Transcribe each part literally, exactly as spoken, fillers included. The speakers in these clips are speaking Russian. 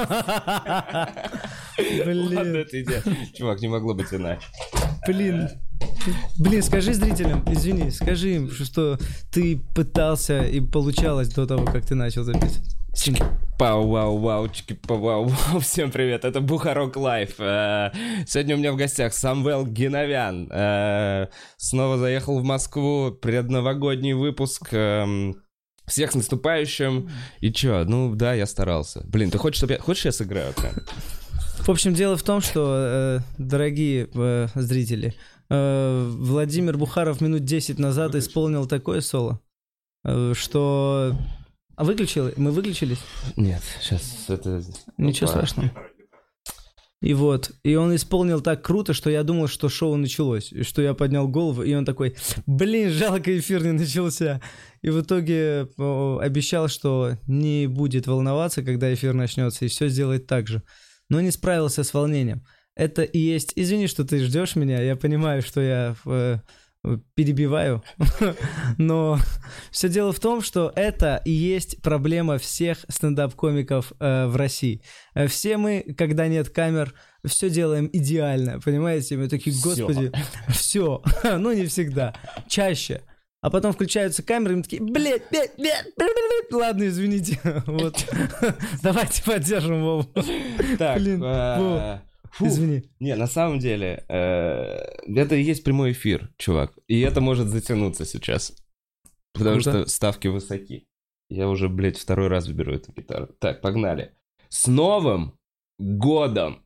Блин. Ладно, это идея. Чувак, не могло быть иначе. Блин. Блин, скажи зрителям, извини, скажи им, что ты пытался и получалось до того, как ты начал записывать. Пау-вау-вау, чики-пау-вау-вау. Всем привет, это Бухарок Лайф. Сегодня у меня в гостях Самвел Геновян. Снова заехал в Москву, предновогодний выпуск. Всех с наступающим. И чё, ну да, я старался. Блин, ты хочешь, чтобы я... Хочешь, я сыграю прям? В общем, дело в том, что, э, дорогие э, зрители, э, Владимир Бухаров минут десять назад Выключил. исполнил такое соло, э, что... А выключил? Мы выключились? Нет, сейчас это... Ничего Опа. страшного. И вот, и он исполнил так круто, что я думал, что шоу началось, и что я поднял голову, и он такой, блин, жалко, эфир не начался. И в итоге о, обещал, что не будет волноваться, когда эфир начнется, и все сделает так же. Но не справился с волнением. Это и есть... Извини, что ты ждешь меня, я понимаю, что я э, перебиваю, но все дело в том, что это и есть проблема всех стендап-комиков э, в России. Все мы, когда нет камер, все делаем идеально, понимаете? Мы такие, господи, все. Ну, не всегда. Чаще. А потом включаются камеры, и мы такие, блядь, блядь, блядь, блядь, ладно, извините, вот, давайте поддержим Вову. Так, блин, Вова, извини. Не, на самом деле, это и есть прямой эфир, чувак, и это может затянуться сейчас, потому что ставки высоки. Я уже, блядь, второй раз беру эту гитару. Так, погнали. С Новым годом!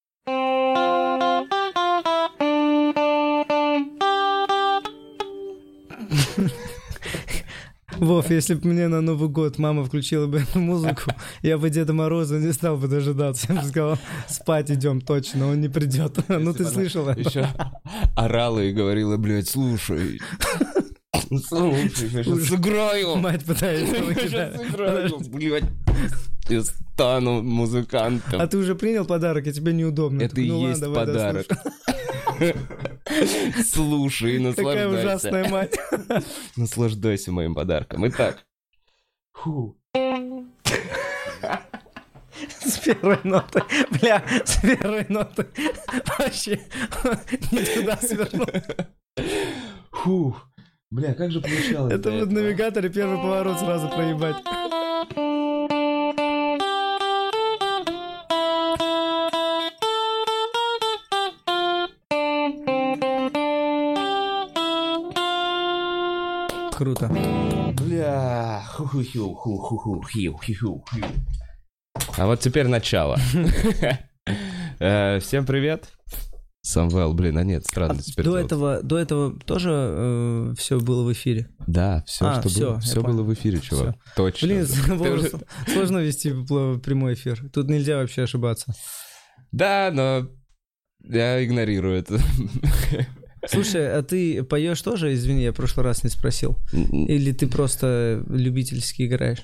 Вов, если бы мне на Новый год мама включила бы эту музыку, я бы Деда Мороза не стал бы дожидаться. Я бы сказал, спать идем, точно, он не придет. Ну ты слышал это? Еще орала и говорила, блядь, слушай. Слушай, я сейчас сыграю. Мать пытается. Я сейчас сыграю, блядь. Я стану музыкантом. А ты уже принял подарок, и тебе неудобно. Это и есть подарок. Слушай и наслаждайся. Какая ужасная мать. Наслаждайся моим подарком. Итак. Фу. С первой ноты. Бля, с первой ноты. Вообще не туда свернул. Фу. Бля, как же получалось? Это в навигаторе первый поворот сразу проебать. Круто. Бля. А вот теперь начало. Всем привет. Самвел, блин, а нет, странно теперь. До этого, до этого тоже э, все было в эфире? Да, все, а, что все, было, все было в эфире, чувак. Все. Точно. Блин, сложно вести прямой эфир. Тут нельзя вообще ошибаться. Да, но я игнорирую это. Слушай, а ты поешь тоже? Извини, я в прошлый раз не спросил. Или ты просто любительски играешь?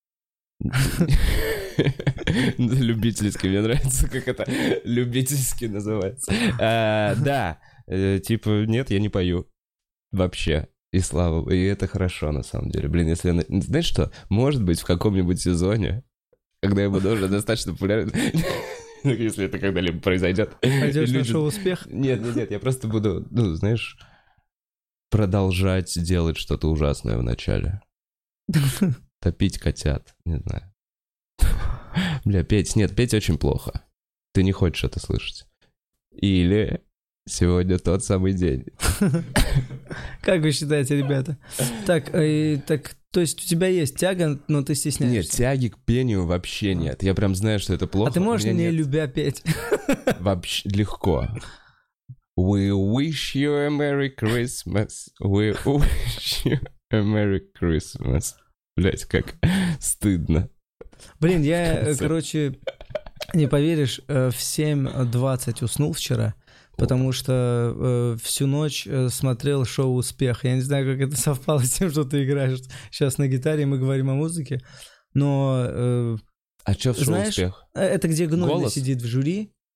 Любительски, мне нравится, как это любительски называется. А, да, э, типа, нет, я не пою. Вообще. И слава, и это хорошо, на самом деле. Блин, если я... Знаешь что? Может быть, в каком-нибудь сезоне, когда я буду уже достаточно популярен... Если это когда-либо произойдет. Пойдешь на шоу «Успех»? Нет, нет, нет, я просто буду, ну, знаешь, продолжать делать что-то ужасное в начале. Топить котят, не знаю. Бля, петь, нет, петь очень плохо. Ты не хочешь это слышать. Или сегодня тот самый день. Как вы считаете, ребята? Так, э, так, то есть у тебя есть тяга, но ты стесняешься? Нет, тяги к пению вообще нет. Я прям знаю, что это плохо. А ты можешь не нет. любя петь? Вообще легко. We wish you a Merry Christmas. We wish you a Merry Christmas. Блять, как стыдно. Блин, я, короче, не поверишь, в семь двадцать уснул вчера, потому что э, всю ночь смотрел шоу «Успех». Я не знаю, как это совпало с тем, что ты играешь сейчас на гитаре, и мы говорим о музыке, но... Э, а что в шоу знаешь, «Успех»? Это где Гнойный сидит в жюри.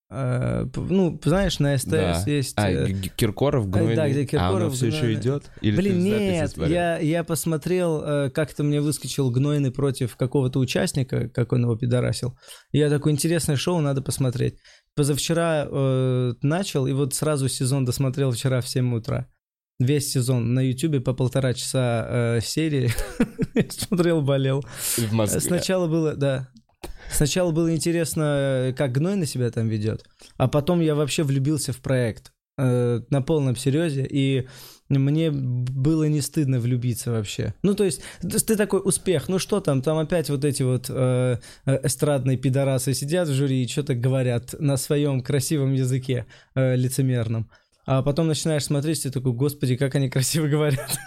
Э, ну, знаешь, на СТС да. есть... А, э... Киркоров, Гнойный? Да, где Киркоров, а оно все Гнойный. еще идет? Или Блин, нет, я, я посмотрел, как-то мне выскочил Гнойный против какого-то участника, как он его пидорасил. Я такой, интересное шоу, надо посмотреть. Позавчера э, начал, и вот сразу сезон досмотрел вчера в семь утра. Весь сезон на Ютубе по полтора часа э, серии. Смотрел, болел. В Москве. Сначала было, да... Сначала было интересно, как Гнойный себя там ведет, а потом я вообще влюбился в проект э, на полном серьезе, и мне было не стыдно влюбиться вообще. Ну, то есть, ты такой успех, ну что там, там опять вот эти вот э, эстрадные пидорасы сидят в жюри и что-то говорят на своем красивом языке э, лицемерном, а потом начинаешь смотреть, и ты такой, господи, как они красиво говорят.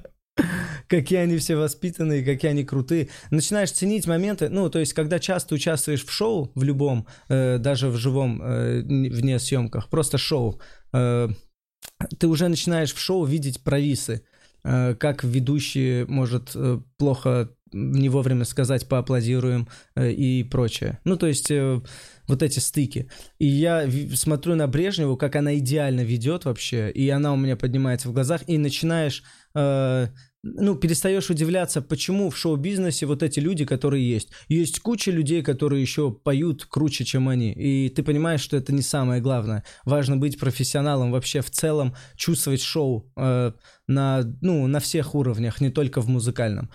Какие они все воспитанные, какие они крутые. Начинаешь ценить моменты, ну, то есть, когда часто участвуешь в шоу, в любом, э, даже в живом, э, вне съемках, просто шоу, э, ты уже начинаешь в шоу видеть провисы, э, как ведущий может э, плохо не вовремя сказать «поаплодируем» э, и прочее. Ну, то есть... Э, вот эти стыки. И я смотрю на Брежневу, как она идеально ведет вообще, и она у меня поднимается в глазах, и начинаешь, э, ну, перестаешь удивляться, почему в шоу-бизнесе вот эти люди, которые есть. Есть куча людей, которые еще поют круче, чем они, и ты понимаешь, что это не самое главное. Важно быть профессионалом вообще в целом, чувствовать шоу э, на, ну, на всех уровнях, не только в музыкальном.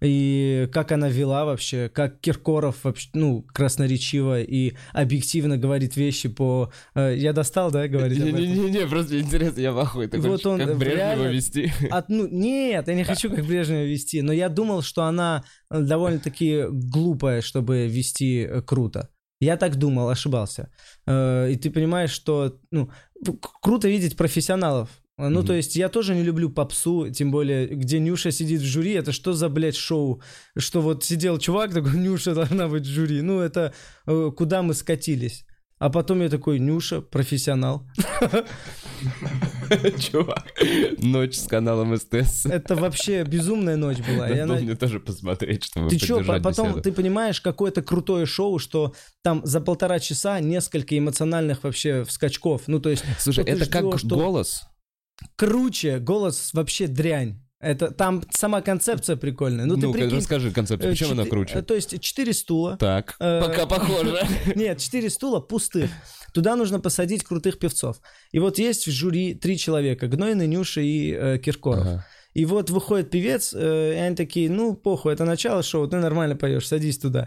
И как она вела вообще, как Киркоров вообще, ну, красноречиво и объективно говорит вещи по... Э, я достал, да, говорить об этом? Не-не-не, просто интересно, я в ахуе. Ты вот он как Брежнева вести? От, ну, нет, я не хочу как Брежнева вести, но я думал, что она довольно-таки глупая, чтобы вести круто. Я так думал, ошибался. Э, и ты понимаешь, что ну, круто видеть профессионалов. Ну, mm-hmm. то есть я тоже не люблю попсу, тем более, где Нюша сидит в жюри, это что за, блядь, шоу? Что вот сидел чувак такой, Нюша должна быть в жюри. Ну, это э, куда мы скатились? А потом я такой, Нюша, профессионал. Чувак, ночь с каналом СТС. Это вообще безумная ночь была. Надо мне тоже посмотреть, чтобы Ты что, потом ты понимаешь, какое-то крутое шоу, что там за полтора часа несколько эмоциональных вообще скачков. Ну, то есть... Слушай, это как голос? Круче, голос вообще дрянь. Это там сама концепция прикольная. Ну, ну ты прикинь, расскажи концепцию, почему она круче? То есть четыре стула. Так, э, пока похоже. Нет, четыре стула пустых. Туда нужно посадить крутых певцов. И вот есть в жюри три человека: Гнойный, Нюша и э, Киркоров. Ага. И вот выходит певец, э, и они такие, ну, похуй, это начало шоу, ты нормально поешь, садись туда.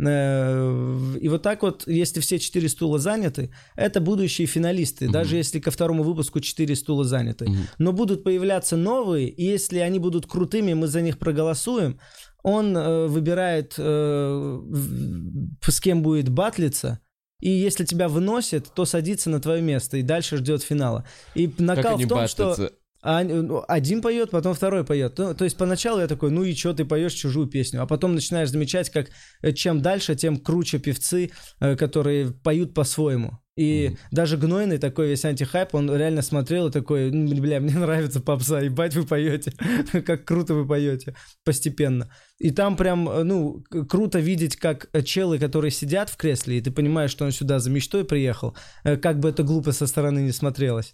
Э, и вот так вот, если все четыре стула заняты, это будущие финалисты, угу. даже если ко второму выпуску четыре стула заняты. Угу. Но будут появляться новые, и если они будут крутыми, мы за них проголосуем. Он э, выбирает, э, с кем будет батлиться. И если тебя выносит, то садится на твое место и дальше ждет финала. И накал в том, батлятся? Что... Один поет, потом второй поет. Ну, то есть поначалу я такой, ну и что, ты поешь чужую песню. А потом начинаешь замечать, как чем дальше, тем круче певцы, которые поют по-своему. И mm-hmm. даже Гнойный такой весь антихайп, он реально смотрел и такой, ну, бля, мне нравится попса, ебать вы поете, как круто вы поете, постепенно. И там прям, ну, круто видеть, как челы, которые сидят в кресле, и ты понимаешь, что он сюда за мечтой приехал, как бы это глупо со стороны не смотрелось.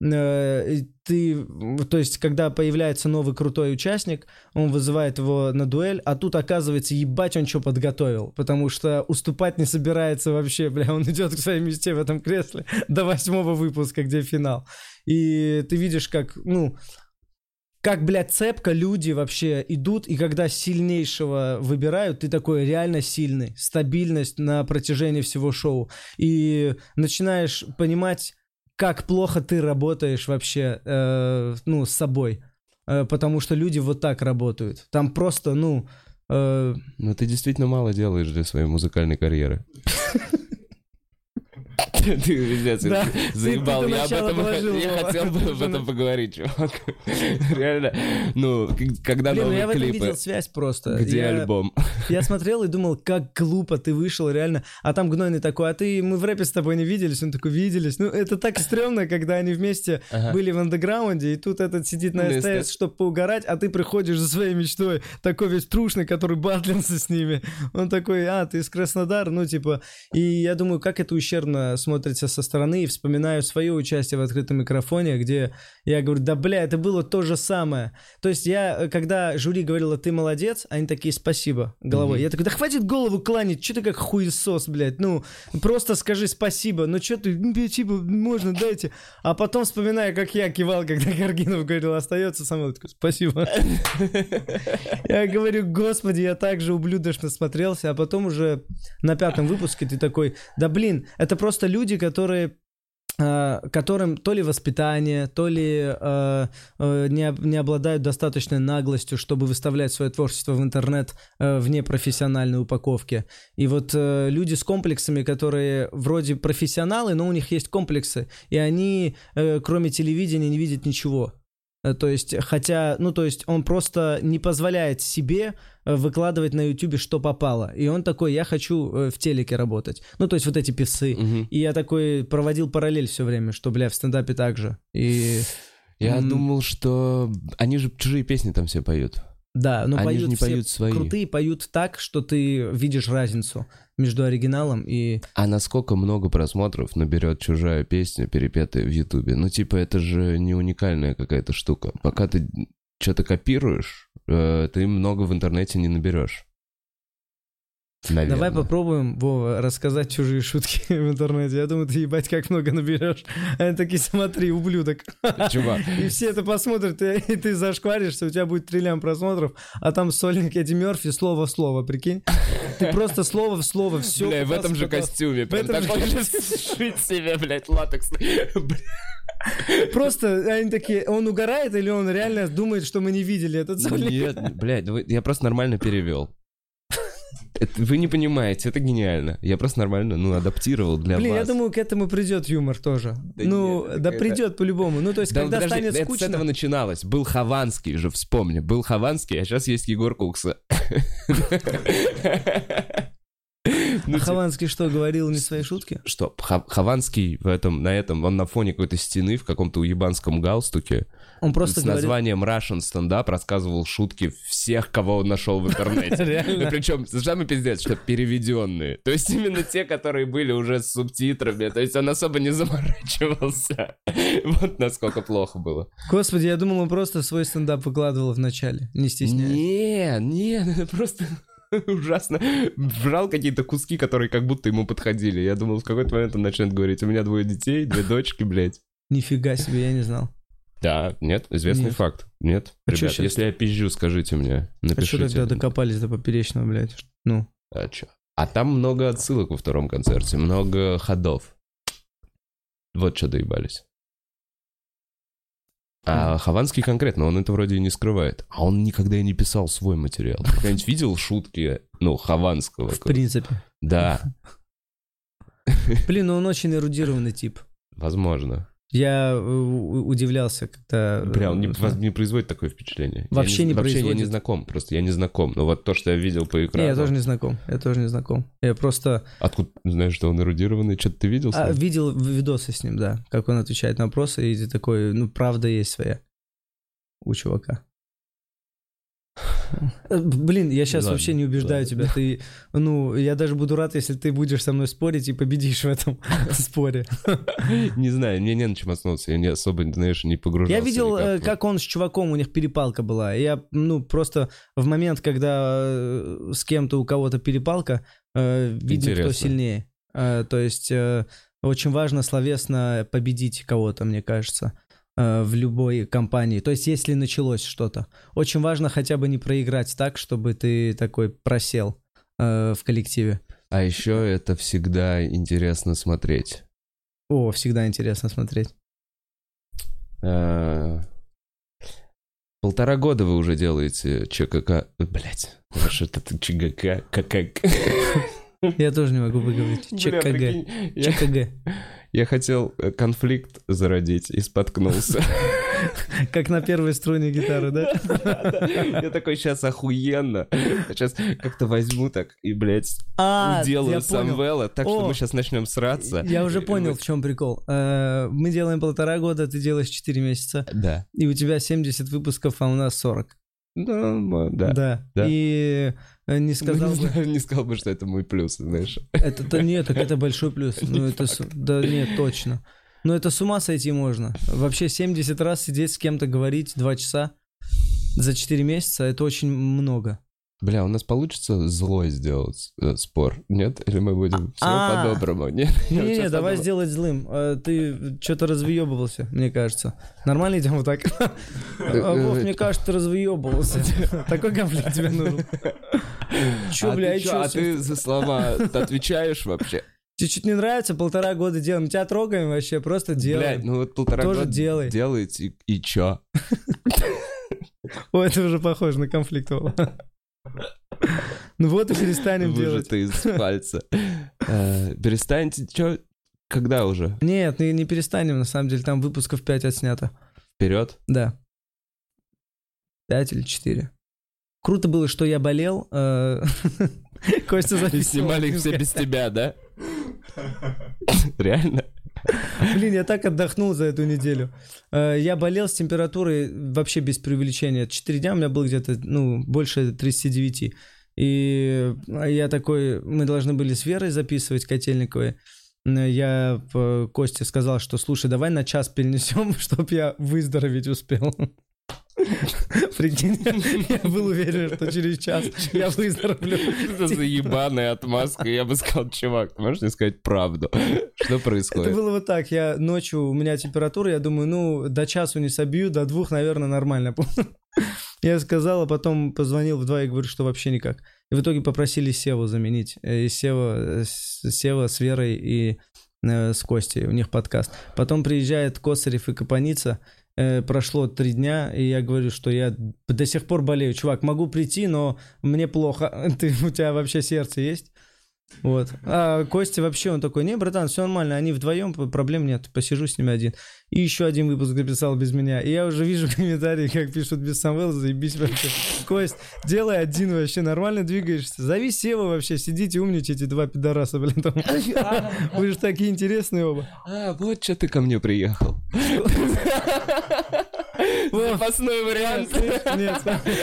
Ты, то есть, когда появляется новый крутой участник, он вызывает его на дуэль, а тут, оказывается, ебать, он что подготовил, потому что уступать не собирается вообще, бля, он идет к своей мечте в этом кресле до восьмого выпуска, где финал. И ты видишь, как, ну, как, блядь, цепко люди вообще идут, и когда сильнейшего выбирают, ты такой реально сильный, стабильность на протяжении всего шоу, и начинаешь понимать, как плохо ты работаешь вообще, э, ну, с собой. Э, потому что люди вот так работают. Там просто, ну... Э... Ну, ты действительно мало делаешь для своей музыкальной карьеры. Ты, пиздец, да, заебал. Ты, ты я об этом положил, я хотел бы об этом поговорить, чувак. Реально, ну, когда Блин, новые ну я клипы. в этом видел связь просто. Где я, альбом? Я смотрел и думал, как глупо ты вышел, реально. А там Гнойный такой, а ты, мы в рэпе с тобой не виделись? Он такой, виделись. Ну, это так стрёмно, когда они вместе ага. были в андеграунде, и тут этот сидит на СТС, чтобы поугарать, а ты приходишь за своей мечтой, такой весь трушный, который батлился с ними. Он такой, а, ты из Краснодара? Ну, типа, и я думаю, как это ущербно смотрится смотрится со стороны, и вспоминаю свое участие в открытом микрофоне, где я говорю, да бля, это было то же самое. То есть я, когда жюри говорило, ты молодец, они такие, спасибо, головой. Mm-hmm. Я такой, да хватит голову кланять, что ты как хуесос, блядь, ну, просто скажи спасибо, ну что ты, типа, можно, дайте. А потом вспоминаю, как я кивал, когда Каргинов говорил, остается со мной, такой, спасибо. Я говорю, господи, я так же ублюдочно смотрелся, а потом уже на пятом выпуске ты такой, да блин, это просто люди, которые... которым то ли воспитание, то ли э, э, не, не обладают достаточной наглостью, чтобы выставлять свое творчество в интернет э, в непрофессиональной упаковке. И вот э, люди с комплексами, которые вроде профессионалы, но у них есть комплексы, и они, э, кроме телевидения, не видят ничего. То есть, хотя, ну, то есть он просто не позволяет себе выкладывать на Ютубе, что попало. И он такой, я хочу в телеке работать. Ну, то есть вот эти певцы. Угу. И я такой проводил параллель все время, что, бля, в стендапе так же. И... Я м- думал, что они же чужие песни там все поют. Да, но они поют же не все поют свои. Крутые поют так, что ты видишь разницу между оригиналом и... А насколько много просмотров наберет чужая песня, перепетая в Ютубе? Ну, типа, это же не уникальная какая-то штука. Пока ты что-то копируешь, э, ты много в интернете не наберешь. Наверное. Давай попробуем, Вова, рассказать чужие шутки в интернете. Я думаю, ты ебать как много наберешь. Они такие, смотри, ублюдок. Чувак. И все это посмотрят, и, и ты зашкваришься, у тебя будет триллион просмотров, а там сольник Эдди Мерфи слово в слово, прикинь? Ты просто слово в слово все. Бля, в этом же костюме. В этом же шить себе, блядь, латексный. Просто они такие, он угорает или он реально думает, что мы не видели этот сольник? Нет, блядь, я просто нормально перевел. Это, вы не понимаете, это гениально. Я просто нормально, ну, адаптировал для Блин, вас. Блин, я думаю, к этому придет юмор тоже. Да ну, нет, да это... придет по-любому. Ну, то есть, да, когда подожди, станет это скучно... с этого начиналось. Был Хованский же, вспомни. Был Хованский, а сейчас есть Егор Кукса. А Хованский что, говорил не свои шутки? Что? Хованский в этом, на этом, он на фоне какой-то стены в каком-то уебанском галстуке он просто с говорил... названием Russian Stand-Up рассказывал шутки всех, кого он нашел в интернете. Реально? Ну, причем, самый пиздец, что переведенные. То есть именно те, которые были уже с субтитрами. То есть он особо не заморачивался. Вот насколько плохо было. Господи, я думал, он просто свой стендап выкладывал в начале, не стесняясь. Нет, нет, это просто... Ужасно. Брал какие-то куски, которые как будто ему подходили. Я думал, в какой-то момент он начнет говорить, у меня двое детей, две дочки, блядь. Нифига себе, я не знал. Да, нет, известный нет. факт. Нет, а ребят, если я пизжу, скажите мне, напишите. А что тогда докопались до поперечного, блядь? Ну. А что? А там много отсылок во втором концерте, много ходов. Вот что доебались. А Хованский конкретно, он это вроде и не скрывает. А он никогда и не писал свой материал. Ты когда-нибудь видел шутки, ну, Хованского? В принципе. Да. Блин, ну он очень эрудированный тип. Возможно. Я удивлялся, когда... Бля, он не, не производит такое впечатление. Вообще я не, не вообще производит. Я не знаком, просто я не знаком. Но вот то, что я видел по экрану... Не, я тоже не знаком, я тоже не знаком. Я просто... Откуда знаешь, что он эрудированный? Что-то ты видел? А, видел видосы с ним, да. Как он отвечает на вопросы, и ты такой, ну, правда есть своя у чувака. Блин, я сейчас ладно, вообще не убеждаю ладно. тебя. Ты, ну, я даже буду рад, если ты будешь со мной спорить и победишь в этом споре. Не знаю, мне не на чем основываться. Я не особо, знаешь, не погружался. Я видел, никак. как он с чуваком, у них перепалка была. Я, ну, просто в момент, когда с кем-то у кого-то перепалка, видим, Интересно. кто сильнее. То есть очень важно словесно победить кого-то, мне кажется. В любой компании. То есть, если началось что-то. Очень важно хотя бы не проиграть так, чтобы ты такой просел э, в коллективе. А еще это всегда интересно смотреть. О, всегда интересно смотреть. А... Полтора года вы уже делаете ЧКК... Блять, что это ЧГК? КК. Я тоже не могу выговорить. ЧКГ. ЧКГ. Я хотел конфликт зародить и споткнулся. Как на первой струне гитары, да? Я такой, сейчас охуенно. Сейчас как-то возьму так и, блядь, уделаю Самвела, так что мы сейчас начнем сраться. Я уже понял, в чем прикол. Мы делаем полтора года, ты делаешь четыре месяца. Да. И у тебя семьдесят выпусков, а у нас сорок. Да, да. Да. Да. И не сказал Ну, не, бы... знаю, не сказал бы, что это мой плюс, знаешь. Это-то нет, так это большой плюс. Ну, Не это... с- Да нет, точно. Но это с ума сойти можно. Вообще семьдесят раз сидеть с кем-то говорить два часа за четыре месяца, это очень много. Бля, у нас получится злой сделать э, спор, нет? Или мы будем все А. по-доброму? Нет? Я вот Не-не, щас давай подумал. сделать злым. А, Ты что-то развъебывался, мне кажется. Нормально идем вот так? А, Вов, мне кажется, ты развъебывался. Такой конфликт тебе нужен. Чё, А бля, ты и чё, чё? а ты за слова отвечаешь вообще? Тебе что-то не нравится? Полтора года делаем. Мы тебя трогаем вообще, просто Блядь, делаем. ну вот полтора Тоже года делай. делаете, и, и чё? Ой, это уже похоже на конфликт. Вова. Ну вот и перестанем делать. Выжатый из пальца. Э, Перестаньте, чё? Когда уже? Нет, не, не перестанем, на самом деле, там выпусков пять отснято. Вперед? Да. Пять или четыре. Круто было, что я болел. э, Костя И записывал. снимали их все без тебя, да? Реально? Блин, я так отдохнул за эту неделю. Э, Я болел с температурой вообще без преувеличения. Четыре дня у меня было где-то, ну, больше тридцать девять. И я такой, мы должны были с Верой записывать Котельниковой. Я э, Косте сказал, что слушай, давай на час перенесем, чтоб я выздороветь успел. Прикинь, я был уверен, что через час я выздоровлю. Что за ебаная отмазка? Я бы сказал, чувак, ты можешь мне сказать правду? Что Это происходит? было вот так, я ночью, у меня температура, я думаю, ну, до часу не собью, до двух, наверное, нормально. Я сказал, а потом позвонил в два и говорю, что вообще никак. И в итоге попросили Севу заменить. И Сева, с- Сева с Верой и э, с Костей, у них подкаст. Потом приезжает Косарев и Капаница. Э, прошло три дня, и я говорю, что я до сих пор болею. Чувак, могу прийти, но мне плохо. Ты, у тебя вообще сердце есть? Вот. А Костя вообще, он такой, не, братан, все нормально, они вдвоем, проблем нет, посижу с ними один. И еще один выпуск записал без меня. И я уже вижу комментарии, как пишут без Самвела, заебись вообще. Кость, делай один вообще, нормально двигаешься. Зови Сева вообще, сидите, умничайте, два пидораса, блин, там. Вы же такие интересные оба. А, вот что ты ко мне приехал. Запасной вариант. Нет,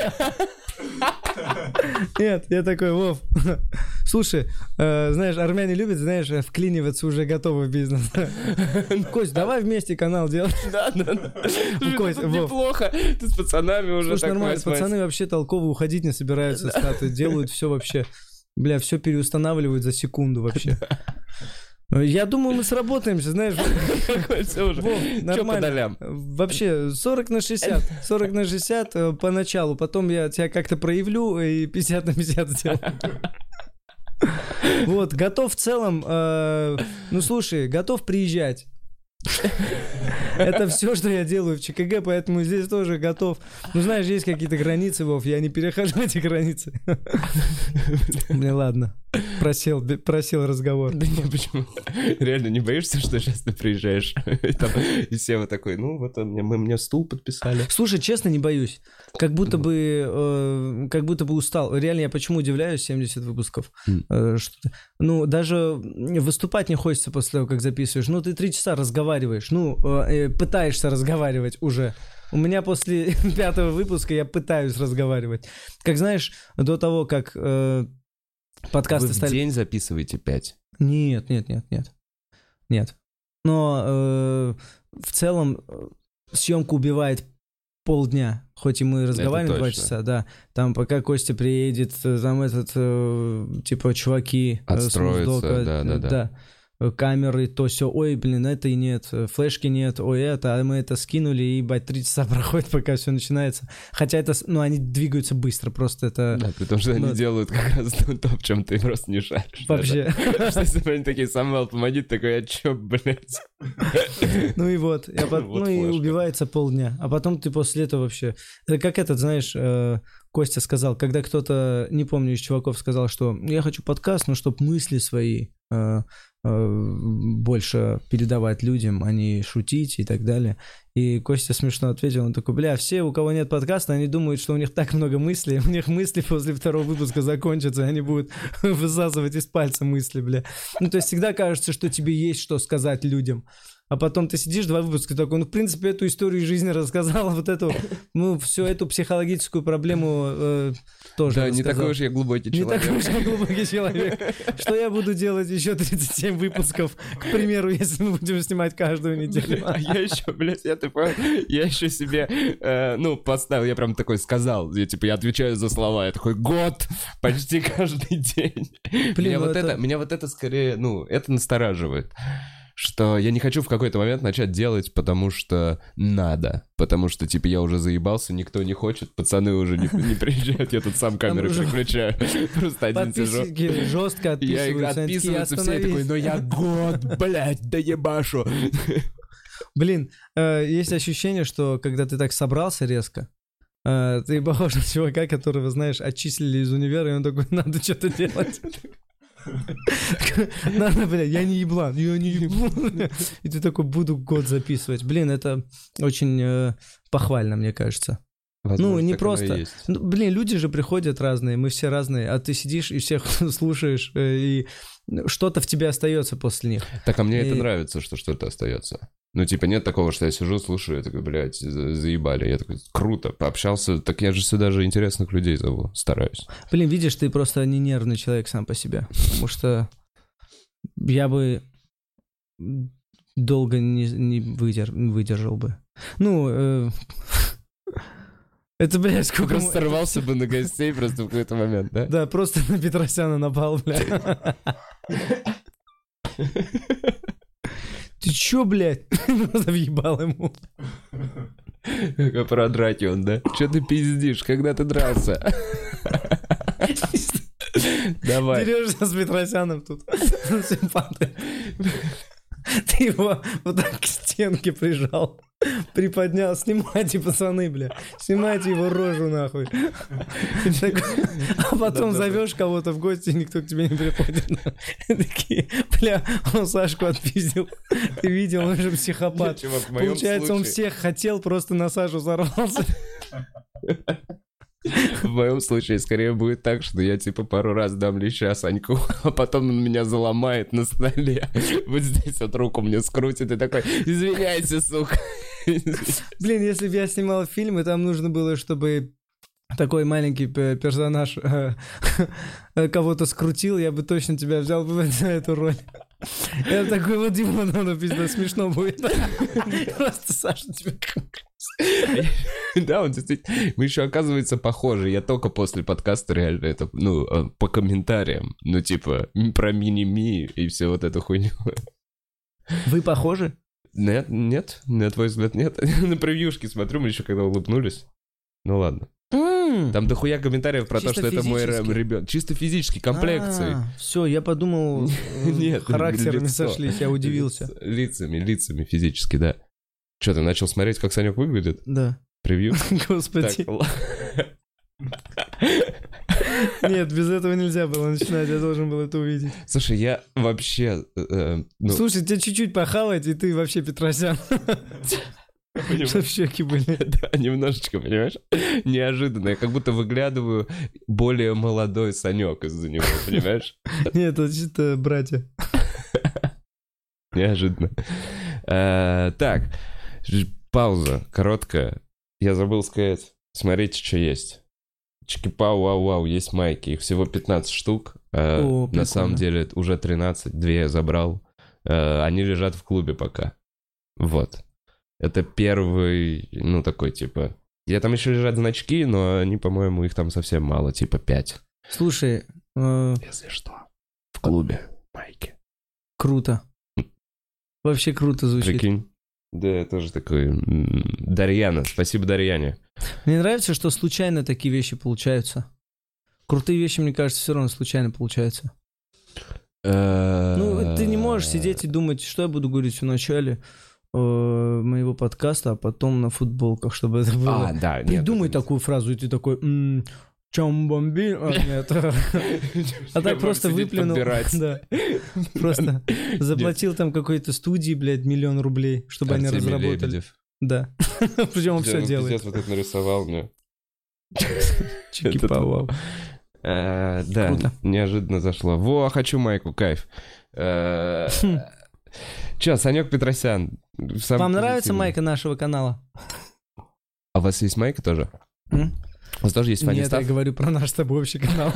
нет, я такой, Вов, слушай, э, знаешь, армяне любят, знаешь, вклиниваться уже готовы в бизнес. Кость, давай вместе канал делать. Да, да, да. Кость, Тут Вов. неплохо. Ты с пацанами уже Слушай, так нормально, мать-мать. пацаны вообще толково уходить не собираются с хаты, делают все вообще, бля, все переустанавливают за секунду вообще. Я думаю, мы сработаемся, знаешь. Всё уже. Вов, Чё по нормально. долям? Вообще, сорок на шестьдесят. сорок на шестьдесят э, поначалу, потом я тебя как-то проявлю и пятьдесят на пятьдесят сделаю. Вот, готов в целом, э, ну слушай, готов приезжать. Это все, что я делаю в ЧКГ, поэтому здесь тоже готов. Ну, знаешь, есть какие-то границы, Вов, я не перехожу эти границы. Блин, ладно. Просел, бе- просел разговор. Да не, почему? Реально, не боишься, что сейчас ты приезжаешь? И, там, и Сева такой, ну вот он мне- мы мне стул подписали. Слушай, честно, не боюсь. Как будто бы, э, как будто бы устал. Реально, я почему удивляюсь, семьдесят выпусков. Хм. Э, что-то. Ну, даже выступать не хочется после того, как записываешь. Ну, ты три часа разговариваешь. Ну, э, пытаешься разговаривать уже. У меня после пятого выпуска я пытаюсь разговаривать. Как знаешь, до того, как э, подкасты Вы в стали... день записываете пять. Нет, нет, нет, нет. Нет. Но э, в целом э, съемка убивает полдня. Хоть и мы разговариваем два точно. часа, да. Там пока Костя приедет, э, там этот, э, типа, чуваки... э, с Отстроятся, Моздока, да-да-да. э, да. Э, Камеры, то все, ой, блин, это и нет, э, флешки нет, ой, это, а мы это скинули, и, ебать, три часа проходит, пока все начинается. Хотя это, с- ну, они двигаются быстро, просто это... Да, при том, что они ну, делают как раз то, то, в чем ты просто не шаришь. Вообще. Да-да. Что если бы они такие, Самвел, помоги, ты такой, а чё, блядь? Ну и вот, и опо- Вот ну и флешка. убивается полдня, а потом ты после этого вообще... Это как этот, знаешь, э, Костя сказал, когда кто-то, не помню, из чуваков сказал, что я хочу подкаст, но чтоб мысли свои э, больше передавать людям, а не шутить и так далее. И Костя смешно ответил, он такой, бля, все, у кого нет подкаста, они думают, что у них так много мыслей, у них мысли после второго выпуска закончатся, и они будут высасывать из пальца мысли, бля. Ну, то есть всегда кажется, что тебе есть что сказать людям. А потом ты сидишь, два выпуска такой, ну, в принципе, эту историю жизни рассказал, вот эту, ну, всю эту психологическую проблему э, тоже Да, рассказал. не такой уж я глубокий человек. Не такой уж я глубокий человек. Что я буду делать еще тридцать семь выпусков, к примеру, если мы будем снимать каждую неделю? А я еще, блядь, я, ты понял, я еще себе, э, ну, поставил, я прям такой сказал, я, типа, я отвечаю за слова, я такой, год, почти каждый день. Блин, меня, ну вот это... это, меня вот это скорее, ну, это настораживает. Что я не хочу в какой-то момент начать делать, потому что надо. Потому что, типа, я уже заебался, никто не хочет, пацаны уже не, не приезжают, я тут сам камеры уже... переключаю. Просто один сижу. Подписчики жестко отписываются. Я отписываются все, такой, но я год, блядь, да ебашу. Блин, э, есть ощущение, что когда ты так собрался резко, э, ты похож на чувака, которого, знаешь, отчислили из универа, и он такой, надо что-то делать. Надо, блядь, я не еблан, я не еблан. И ты такой, буду год записывать. Блин, это очень э, похвально, мне кажется. Возможно, ну, не просто. Ну, блин, люди же приходят разные, мы все разные, а ты сидишь и всех слушаешь, э, и что-то в тебе остается после них. Так, а мне и... это нравится, что что-то остается. Ну, типа, нет такого, что я сижу, слушаю, я такой, блядь, заебали. Я такой, круто, пообщался. Так я же сюда же интересных людей зову, стараюсь. Блин, видишь, ты просто не нервный человек сам по себе. Потому что я бы долго не, не выдер... выдержал бы. Ну, э... это, блядь, сколько... Просто сорвался бы на гостей просто в какой-то момент, да? Да, просто на Петросяна напал, блядь. Ты чё, блядь? Въебал ему. Как про драки он, да? Чё ты пиздишь, когда ты дрался? Давай. Дерешься с Петросяном тут. Ты его вот так к стенке прижал, приподнял. Снимайте, пацаны, бля. Снимайте его рожу, нахуй. А потом зовешь кого-то в гости, никто к тебе не приходит. Такие, бля, он Сашку отпиздил. Ты видел, он же психопат. Получается, он всех хотел, просто на Сашу сорвался. В моем случае скорее будет так, что я типа пару раз дам леща Саньку, а потом он меня заломает на столе. Вот здесь вот руку мне скрутит и такой, извиняйся, сука. Блин, если бы я снимал фильм, и там нужно было, чтобы такой маленький персонаж кого-то скрутил, я бы точно тебя взял бы на эту роль. Я такой, вот Дима, надо пиздец, смешно будет. Просто Саша тебе... Да, он действительно... Мы еще, оказывается, похожи. Я только после подкаста реально это, ну, по комментариям. Ну, типа, про мини-ми и все вот эту хуйню. Вы похожи? Нет, нет, на твой взгляд, нет. На превьюшки смотрю, мы еще когда улыбнулись. Ну, ладно. Mm. Там дохуя комментариев про Чисто то, что физически? Это мой ребенок. Чисто физически, комплекции. А, все, я подумал, Нет, характерами сошлись, я удивился. Лицами, лицами физически, да. Что, ты начал смотреть, как Санек выглядит? Да. Превью? Господи. Нет, без этого нельзя было начинать, я должен был это увидеть. Слушай, я вообще... Э, ну... Слушай, тебе чуть-чуть похавать, и ты вообще Петросян. Что в щеки были. Да, немножечко, понимаешь? Неожиданно. Я как будто выглядываю более молодой Санек из-за него, понимаешь? Нет, это чисто братья. Неожиданно. А, так, пауза короткая. Я забыл сказать. Смотрите, что есть. Чики-пау, вау-вау, есть майки. Их всего пятнадцать штук. А, О, на самом деле уже тринадцать. Две я забрал. А, они лежат в клубе пока. Вот. Это первый, ну, такой, типа... Я там еще лежат значки, но они, по-моему, их там совсем мало, типа пять. Слушай... Э... Если что, в клубе майки. Круто. Вообще круто звучит. Прикинь. Да, я тоже такой... Дарьяна, спасибо, Дарьяне. Мне нравится, что случайно такие вещи получаются. Крутые вещи, мне кажется, все равно случайно получаются. Ну, ты не можешь сидеть и думать, что я буду говорить в начале... моего подкаста, а потом на футболках, чтобы это было. А, да. Придумай нет, такую фразу, и ты такой, м-м, чем бомби? А, нет. А так просто выплюнул. Да. Просто заплатил там какой-то студии, блядь, миллион рублей, чтобы они разработали. Да. Причем он все делает. Вот это нарисовал мне. Чики-пау. Да, неожиданно зашло. Во, хочу майку, кайф. Че, Санек Петросян. Вам нравится майка нашего канала? А у вас есть майка тоже? У вас тоже есть фанистав? Нет, я говорю про наш с тобой общий канал.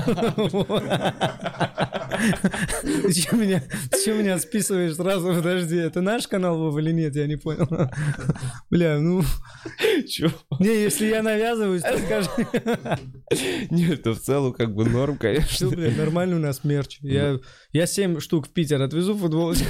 Ты что меня, меня списываешь сразу? Подожди, это наш канал, Вова, или нет? Я не понял. Бля, ну... Чё? Не, если я навязываюсь, то скажи. Нет, то в целом как бы норм, конечно. Все, бля, нормально у нас мерч. Я, я семь штук в Питер отвезу футболочки.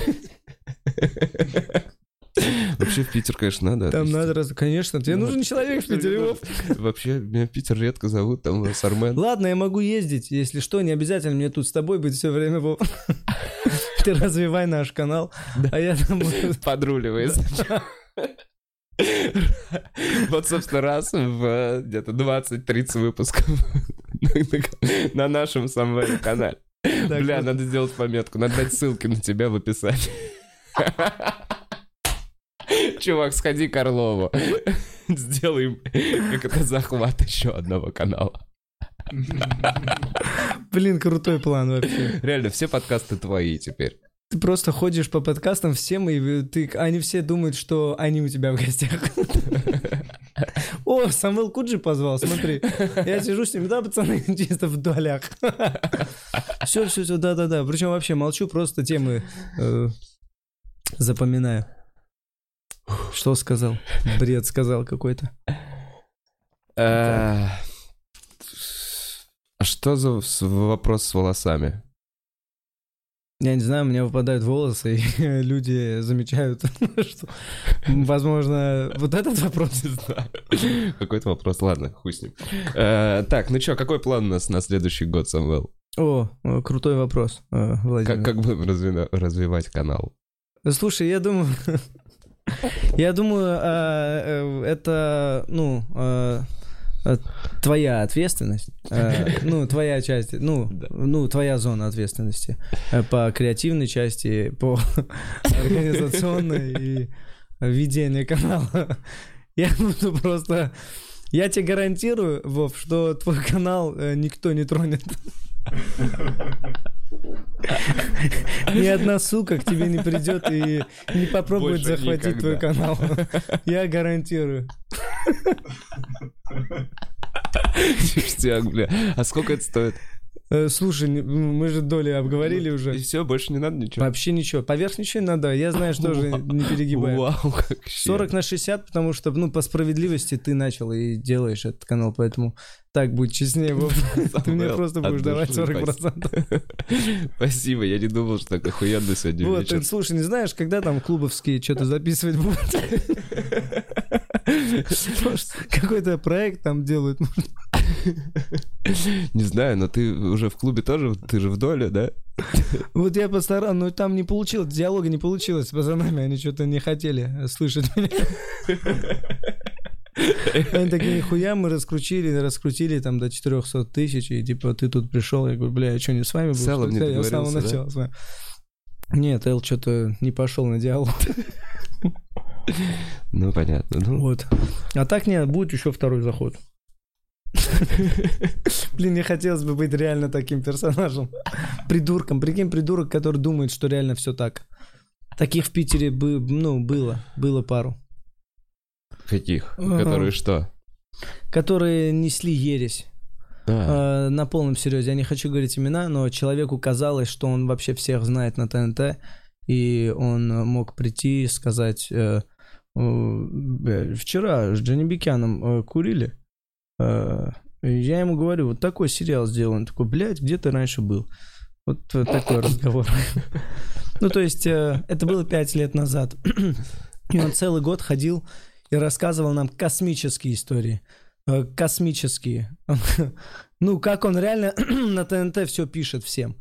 Вообще в Питер, конечно, надо. Там надо, раз... конечно, тебе нужен человек в Питере, Вов. Вообще, меня в Питер редко зовут, там у нас Армен. Ладно, я могу ездить, если что, не обязательно мне тут с тобой быть все время, Вов. Ты развивай наш канал, а я там буду... Подруливай. Вот, собственно, раз в где-то двадцать-тридцать выпусков на нашем самом канале. Бля, надо сделать пометку, надо дать ссылки на тебя в описании. Чувак, сходи к Орлову. Сделаем, как это, захват еще одного канала. Блин, крутой план вообще. Реально, все подкасты твои теперь. Ты просто ходишь по подкастам всем, и ты, они все думают, что они у тебя в гостях. О, Самвел Куджи позвал, смотри. Я сижу с ним, да, пацаны, чисто в долях. Все, все, все, да-да-да. Причем вообще молчу, просто темы э, запоминаю. Что сказал? Бред сказал какой-то. А что за вопрос с волосами? Я не знаю, у меня выпадают волосы, и люди замечают, что, возможно, вот этот вопрос. Не знаю. Какой-то вопрос, ладно, хуй с ним. Так, ну что, какой план у нас на следующий год, Самвел? О, крутой вопрос, Владимир. Как будем развивать канал? Слушай, я думаю... Я думаю, это, ну... твоя ответственность, э, ну, твоя часть, ну, да. ну, твоя зона ответственности э, по креативной части, по организационной и ведению канала. Я буду просто... Я тебе гарантирую, Вов, что твой канал э, никто не тронет. Ни одна сука к тебе не придет и не попробует больше захватить никогда. Твой канал. Я гарантирую. Ништяк, бля. А сколько это стоит? Слушай, мы же доли обговорили уже. И все, больше не надо ничего? Вообще ничего. Поверх ничего не надо. Я знаю, что же не перегибаю. Вау, как сорок на шестьдесят, потому что, ну, по справедливости ты начал и делаешь этот канал, поэтому так будет честнее. Ты мне просто будешь давать сорок процентов. Спасибо, я не думал, что так охуенно сегодня вечер. Вот, слушай, не знаешь, когда там клубовские что-то записывать будут? Какой-то проект там делают. Не знаю, но ты уже в клубе тоже, ты же в доле, да? Вот я постарался, но там не получилось, диалога не получилось с пацанами, они что-то не хотели слышать меня. Они такие, нихуя, мы раскрутили, раскрутили там до четыреста тысяч, и типа ты тут пришел, я говорю, бля, я что, не с вами был? Я с самого начала с вами. Нет, Эл что-то не пошел на диалог. Ну, понятно. Ну. Вот. А так нет, будет еще второй заход. Блин, мне хотелось бы быть реально таким персонажем. Придурком. Прикинь, придурок, который думает, что реально все так. Таких в Питере бы, ну, было. Было пару. Каких? Которые что? Которые несли ересь. А. Э, на полном серьезе. Я не хочу говорить имена, но человеку казалось, что он вообще всех знает на ТНТ. И он мог прийти и сказать... Э, э, вчера с Джанибекяном э, курили. Я ему говорю, вот такой сериал сделан. Он такой, блядь, где ты раньше был? Вот такой разговор. Ну, то есть, это было пять лет назад. И он целый год ходил и рассказывал нам космические истории. Космические. Ну, как он реально на ТНТ все пишет всем.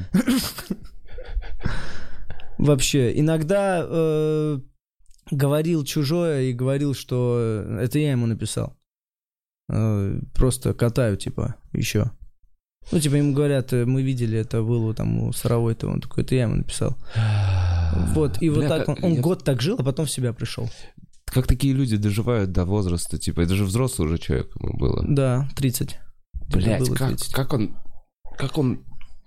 Вообще, иногда говорил чужое и говорил, что это я ему написал. просто катают, типа, еще. Ну, типа, ему говорят, мы видели это было там у Саровой-то, он такой, это я ему написал. Вот, и вот Бля, так он, он я... год так жил, а потом в себя пришел. Как такие люди доживают до возраста, типа, это же взрослый уже человек ему было. Да, тридцать. Блять, как, как он, как он,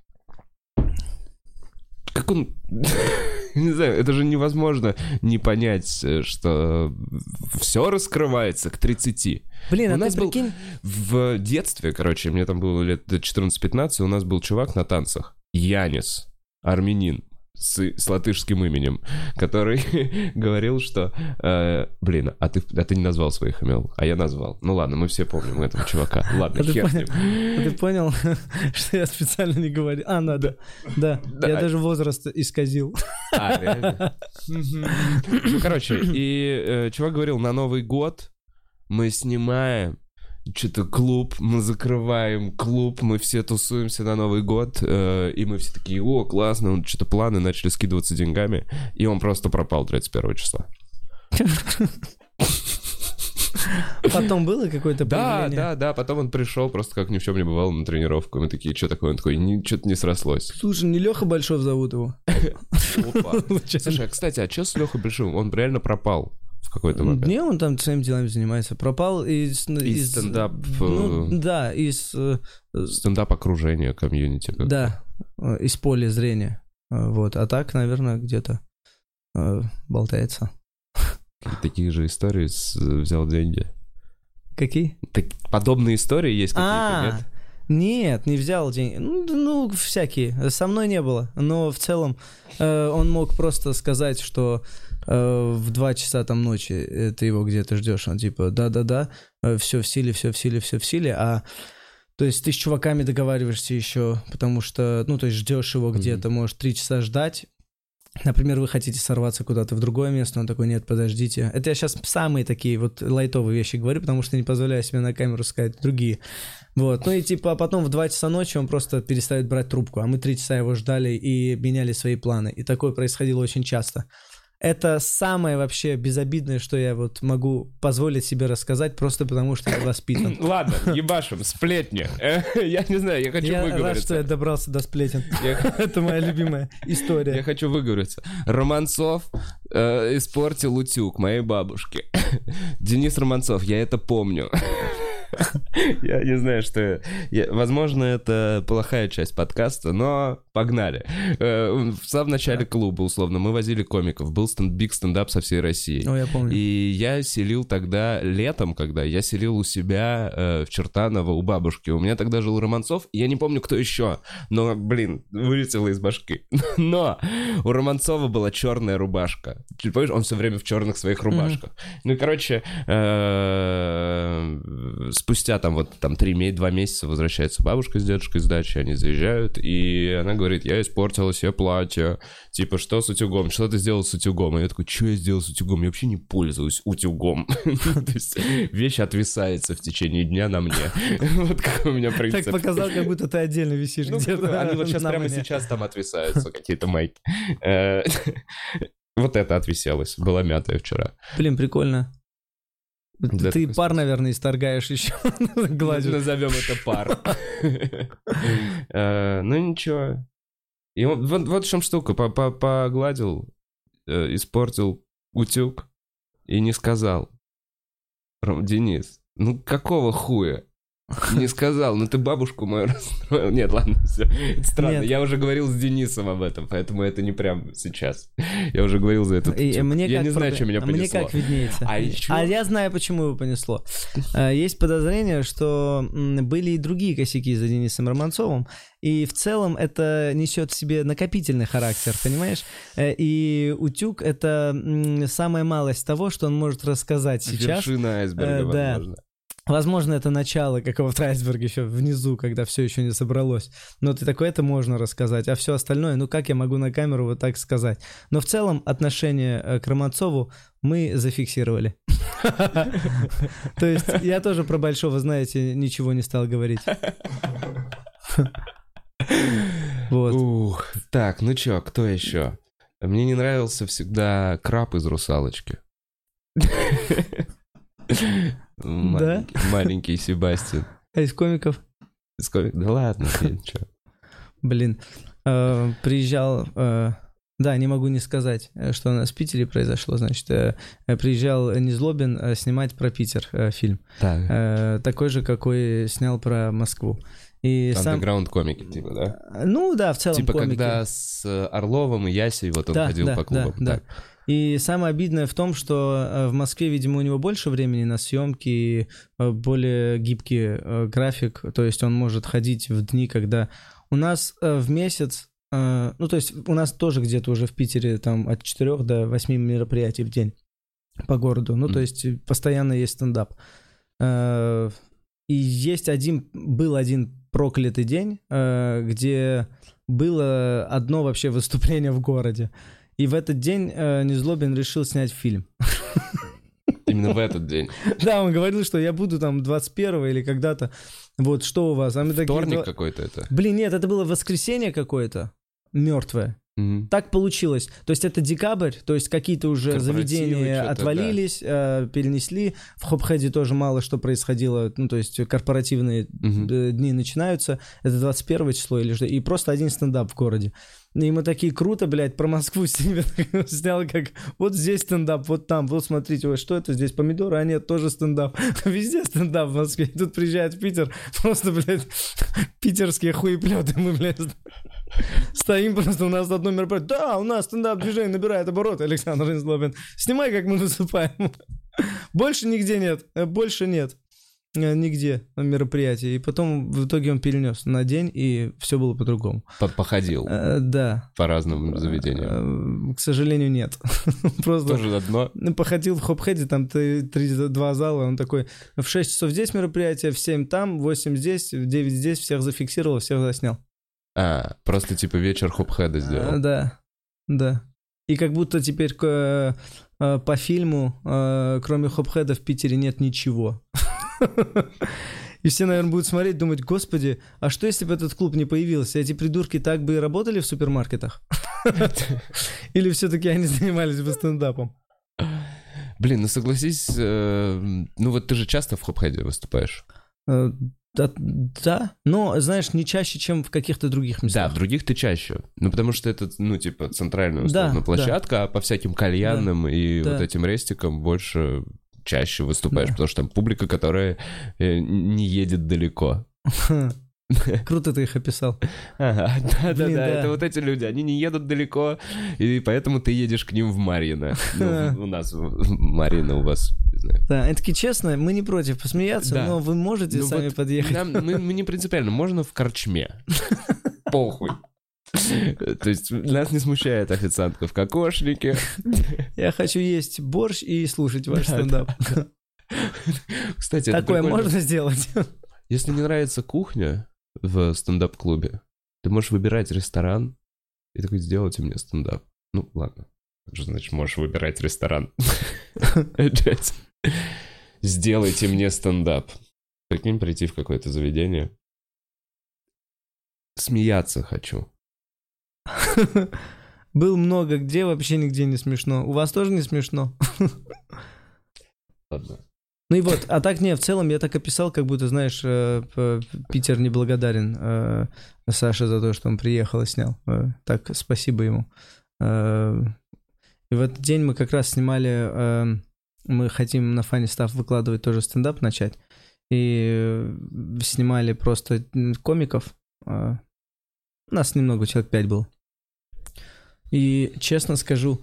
как он... Не знаю, это же невозможно не понять, что все раскрывается к тридцати. Блин, у а нас ты был прикинь... В детстве, короче, мне там было лет четырнадцать-пятнадцать, у нас был чувак на танцах. Янис, армянин, с, с латышским именем, который говорил, что... Э, блин, а ты, а ты не назвал своих имен, а я назвал. Ну ладно, мы все помним этого чувака. Ладно, а хер с ним. А ты понял, что я специально не говорил? А, надо. Да, да. Я даже возраст исказил. А, реально? Ну, короче, и э, чувак говорил, на Новый год мы снимаем что-то клуб, мы закрываем клуб, мы все тусуемся на Новый год, э, и мы все такие, о, классно, он что-то планы, начали скидываться деньгами, и он просто пропал тридцать первого числа. Потом было какое-то появление? Да, да, да, потом он пришел просто как ни в чем не бывало на тренировку, мы такие, что такое? Он такой, что-то не срослось. Слушай, не Леха Большов зовут его? Слушай, а кстати, а что с Лехой Большим? Он реально пропал. В какой-то момент. Не, он там своими делами занимается. Пропал из... Из, из стендап... Ну, да, из... Стендап-окружения, комьюнити. Да, из поля зрения. Вот, а так, наверное, где-то болтается. Такие же истории с... взял деньги. Какие? Так, подобные истории есть какие-то, а, нет? Нет, не взял деньги. Ну, ну, всякие. Со мной не было. Но в целом э, он мог просто сказать, что э, в два часа там ночи ты его где-то ждешь. Он типа, да-да-да, э, все в силе, все в силе, все в силе. А то есть ты с чуваками договариваешься еще, потому что, ну, то есть ждешь его где-то, mm-hmm. можешь три часа ждать. Например, вы хотите сорваться куда-то в другое место, он такой, нет, подождите. Это я сейчас самые такие вот лайтовые вещи говорю, потому что не позволяю себе на камеру сказать другие. Вот, ну и типа потом в два часа ночи он просто перестает брать трубку, а мы три часа его ждали и меняли свои планы. И такое происходило очень часто. Это самое вообще безобидное, что я вот могу позволить себе рассказать, просто потому что я воспитан. Ладно, ебашим, сплетни. Я не знаю, я хочу выговориться. Я рад, что я добрался до сплетен. Это моя любимая история. Я хочу выговориться. Романцов э, испортил утюг моей бабушки. Денис Романцов, я это помню. Я не знаю, что... Я... Возможно, это плохая часть подкаста, но погнали. В самом начале клуба, условно, мы возили комиков. Был стенд... биг стендап со всей России. О, я помню. И я селил тогда, летом, когда я селил у себя э, в Чертаново у бабушки. У меня тогда жил Романцов, и я не помню, кто еще. Но, блин, вылетело из башки. Но у Романцова была черная рубашка. Ты помнишь, он все время в черных своих рубашках. Mm-hmm. Ну, короче... Э- спустя там вот там три-два месяца возвращается бабушка с дедушкой с дачи, они заезжают, и она говорит, я испортила себе платье, типа, что с утюгом, что ты сделал с утюгом? И я такой, что я сделал с утюгом? Я вообще не пользуюсь утюгом. То есть вещь отвисается в течение дня на мне. Вот какой у меня принцип. Так показал, как будто ты отдельно висишь где-то. Они вот сейчас прямо сейчас там отвисаются, какие-то майки. Вот это отвиселось, была мятая вчера. Блин, прикольно. Да, ты пар, спасибо. Наверное, исторгаешь еще. Гладишь. Назовем это пар. Ну ничего. И вот в чем штука. Погладил, испортил утюг и не сказал. Денис, ну какого хуя? Не сказал, ну ты бабушку мою расстроил. Нет, ладно, все. Это странно. Нет. Я уже говорил с Денисом об этом, поэтому это не прям сейчас. Я уже говорил за этот и, мне Я как не знаю, про... что меня понесло. Мне как виднеется. А, а я знаю, почему его понесло. Есть подозрение, что были и другие косяки за Денисом Романцовым, и в целом это несет в себе накопительный характер, понимаешь? И утюг — это самая малость того, что он может рассказать сейчас. Вершина айсберга, да. возможно. Возможно, это начало какого-то айсберга еще внизу, когда все еще не собралось. Но ты такой, это можно рассказать. А все остальное, ну как я могу на камеру вот так сказать? Но в целом отношение к Романцову мы зафиксировали. То есть я тоже про Большого, знаете, ничего не стал говорить. Вот. Ух, так, ну чё, кто еще? Мне не нравился всегда краб из «Русалочки». Маленький, маленький Себастьян. А из комиков? Из комиков? Да ладно, ты чё. Блин, э, приезжал... Э, да, не могу не сказать, что у нас в Питере произошло. Значит, э, приезжал Незлобин э, снимать про Питер э, фильм. Так. Э, такой же, какой снял про Москву. И сам... Андеграунд-комики, типа, да? Ну да, в целом типа комики. когда с Орловым и Ясей вот он да, ходил да, по клубам. Да, да. И самое обидное в том, что в Москве, видимо, у него больше времени на съемки и более гибкий график. То есть он может ходить в дни, когда у нас в месяц, ну то есть у нас тоже где-то уже в Питере там от четырёх до восьми мероприятий в день по городу. Ну то есть постоянно есть стендап. И есть один, был один проклятый день, где было одно вообще выступление в городе. И в этот день э, Незлобин решил снять фильм. Именно в этот день? Да, он говорил, что я буду там двадцать первого или когда-то. Вот, что у вас? А мы Вторник такие... какой-то это? Блин, нет, это было воскресенье какое-то, мертвое. Угу. Так получилось. То есть это декабрь, то есть какие-то уже заведения отвалились, да. э, перенесли. В Хопхеде тоже мало что происходило. Ну, то есть корпоративные угу. дни начинаются. Это двадцать первое число или что. И просто один стендап в городе. И мы такие, круто, блядь, про Москву себе снял, как вот здесь стендап, вот там, вот смотрите, ой, что это здесь, помидоры, а нет, тоже стендап. Везде стендап в Москве. И тут приезжает в Питер, просто, блядь, питерские хуеплеты, мы, блядь, стоим просто, у нас одно мероприятие. Да, у нас стендап-движение набирает обороты, Александр Незлобин. Снимай, как мы выступаем. Больше нигде нет, больше нет. Нигде мероприятие. И потом в итоге он перенес на день, и все было по-другому. Походил? А, да. По разным заведениям? А, к сожалению, нет. Просто тоже одно? Походил в Хопхеде, там три-два зала, он такой, в шесть часов здесь мероприятие, в семь там, в восемь здесь, в девять здесь, всех зафиксировал, всех заснял. А, просто типа вечер Хопхеда сделал? А, да, да. И как будто теперь к, по фильму, кроме Хопхеда, в Питере нет ничего. И все, наверное, будут смотреть, думать, господи, а что если бы этот клуб не появился? Эти придурки так бы и работали в супермаркетах? Или все-таки они занимались бы стендапом? Блин, ну согласись, э, ну вот ты же часто в Хопхеде выступаешь. Да, да, но, знаешь, не чаще, чем в каких-то других местах. Да, в других ты чаще. Ну, потому что это, ну, типа, центральная условно, да, площадка, да. А по всяким кальянным да, и да. вот этим рестикам больше чаще выступаешь, да. Потому что там публика, которая э, не едет далеко. Круто ты их описал. Ага, да-да-да, это вот эти люди, они не едут далеко, и поэтому ты едешь к ним в Марьино. Ну, у нас Марьино, у вас, не знаю. Да, они такие, честно, мы не против посмеяться, да. Но вы можете ну, сами вот подъехать. Нам, мы, мы не принципиально, можно в корчме. Похуй. То есть нас не смущает официантка в кокошнике. Я хочу есть борщ и слушать ваш да, стендап. Да, да. Кстати, такое можно сделать. Если не нравится кухня в стендап-клубе, ты можешь выбирать ресторан и такой, сделайте мне стендап. Ну, ладно. Что значит, можешь выбирать ресторан? Сделайте мне стендап. Прикинь, прийти в какое-то заведение. Смеяться хочу. Был много где, вообще нигде не смешно. У вас тоже не смешно? Ладно. Ну и вот, а так не, в целом я так описал, как будто, знаешь, Питер неблагодарен Саше за то, что он приехал и снял. Так, спасибо ему. И в этот день мы как раз снимали, мы хотим на Funny Stuff выкладывать тоже стендап начать. И снимали просто комиков. У нас немного, человек пять было. И честно скажу,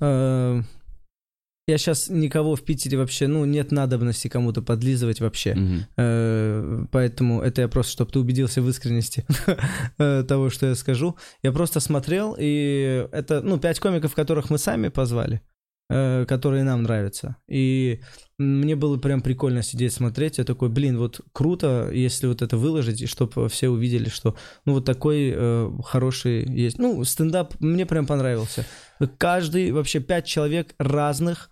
я сейчас никого в Питере вообще, ну, нет надобности кому-то подлизывать вообще. Mm-hmm. Э, поэтому это я просто, чтобы ты убедился в искренности того, что я скажу. Я просто смотрел, и это, ну, пять комиков, которых мы сами позвали, э, которые нам нравятся. И мне было прям прикольно сидеть смотреть. Я такой, блин, вот круто, если вот это выложить, и чтобы все увидели, что, ну, вот такой э, хороший есть. Ну, стендап мне прям понравился. Каждый, вообще пять человек разных,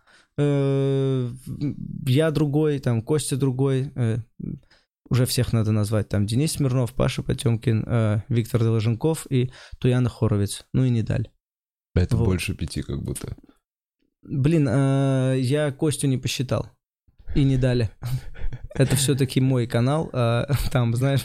я другой, там, Костя другой, уже всех надо назвать, там, Денис Смирнов, Паша Потемкин, Виктор Доложенков и Туяна Хоровиц, ну и Недаль. Это вот. Больше пяти как будто. Блин, я Костю не посчитал. И Недаля. Это все-таки мой канал, а, там, знаешь...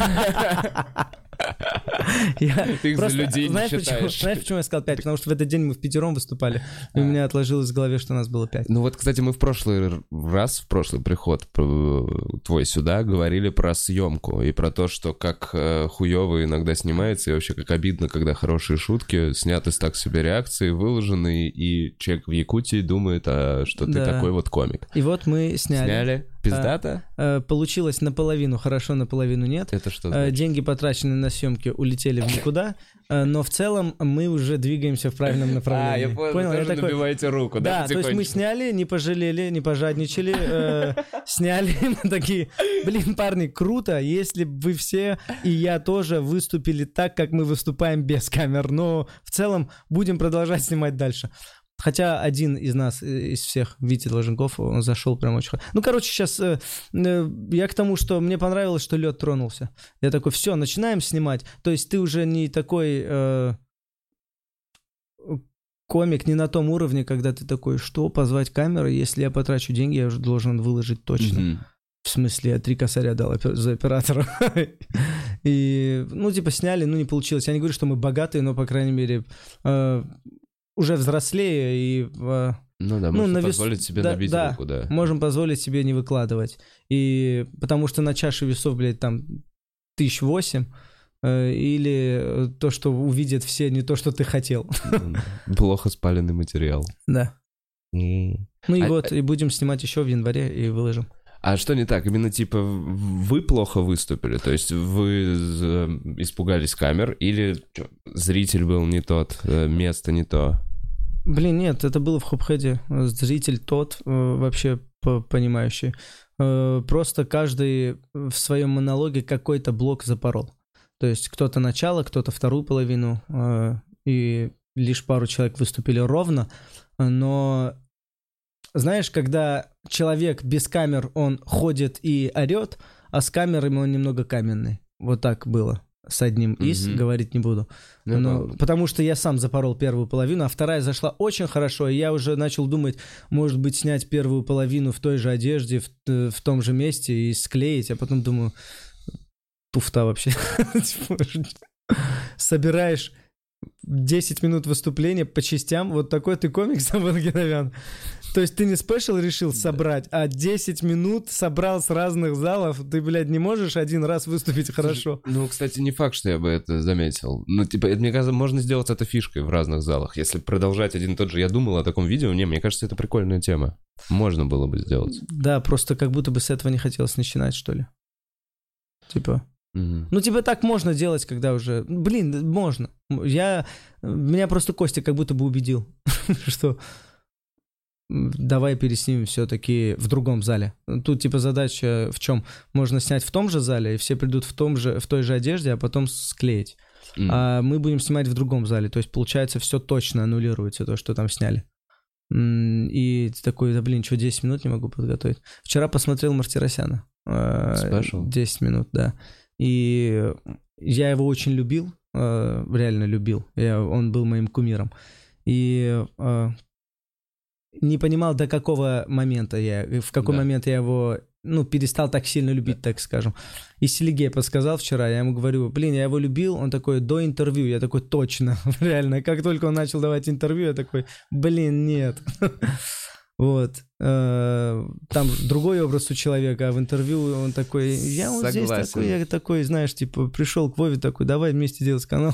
Я Ты их просто, за людей знаешь, не почему, считаешь. знаешь, почему я сказал пять? Потому что в этот день мы впятером выступали, и у меня отложилось в голове, что нас было пять. Ну вот, кстати, мы в прошлый раз, в прошлый приход твой сюда, говорили про съемку и про то, что как э, хуёво иногда снимается, и вообще как обидно, когда хорошие шутки сняты с так себе реакции, выложены, и человек в Якутии думает, а, что ты Да. такой вот комик. И вот мы сняли. Сняли? Пиздато? А, а, получилось наполовину хорошо, наполовину нет. Это что А, значит? деньги, потраченные на съемки, улетели в никуда, а, но в целом мы уже двигаемся в правильном направлении. А, я понял, вы тоже такой... набиваете руку, да, Да, то есть мы сняли, не пожалели, не пожадничали, э, сняли, мы такие, блин, парни, круто, если бы вы все и я тоже выступили так, как мы выступаем без камер, но в целом будем продолжать снимать дальше. Хотя один из нас, из всех, Витя Долженков, он зашел прям очень хорошо. Ну, короче, сейчас э, э, я к тому, что мне понравилось, что лед тронулся. Я такой, все, начинаем снимать. То есть ты уже не такой э, комик, не на том уровне, когда ты такой, что, позвать камеру, если я потрачу деньги, я уже должен выложить точно. Mm-hmm. В смысле, я три косаря дал опер- за оператора. И, ну, типа, сняли, ну, не получилось. Я не говорю, что мы богатые, но, по крайней мере... Э, уже взрослее и... Э, ну да, ну, можно вес... позволить себе да, набить да, руку, да. Можем позволить себе не выкладывать. И потому что на чаше весов, блядь, там тысяч восемь, э, или то, что увидят все, не то, что ты хотел. Плохо спаленный материал. Да. Mm. Ну и а, вот, и будем снимать еще в январе и выложим. А что не так? Именно типа вы плохо выступили? То есть вы испугались камер или что, зритель был не тот, место не то? Блин, нет, это было в Хопхеде. Зритель тот, вообще понимающий. Просто каждый в своем монологе какой-то блок запорол. То есть кто-то начало, кто-то вторую половину, и лишь пару человек выступили ровно, но... Знаешь, когда человек без камер, он ходит и орет, а с камерами он немного каменный. Вот так было с одним из, mm-hmm. говорить не буду. Ну, Но, потому что я сам запорол первую половину, а вторая зашла очень хорошо, и я уже начал думать, может быть, снять первую половину в той же одежде, в, в том же месте и склеить, а потом думаю, туфта вообще. Собираешь десять минут выступления по частям, вот такой ты комик, Самвел Геновян. То есть ты не спешл решил собрать, а десять минут собрал с разных залов, ты, блядь, не можешь один раз выступить хорошо. Ну, кстати, не факт, что я бы это заметил. Ну, типа, мне кажется, можно сделать это фишкой в разных залах. Если продолжать один и тот же, я думал о таком видео, не, мне кажется, это прикольная тема. Можно было бы сделать. Да, просто как будто бы с этого не хотелось начинать, что ли. Типа... Mm-hmm. Ну, типа, так можно делать, когда уже... Блин, можно. Я... Меня просто Костя как будто бы убедил, что давай переснимем все-таки в другом зале. Тут, типа, задача в чем? Можно снять в том же зале, и все придут в, том же, в той же одежде, а потом склеить. Mm-hmm. А мы будем снимать в другом зале. То есть, получается, все точно аннулируется, то, что там сняли. И ты такой, да блин, что, десять минут не могу подготовить. Вчера посмотрел Мартиросяна. Special? десять минут, да. И я его очень любил, реально любил. Я, он был моим кумиром. И не понимал, до какого момента я, в какой да. момент я его, ну, перестал так сильно любить, да. так скажем. И Селигей подсказал вчера, я ему говорю, блин, я его любил, он такой, до интервью, я такой, точно, реально. Как только он начал давать интервью, я такой, блин, нет. Вот. Там другой образ у человека, а в интервью он такой, я вот здесь такой, я такой, знаешь, типа, пришел к Вове такой, давай вместе делать канал.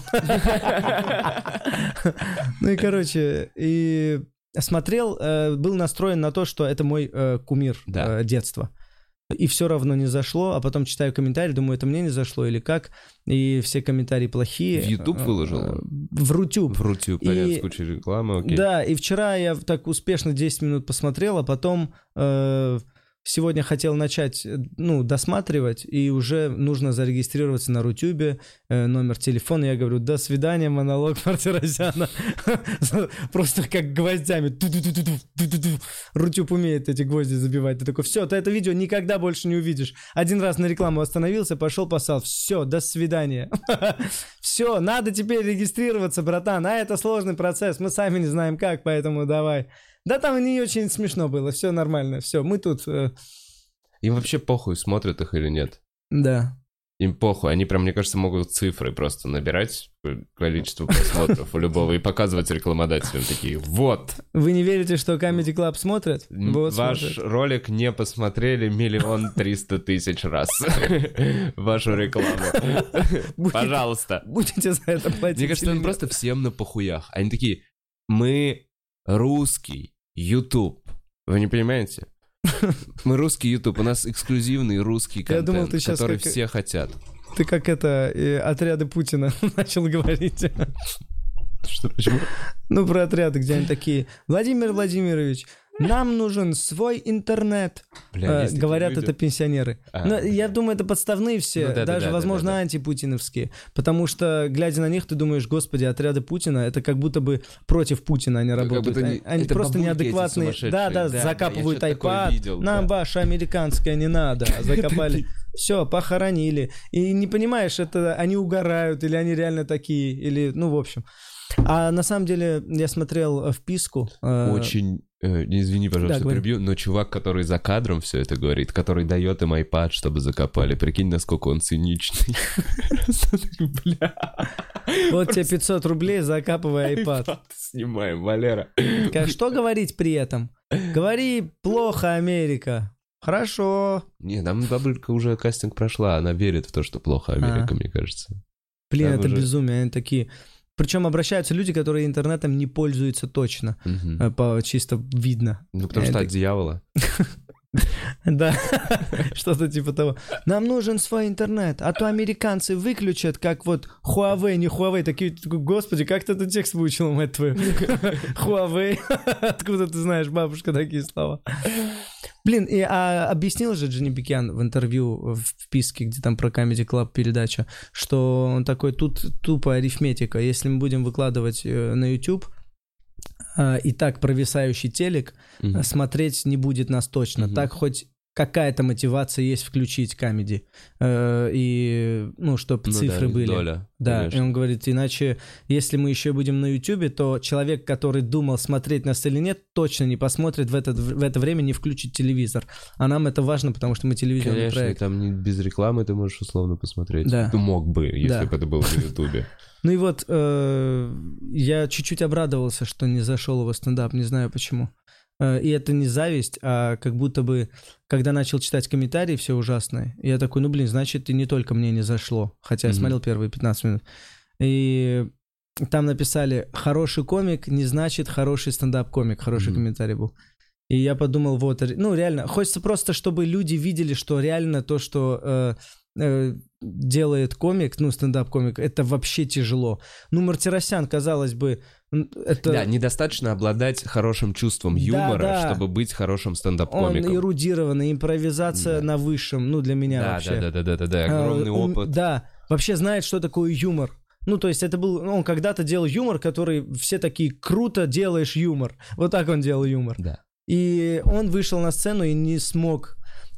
Ну и, короче, и смотрел, был настроен на то, что это мой кумир детства. И все равно не зашло, а потом читаю комментарии, думаю, это мне не зашло или как, и все комментарии плохие. В YouTube выложил? В Рутюб. В Рутюб, понятно, с кучей рекламы, окей. Да, и вчера я так успешно десять минут посмотрел, а потом э, сегодня хотел начать, ну, досматривать, и уже нужно зарегистрироваться на Рутюбе, э, номер телефона, я говорю, до свидания, монолог Мартиросяна. Просто как гвоздями. Рутюб умеет эти гвозди забивать. Ты такой, все, ты это видео никогда больше не увидишь. Один раз на рекламу остановился, пошел, посал. Все, до свидания. Все, надо теперь регистрироваться, братан. А это сложный процесс, мы сами не знаем как, поэтому давай. Да там не очень смешно было, все нормально, все, мы тут... Э... Им вообще похуй, смотрят их или нет. Да. Им похуй. Они прям, мне кажется, могут цифры просто набирать, количество просмотров у любого, и показывать рекламодателям такие, вот. Вы не верите, что Comedy Club смотрят? Вот Ваш смотрят. ролик не посмотрели миллион триста тысяч раз. Вашу рекламу. Пожалуйста. Будете за это платить. Мне кажется, им просто всем на похуях. Они такие, мы русский YouTube. Вы не понимаете? Мы русский YouTube, у нас эксклюзивный русский контент, думал, ты сейчас который как- все хотят. Ты как это, э, отряды Путина начал говорить. Что, почему? Ну, про отряды, где они такие: Владимир Владимирович, нам нужен свой интернет. Бля, Э, есть такие говорят люди. это пенсионеры. А, Но я думаю, это подставные все, Ну да, да, даже, да, да, возможно, да, да. антипутиновские. Потому что, глядя на них, ты думаешь, господи, отряды Путина, это как будто бы против Путина они как работают. будто они не- они это просто бабульки эти неадекватные. сумасшедшие. Да, да, Да, да, я закапывают что-то такое iPad. видел, Нам да. ваше американское не надо. Закопали. Все, похоронили. И не понимаешь, это они угорают, или они реально такие, или, ну, в общем. А на самом деле, я смотрел вписку. э, Очень, э, не извини, пожалуйста, Да, говори. перебью, но чувак, который за кадром все это говорит, который дает им iPad, чтобы закопали, прикинь, насколько он циничный. Бля. Вот тебе пятьсот рублей, закапывай iPad. Снимаем, Валера. Как- Что говорить при этом? Говори плохо, Америка. Хорошо. Не, нам бабулька уже кастинг прошла, она верит в то, что плохо Америка, А. мне кажется. Блин, Там это уже- безумие. Они такие. Причем обращаются люди, которые интернетом не пользуются точно. Мгм. Э, По, чисто видно. Ну, потому что это- от дьявола. Да, что-то типа того. Нам нужен свой интернет, а то американцы выключат, как вот Huawei, не Huawei, такие, такой, господи, как ты этот текст выучил, мать твою? Huawei, откуда ты знаешь, бабушка, такие слова? Блин, и а, объяснил же Дженни Бекиан в интервью в вписке, где там про Comedy Club передача, что он такой, тут тупо арифметика, если мы будем выкладывать э, на YouTube, э, и так провисающий телек, Мгм. смотреть не будет нас точно. Мгм. Так хоть какая-то мотивация есть включить комеди. Э, и, ну, чтобы Ну да, цифры были. доля, Да, конечно. и он говорит, иначе, если мы еще будем на Ютубе, то человек, который думал, смотреть нас или нет, точно не посмотрит в это, в это время, не включит телевизор. А нам это важно, потому что мы телевизионный Конечно, и проект. там не без рекламы ты можешь условно посмотреть. Да. Ты мог бы, если Да. бы это было на Ютубе. Ну и вот, э, я чуть-чуть обрадовался, что не зашел его стендап, не знаю почему. Э, И это не зависть, а как будто бы, когда начал читать комментарии все ужасные, я такой, ну блин, значит, и не только мне не зашло. Хотя я Мгм. смотрел первые пятнадцать минут. И там написали, хороший комик не значит хороший стендап-комик. Хороший Мгм. комментарий был. И я подумал, вот, ре- ну реально, хочется просто, чтобы люди видели, что реально то, что э, э, делает комик, ну стендап-комик, это вообще тяжело. Ну Мартиросян, казалось бы, н- это... Да, недостаточно обладать хорошим чувством Да, юмора, да. чтобы быть хорошим Он стендап-комиком. эрудированный, импровизация Да. на высшем, ну для меня Да, вообще. да, да, да, да, да, огромный А, он- опыт. Да, вообще знает, что такое юмор. Ну, то есть это был... ну, он когда-то делал юмор, который все такие, круто делаешь юмор. Вот так он делал юмор. Да. И он вышел на сцену и не смог...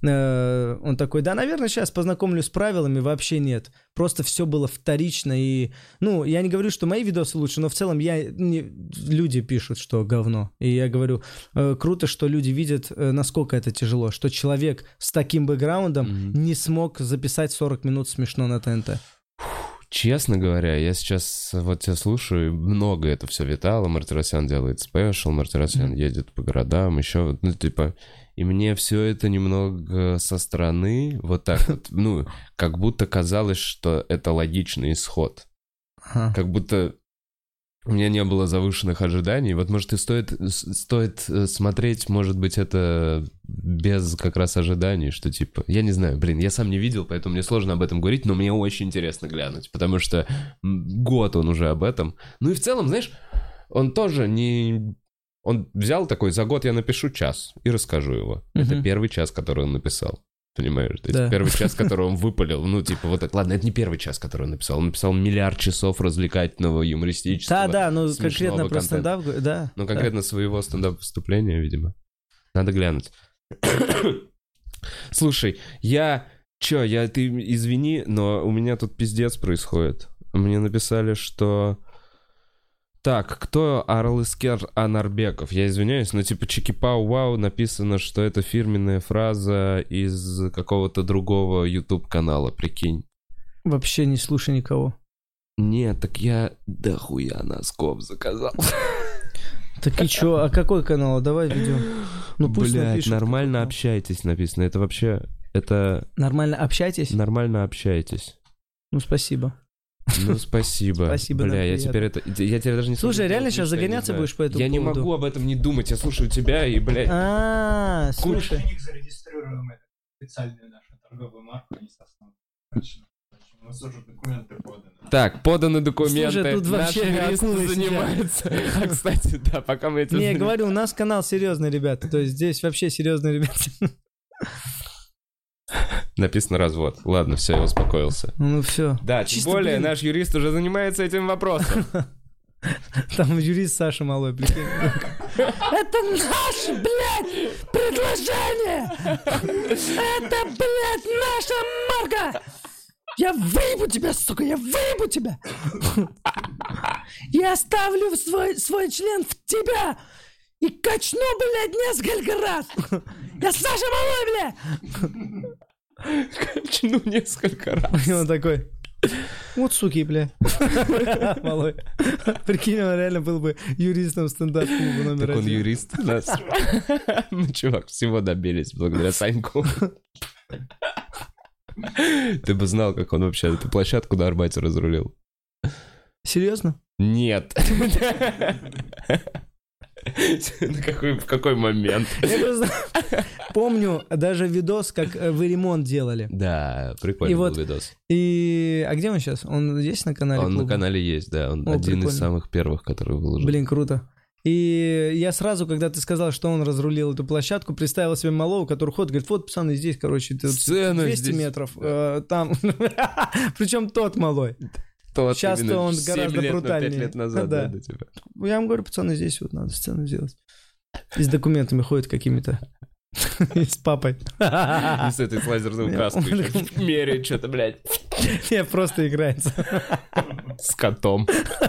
э, Он такой, да, наверное, сейчас познакомлюсь с правилами, вообще нет. Просто все было вторично. И, ну, я не говорю, что мои видосы лучше, но в целом я... не- люди пишут, что говно. И я говорю, э, круто, что люди видят, э, насколько это тяжело. Что человек с таким бэкграундом Мгм. не смог записать сорок минут смешно на ТНТ. Честно говоря, я сейчас вот тебя слушаю, много это все витало, Мартиросян делает спешл, Мартиросян Мгм. едет по городам, еще, ну, типа, и мне все это немного со стороны, вот так вот, ну, как будто казалось, что это логичный исход. Ага. Как будто у меня не было завышенных ожиданий. Вот, может, и стоит, с- стоит э, смотреть, может быть, это без как раз ожиданий, что типа... Я не знаю, блин, я сам не видел, поэтому мне сложно об этом говорить, но мне очень интересно глянуть, потому что м, год он уже об этом. Ну и в целом, знаешь, он тоже не... Он взял такой, за год я напишу час и расскажу его. Это Мгм. первый час, который он написал. Понимаешь? То есть Да. первый час, который он выпалил, ну, типа, вот так. Ладно, это не первый час, который он написал. Он написал миллиард часов развлекательного, юмористического. Да, да, ну смешного конкретно про контента. стендап, г- да. Ну, конкретно своего стендап-выступления, видимо. Надо глянуть. Слушай, я... Чё, я... Ты извини, но у меня тут пиздец происходит. Мне написали, что... Так, кто Арлыскер Анарбеков? Я извиняюсь, но типа чики-пау-вау написано, что это фирменная фраза из какого-то другого YouTube-канала, прикинь. Вообще не слушай никого. Нет, так я дохуя носков заказал. Так и чё, а какой канал? Давай ведем. Ну пусть Блядь, напишут, нормально какой. общайтесь написано. Это вообще, это... Нормально общайтесь? Нормально общайтесь. Ну спасибо. Ну, спасибо. Спасибо, Бля, нам я теперь это... Я теперь даже не Слушай, смогу реально сделать сейчас вид, что я не загоняться знаю. будешь по этому Я не поводу? могу об этом не думать. Я слушаю тебя и, блядь... А, слушай. Мы зарегистрируем эту специальную нашу торговую марку, не состав. У нас уже документы поданы. Так, поданы документы. Слушай, тут Наш вообще юрист акулы сидят. занимается. А, кстати, да, пока мы этим... Не, я говорю, у нас канал серьезный, ребята. То есть здесь вообще серьезные ребята. Написано развод. Ладно, все, я успокоился. Ну все. Да, тем Чисто, более блин. наш юрист уже занимается этим вопросом. Там юрист Саша Малой, прикинь. Это наше, блядь, предложение! Это, блядь, наша марка! Я выебу тебя, сука, я выебу тебя! Я оставлю свой, свой член в тебя и качну, блядь, несколько раз! Я Саша Малой, блядь! Качну несколько раз. И он такой... Вот суки, бля. Малой. Прикинь, он реально был бы юристом стендап-клуба номер Так он один. юрист у нас. Мы, чувак, всего добились благодаря Саньку. Ты бы знал, как он вообще эту площадку на Арбате разрулил. Серьезно? Нет. На какой, в какой момент? Я просто помню даже видос, как э, вы ремонт делали. Да, прикольный И был вот- видос. И... А где он сейчас? Он есть на канале Он на клуба? канале есть, да. Он О, один прикольно. из самых первых, который выложил. Блин, круто. И я сразу, когда ты сказал, что он разрулил эту площадку, представил себе малого, который ходит, говорит, вот, пацаны, здесь, короче, тут Сцена двести здесь. метров, э, там... Причем тот малой. Тот Сейчас-то именно он семь гораздо лет, ну, брутальнее. пять лет назад, Да. да, да, типа. Я вам говорю, пацаны, здесь вот надо сцену сделать. И с документами ходит какими-то. И с папой. И с этой с лазерной указкой Он еще меряет что-то, блядь, Не, просто играется. с котом.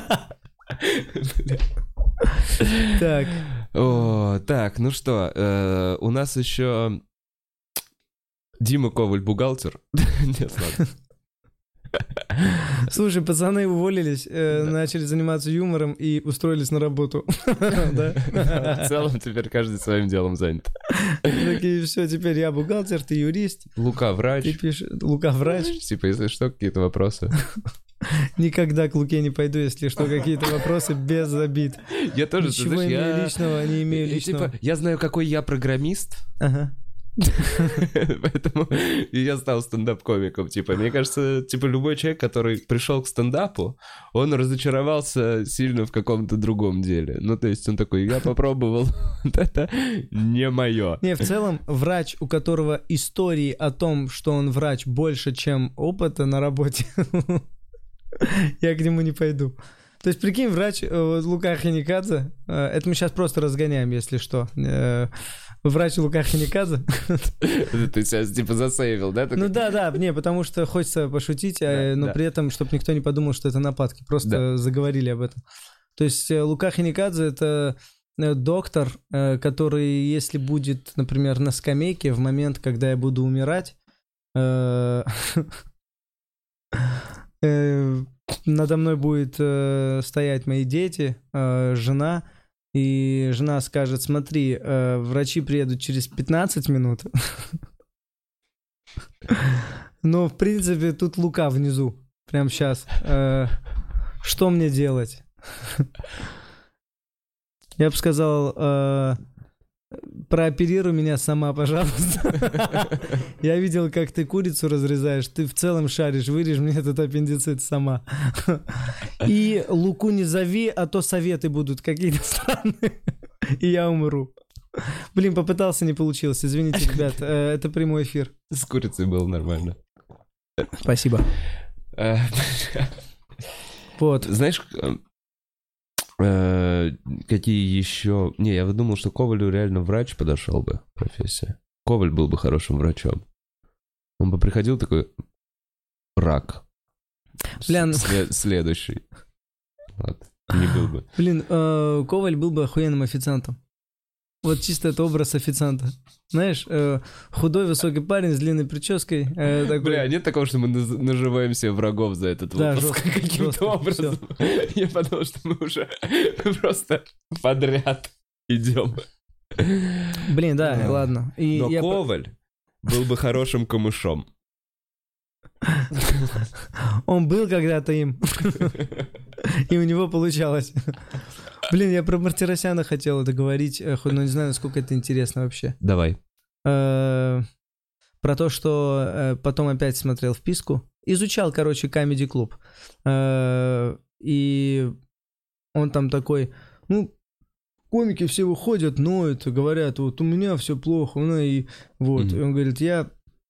Так. О, так, ну что, э, у нас еще Дима Коваль, бухгалтер. Нет, ладно. Слушай, пацаны уволились, э, Да. начали заниматься юмором и устроились на работу. Да? В целом теперь каждый своим делом занят. Такие, все, теперь я бухгалтер, ты юрист, Лука врач. ты пишешь, Лука врач. Типа, если что, какие-то вопросы. Никогда к Луке не пойду, если что, какие-то вопросы без обид. Я тоже, ты Ничего знаешь, имею я... личного, не имею И, личного. Типа, я знаю, какой я программист, Ага. поэтому и я стал стендап-комиком. Типа, мне кажется, типа, любой человек, который пришел к стендапу, он разочаровался сильно в каком-то другом деле. Ну, то есть он такой, я попробовал, вот это не мое. Не, в целом, врач, у которого истории о том, что он врач, больше, чем опыта на работе, я к нему не пойду. То есть, прикинь, врач э, вот Лука Ханикадзе, э, это мы сейчас просто разгоняем, если что. Э, Врач Лука Ханикадзе. Ты сейчас, типа, засейвил, да? Ну да, да, не, потому что хочется пошутить, а, Да, но да. при этом, чтобы никто не подумал, что это нападки. Просто Да. заговорили об этом. То есть э, Лука Ханикадзе — это э, доктор, э, который, если будет, например, на скамейке в момент, когда я буду умирать, э, э, надо мной будет э, стоять мои дети, э, жена, и жена скажет, смотри, э, врачи приедут через пятнадцать минут. Но, в принципе, тут Лука внизу, прямо сейчас. Э, что мне делать? Я бы сказал, э, прооперируй меня сама, пожалуйста. Я видел, как ты курицу разрезаешь, ты в целом шаришь, вырежь мне этот аппендицит сама. И Луку не зови, а то советы будут какие-то странные, и я умру. Блин, попытался, не получилось. Извините, ребят, э, это прямой эфир. С курицей было нормально. Спасибо. Э, Вот. Знаешь, э, какие еще... Не, я думал, что Ковалю реально врач подошел бы, профессия. Коваль был бы хорошим врачом. Он бы приходил такой... Рак. Бля, ну- Сле- Следующий. Вот. Не был бы. Блин, э, Коваль был бы охуенным официантом. Вот чисто это образ официанта. Знаешь, э, худой высокий парень с длинной прической. Э, такой... Бля, нет такого, что мы наз- наживаем себе врагов за этот Да, выпуск жестко, каким-то жестко, образом. Я подумал, что мы уже просто подряд идем. Блин, да, А. ладно. И Но я... Коваль был бы хорошим камышом. Он был когда-то им. И у него получалось. Блин, я про Мартиросяна хотел это говорить, но не знаю, насколько это интересно вообще. Давай. Э, Про то, что э, потом опять смотрел вписку. Изучал, короче, Comedy Club. Э, И он там такой, ну, комики все выходят, ноют, говорят, вот у меня все плохо, ну и вот. Мгм. И он говорит, я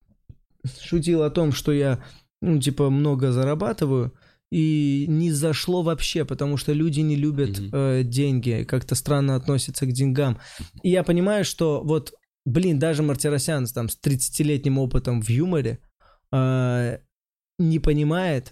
шутил о том, что я, ну, типа, много зарабатываю, и не зашло вообще, потому что люди не любят Мгм. э, деньги, как-то странно относятся к деньгам. И я понимаю, что вот, блин, даже Мартиросян там, с тридцатилетним опытом в юморе э, не понимает,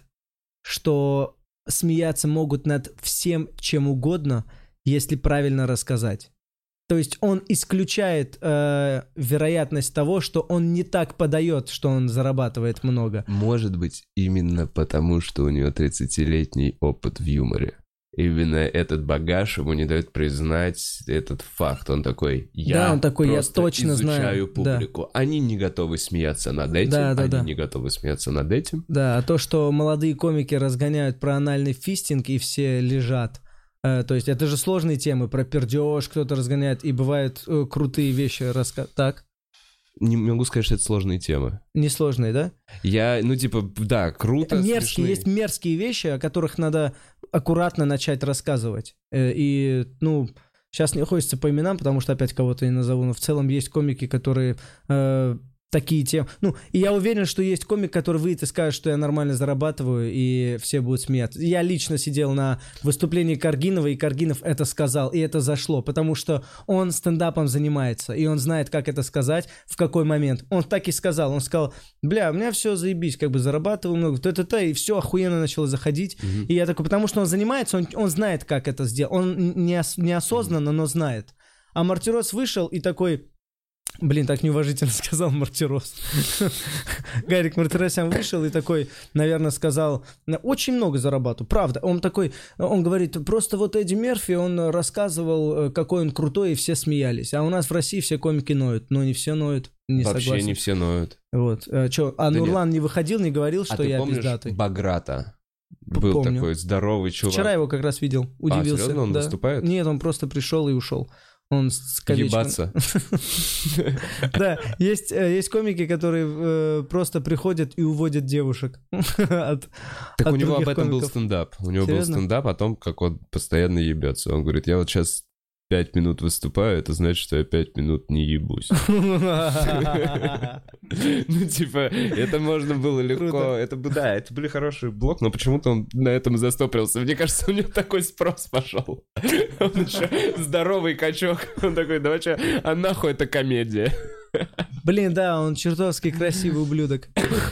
что смеяться могут над всем чем угодно, если правильно рассказать. То есть он исключает э, вероятность того, что он не так подает, что он зарабатывает много. Может быть, именно потому, что у него тридцатилетний опыт в юморе. Именно этот багаж ему не дает признать этот факт. Он такой, я Да, он такой, я просто точно знаю. изучаю публику. Они не готовы смеяться над этим, Да, да, они да. не готовы смеяться над этим. Да, а то, что молодые комики разгоняют про анальный фистинг и все лежат. Э, то есть это же сложные темы, про пердеж кто-то разгоняет, и бывают э, крутые вещи рассказывают. Так, Не могу сказать, что это сложные темы. несложные, да? Я, ну, типа, да, круто, Мерзкие, смешные. есть мерзкие вещи, о которых надо аккуратно начать рассказывать. Э, И, ну, сейчас не хочется по именам, потому что опять кого-то не назову, но в целом есть комики, которые э, такие темы... Ну, и я уверен, что есть комик, который выйдет и скажет, что я нормально зарабатываю, и все будут смеяться. Я лично сидел на выступлении Каргинова, и Каргинов это сказал, и это зашло, потому что он стендапом занимается, и он знает, как это сказать, в какой момент. Он так и сказал, он сказал, бля, у меня все заебись, как бы зарабатываю много, т-т-т, и все охуенно начало заходить. Мгм. И я такой, потому что он занимается, он, он знает, как это сделать. Он не, ос- неосознанно, но знает. А Мартирос вышел и такой... Блин, так неуважительно сказал Мартирос. Гарик Мартиросян вышел и такой, наверное, сказал, очень много зарабатываю, правда. Он такой, он говорит, просто вот Эдди Мерфи, он рассказывал, какой он крутой, и все смеялись. А у нас в России все комики ноют, но не все ноют, не Вообще согласен. не все ноют. Вот. А, чё, а Да Нурлан не выходил, не говорил, что а ты я помнишь пиздатый? Баграта? П- Был помню. такой здоровый чувак. Вчера его как раз видел, удивился. серьезно? Он да. выступает? Нет, он просто пришел и ушел. Он с колечком. Ебаться. Да, есть, э, есть комики, которые э, просто приходят и уводят девушек. от- Так от у него об других этом был комиков. стендап. У него Серьезно? был стендап о том, как он постоянно ебется. Он говорит, я вот сейчас пять минут выступаю, это значит, что я пять минут не ебусь. Ну, типа, это можно было легко. Круто. Это бы, да, это были хорошие блог, но почему-то он на этом застопорился. Мне кажется, у него такой спрос пошел. Он еще здоровый качок. Он такой, давай что, а нахуй это комедия? Блин, да, он чертовски красивый ублюдок.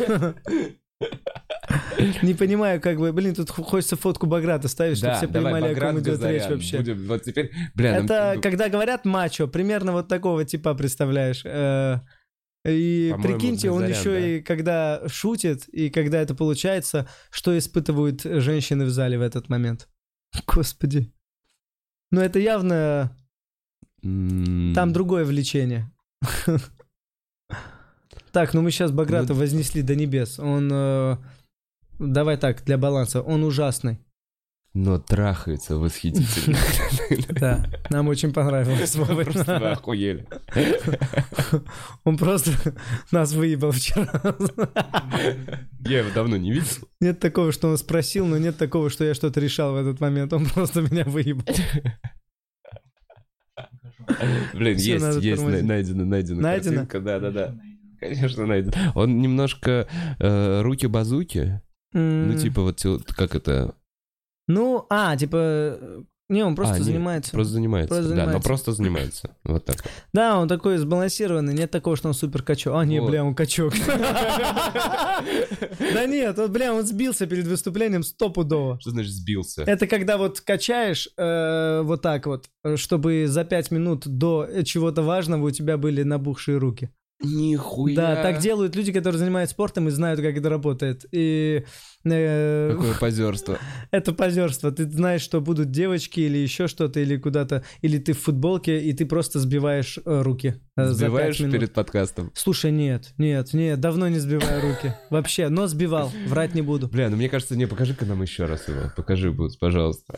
Не понимаю, как бы, блин, тут хочется фотку Баграта ставить, чтобы все понимали, о ком идет речь вообще. Будем, вот теперь, бля, нам- Это когда говорят мачо, примерно вот такого типа представляешь. Э, И По-моему, прикиньте, он Назарян, еще да. и когда шутит, и когда это получается, что испытывают женщины в зале в этот момент. Господи. Ну это явно М, там другое влечение. Так, ну мы сейчас Баграта Ну, вознесли до небес. Он, э, давай так, для баланса, он ужасный. Но трахается восхитительно. Да, нам очень понравилось. Вова. Просто вы охуели. Он просто нас выебал вчера. Я его давно не видел. Нет такого, что он спросил, но нет такого, что я что-то решал в этот момент. Он просто меня выебал. Блин, Всё, есть, надо есть, тормозить. на- найдено, найдено. Найдено? Картинка, да-да-да. Конечно, найдено. Он немножко э, руки-базуки. Ну, М, типа вот, тел- как это... Ну, а, типа, Не, он просто А, нет, занимается. Просто занимается. Просто Да, занимается. но просто занимается. Вот так. Да, он такой сбалансированный, нет такого, что он супер качок. А, не, Вот. бля, он качок. Да нет, вот, бля, он сбился перед выступлением стопудово. Что значит сбился? Это когда вот качаешь э, вот так вот, чтобы за пять минут до чего-то важного у тебя были набухшие руки. Нихуя. Да, так делают люди, которые занимаются спортом и знают, как это работает. И э, Какое позерство. это позерство. Ты знаешь, что будут девочки или еще что-то, или куда-то, или ты в футболке, и ты просто сбиваешь э, руки э, за Сбиваешь пять минут. перед подкастом. Слушай, нет, нет, нет, давно не сбиваю руки. Вообще, но сбивал, врать не буду. Бля, ну мне кажется, не, покажи-ка нам еще раз его. Покажи, Бутс, пожалуйста.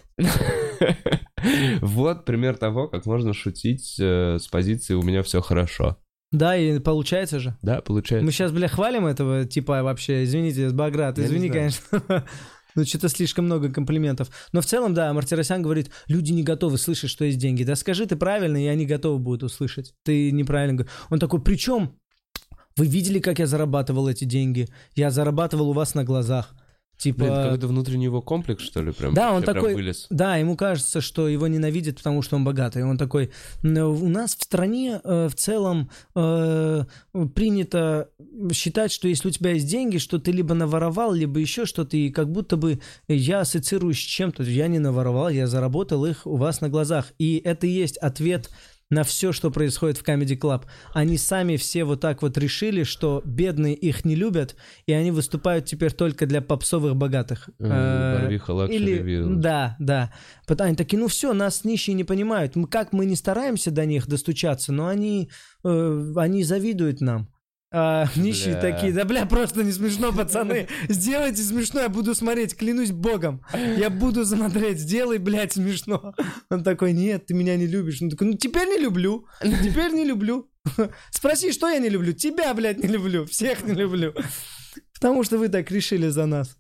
Вот пример того, как можно шутить э, с позиции «у меня все хорошо». Да, и получается же. Да, получается. Мы сейчас, бля, хвалим этого типа вообще. Извините, Баграт, Я извини, не знаю. конечно. Ну, что-то слишком много комплиментов. Но в целом, да, Мартиросян говорит, люди не готовы слышать, что есть деньги. Да скажи ты правильно, и они готовы будут услышать. Ты неправильно говоришь. Он такой, причем, вы видели, как я зарабатывал эти деньги? Я зарабатывал у вас на глазах. Типа... Блин, какой-то внутренний его комплекс, что ли, прям? Да, он вообще прям такой, вылез. да, ему кажется, что его ненавидят, потому что он богатый. Он такой, у нас в стране э, в целом э, принято считать, что если у тебя есть деньги, что ты либо наворовал, либо еще что-то, и как будто бы я ассоциирую с чем-то. Я не наворовал, я заработал их у вас на глазах. И это и есть ответ на все, что происходит в Comedy Club. Они сами все вот так вот решили, что бедные их не любят, и они выступают теперь только для попсовых богатых. Барвиха Luxury Village. Да, да. Они такие, ну все, нас нищие не понимают. Мы, как мы не стараемся до них достучаться, но они, э, они завидуют нам. А нищие Бля. такие, да бля, просто не смешно, пацаны. Сделайте смешно, я буду смотреть, клянусь богом. Я буду смотреть, сделай, блядь, смешно. Он такой, нет, ты меня не любишь. Он такой, ну теперь не люблю, теперь не люблю. Спроси, что я не люблю? Тебя, блядь, не люблю, всех не люблю. Потому что вы так решили за нас.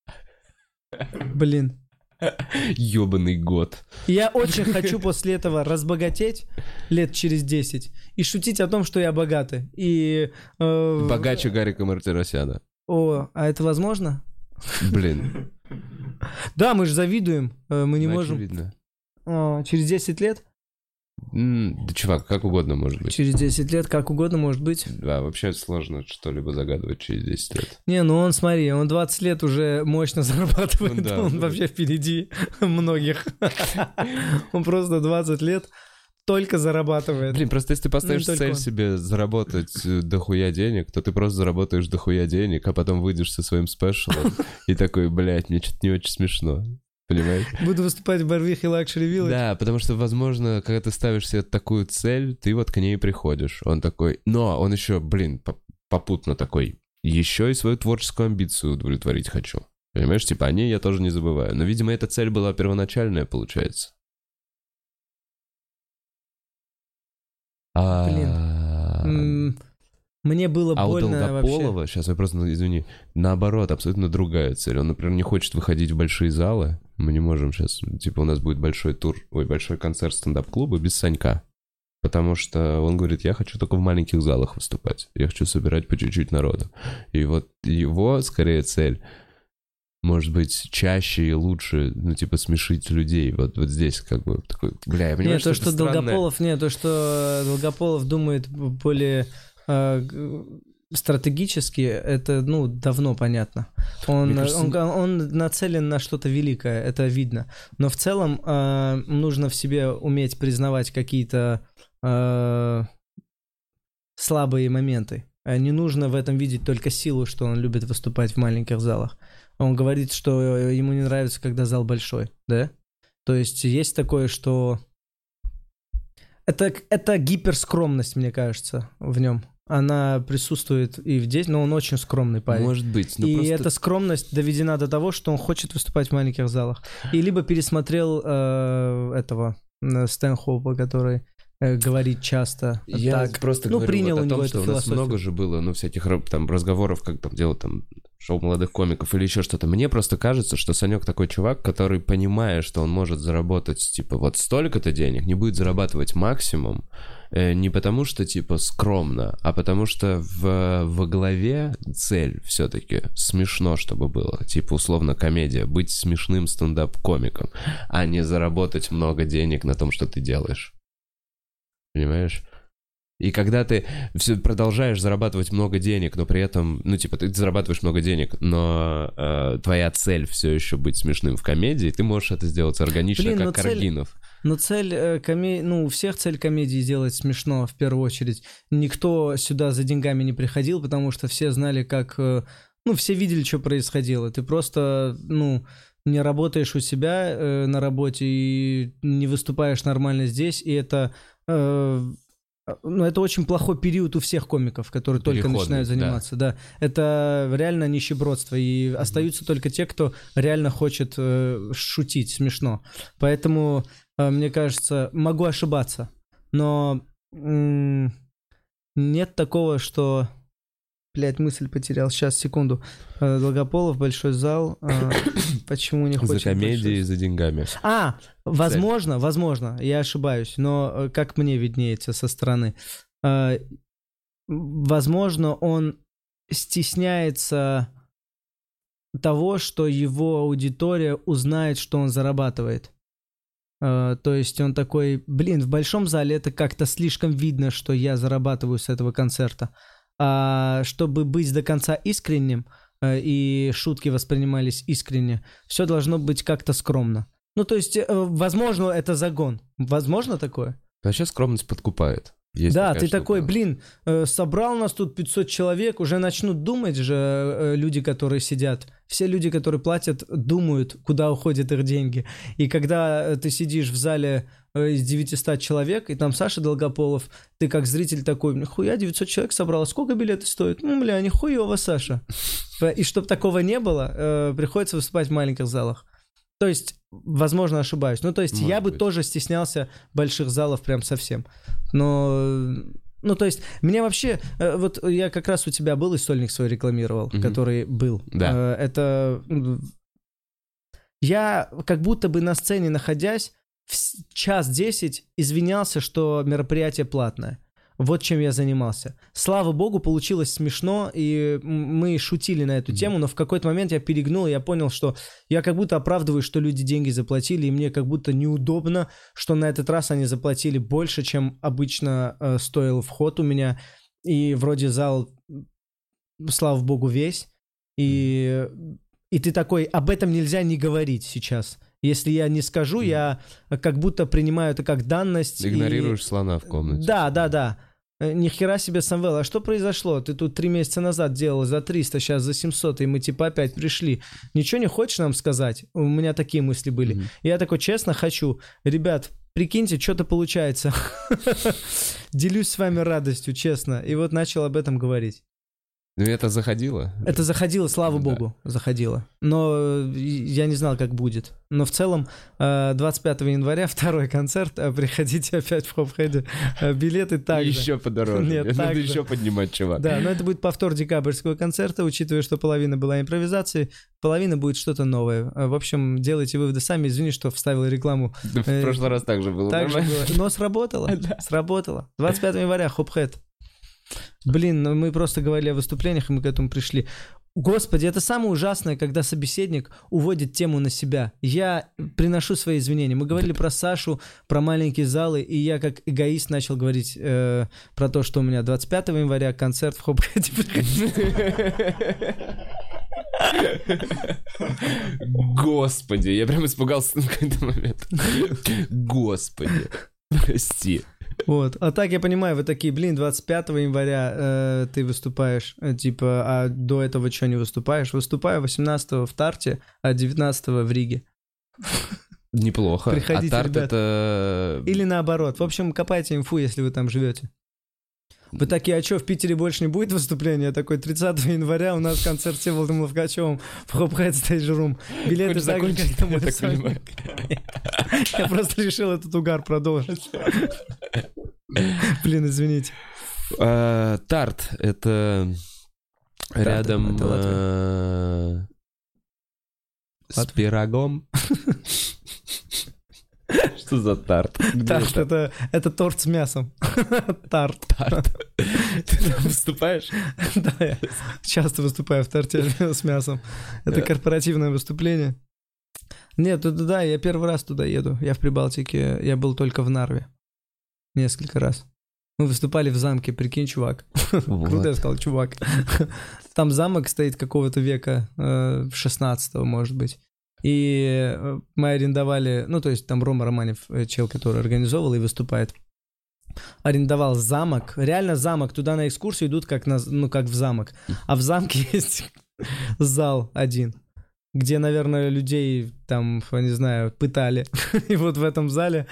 Блин. Ёбаный год. Я очень хочу после этого разбогатеть лет через десять и шутить о том, что я богатый. И... э, Богаче Гарика Мартиросяна. О, а это возможно? Блин. Да, мы же завидуем. э, Мы не ну, можем... очевидно. Э, Через десять лет? М, Да, чувак, как угодно может быть. Через десять лет, как угодно может быть. Да, вообще сложно что-либо загадывать через десять лет. Не, ну он, смотри, он двадцать лет уже мощно зарабатывает. Ну да, Он да. вообще впереди многих. Он просто двадцать лет только зарабатывает. Блин, просто если ты поставишь Ну, не только цель он. себе заработать э, дохуя денег, то ты просто заработаешь дохуя денег, а потом выйдешь со своим спешалом и такой, блядь, мне что-то не очень смешно. Понимаешь? Буду выступать в Барвихе Luxury Village. Да, потому что, возможно, когда ты ставишь себе такую цель, ты вот к ней и приходишь. Он такой... Но он еще, блин, поп- попутно такой, еще и свою творческую амбицию удовлетворить хочу. Понимаешь, типа о ней я тоже не забываю. Но, видимо, эта цель была первоначальная, получается. А... М, Мне было А у больно вообще. Долгополова, сейчас я просто, ну, извини, наоборот, абсолютно другая цель. Он, например, не хочет выходить в большие залы. Мы не можем сейчас, типа, у нас будет большой тур, ой, большой концерт стендап-клуба без Санька. Потому что он говорит, я хочу только в маленьких залах выступать. Я хочу собирать по чуть-чуть народу. И вот его, скорее, цель, может быть, чаще и лучше, ну, типа, смешить людей. Вот, вот здесь, как бы, такой, бля, я понимаю, Нет, то, что что это странное. Долгополов, нет, то, что Долгополов думает более э, г- стратегически, это, ну, давно понятно. Он, Мне кажется, он, он нацелен на что-то великое, это видно. Но в целом э, нужно в себе уметь признавать какие-то э, слабые моменты. А не нужно в этом видеть только силу, что он любит выступать в маленьких залах. Он говорит, что ему не нравится, когда зал большой, да? То есть есть такое, что... Это, это гиперскромность, мне кажется, в нем. Она присутствует и здесь, но он очень скромный парень. Может быть, но и просто... эта скромность доведена до того, что он хочет выступать в маленьких залах. И либо пересмотрел э, этого э, Стэнхоупа, который э, говорит часто Я так. просто Ну, говорю принял вот у о него том, эту что у нас философию. много же было, ну, всяких ра- там разговоров, как там делать там шоу молодых комиков или еще что-то. Мне просто кажется, что Санек такой чувак, который, понимая, что он может заработать, типа, вот столько-то денег, не будет зарабатывать максимум, э, не потому что, типа, скромно, а потому что в, во главе цель все-таки смешно, чтобы было. Типа, условно, комедия. Быть смешным стендап-комиком, а не заработать много денег на том, что ты делаешь. Понимаешь? И когда ты все продолжаешь зарабатывать много денег, но при этом, ну, типа, ты зарабатываешь много денег, но э, твоя цель все еще быть смешным в комедии, ты можешь это сделать органично, Блин, как но Каргинов. Цель, но цель э, комедии, ну, у всех цель комедии сделать смешно, в первую очередь. Никто сюда за деньгами не приходил, потому что все знали, как... Э, ну, все видели, что происходило. Ты просто, ну... не работаешь у себя э, на работе и не выступаешь нормально здесь, и это... Э, Ну, это очень плохой период у всех комиков, которые только Переходный, начинают заниматься, да. да. Это реально нищебродство, и mm-hmm. остаются только те, кто реально хочет э, шутить смешно. Поэтому, э, мне кажется, могу ошибаться, но м- нет такого, что... Блядь, мысль потерял. Сейчас, секунду. Э, Долгополов, большой зал. Э, почему не хочет... За комедией, за деньгами. А, возможно, Цель. возможно, я ошибаюсь, но э, как мне виднеется со стороны. Э, возможно, он стесняется того, что его аудитория узнает, что он зарабатывает. Uh, то есть он такой, блин, в большом зале это как-то слишком видно, что я зарабатываю с этого концерта. А чтобы быть до конца искренним uh, и шутки воспринимались искренне, все должно быть как-то скромно. Ну, то есть, uh, возможно, это загон. Возможно такое? Вообще скромность подкупает. Есть да, ты штука. такой, блин, э, собрал нас тут пятьсот человек, уже начнут думать же э, люди, которые сидят. Все люди, которые платят, думают, куда уходят их деньги. И когда ты сидишь в зале э, из девятисот человек, и там Саша Долгополов, ты как зритель такой, нихуя, девятьсот человек собрал, сколько билеты стоят? Ну, бля, нихуево, Саша. И чтобы такого не было, э, приходится выступать в маленьких залах. То есть, возможно, ошибаюсь. Ну, то есть, Может я бы быть. тоже стеснялся больших залов прям совсем. Но, ну, то есть, мне вообще... Вот я как раз у тебя был и сольник свой рекламировал, угу. который был. Да. Это... Я как будто бы на сцене, находясь, в час десять извинялся, что мероприятие платное. Вот чем я занимался. Слава богу, получилось смешно, и мы шутили на эту тему, но в какой-то момент я перегнул, и я понял, что я как будто оправдываю, что люди деньги заплатили, и мне как будто неудобно, что на этот раз они заплатили больше, чем обычно э, стоил вход у меня, и вроде зал, слава богу, весь, и, и ты такой, об этом нельзя не говорить сейчас. Если я не скажу, я как будто принимаю это как данность. Игнорируешь и... слона в комнате. Да, да, да. Ни хера себе, Самвел, а что произошло? Ты тут три месяца назад делал за триста, сейчас за семьсот, и мы типа опять пришли. Ничего не хочешь нам сказать? У меня такие мысли были. Mm-hmm. Я такой, честно, хочу. Ребят, прикиньте, что-то получается. Делюсь с вами радостью, честно. И вот начал об этом говорить. Ну, это заходило? Это заходило, слава да. богу, заходило. Но я не знал, как будет. Но в целом, двадцать пятого января второй концерт. Приходите опять в Хопхеде. Билеты также. Еще подороже. Нет, Надо также. еще поднимать, чувак. Да, но это будет повтор декабрьского концерта, учитывая, что половина была импровизацией, половина будет что-то новое. В общем, делайте выводы сами. Извини, что вставил рекламу. Да, в прошлый раз так же было. Так же было. Но сработало. Сработало. двадцать пятого января Хопхед. Блин, ну мы просто говорили о выступлениях, и мы к этому пришли. Господи, это самое ужасное, когда собеседник уводит тему на себя. Я приношу свои извинения. Мы говорили про Сашу, про маленькие залы, и я как эгоист начал говорить э, про то, что у меня двадцать пятого января концерт в Хопхеде. Господи, я прям испугался на какой-то момент. Господи, прости. Вот. А так я понимаю, вы такие, блин, двадцать пятого января э, ты выступаешь, э, типа, а до этого что не выступаешь? Выступаю восемнадцатого в Тарте, а девятнадцатого в Риге. Неплохо. Приходите, а Тарт ребят. Это... Или наоборот. В общем, копайте инфу, если вы там живете. Вы такие, а что, в Питере больше не будет выступления? Такой, тридцатого января у нас концерт с Всеволодом Ловкачевым в Хопхед Stage Room. Билеты так же, как там, я так понимаю. Я просто решил этот угар продолжить. Блин, извините. Тарт — это Рядом это Латвия. э, с Латвия? пирогом. Что за тарт? Где Тарт, это, это торт с мясом. Тарт. тарт? Ты там выступаешь? Да, я часто выступаю в тарте с мясом. Это корпоративное выступление. Нет, туда, да, я первый раз туда еду. Я в Прибалтике, я был только в Нарве. Несколько раз. Мы выступали в замке, прикинь, чувак. Вот. Круто я сказал, чувак. Там замок стоит какого-то века, э, шестнадцатого, может быть. И э, мы арендовали, ну, то есть там Рома Романев, э, чел, который организовывал и выступает, арендовал замок. Реально замок. Туда на экскурсию идут как, на, ну, как в замок. А в замке есть зал один, где, наверное, людей там, я не знаю, пытали. И вот в этом зале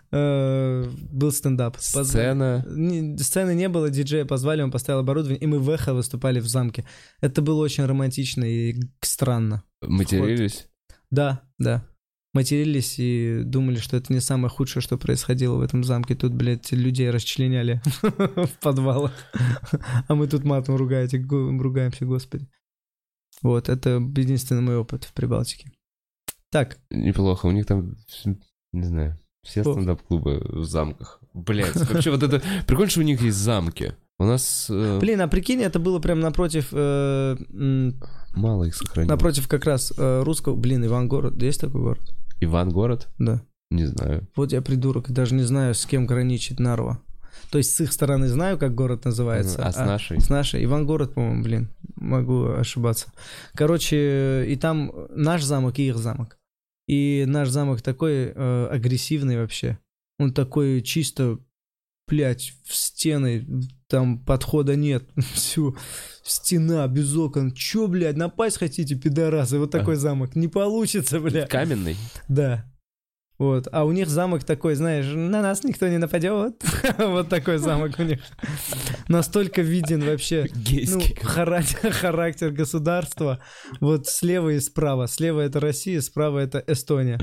э, был стендап. Сцена. Не, сцены не было, диджея позвали, он поставил оборудование, и мы в эхо выступали в замке. Это было очень романтично и странно. Матерились? Да, да. Матерились и думали, что это не самое худшее, что происходило в этом замке. Тут, блядь, людей расчленяли в подвалах. А мы тут матом ругаете, ругаемся, господи. Вот, это единственный мой опыт в Прибалтике. Так. Неплохо, у них там, не знаю, все стендап-клубы в замках. Блядь, вообще вот это... Прикольно, что у них есть замки. У нас... Э... Блин, а прикинь, это было прям напротив... Э, м- Мало их сохранилось. Напротив как раз э, русского... Блин, Ивангород. Есть такой город? Ивангород? Да. Не знаю. Вот я придурок, даже не знаю, с кем граничит Нарва. То есть с их стороны знаю, как город называется. А, а с нашей? С нашей. Ивангород, по-моему, блин. Могу ошибаться. Короче, и там наш замок и их замок. И наш замок такой э, агрессивный вообще. Он такой чисто, блядь, в стены, там подхода нет. Всю стена без окон. Чё, блядь, напасть хотите, пидорасы? Вот такой а. замок. Не получится, блядь. Каменный? Да. Вот. А у них замок такой, знаешь, на нас никто не нападет. Вот такой замок у них. Настолько виден вообще ну, характер, характер государства. Вот слева и справа. Слева это Россия, справа это Эстония,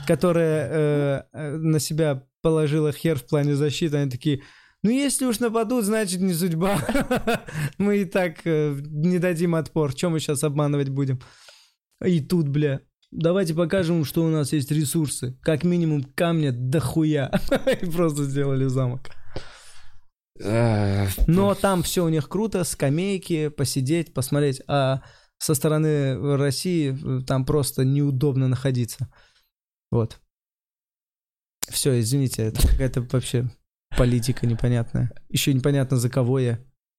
которая э, на себя положила хер в плане защиты. Они такие, ну если уж нападут, значит не судьба. Мы и так э, не дадим отпор. Чем мы сейчас обманывать будем? И тут, бля, давайте покажем, что у нас есть ресурсы. Как минимум камня дохуя. И просто сделали замок. Но там все у них круто, скамейки, посидеть, посмотреть. А со стороны России там просто неудобно находиться. Вот. Все, извините, это какая-то вообще политика непонятная. Еще непонятно, за кого я.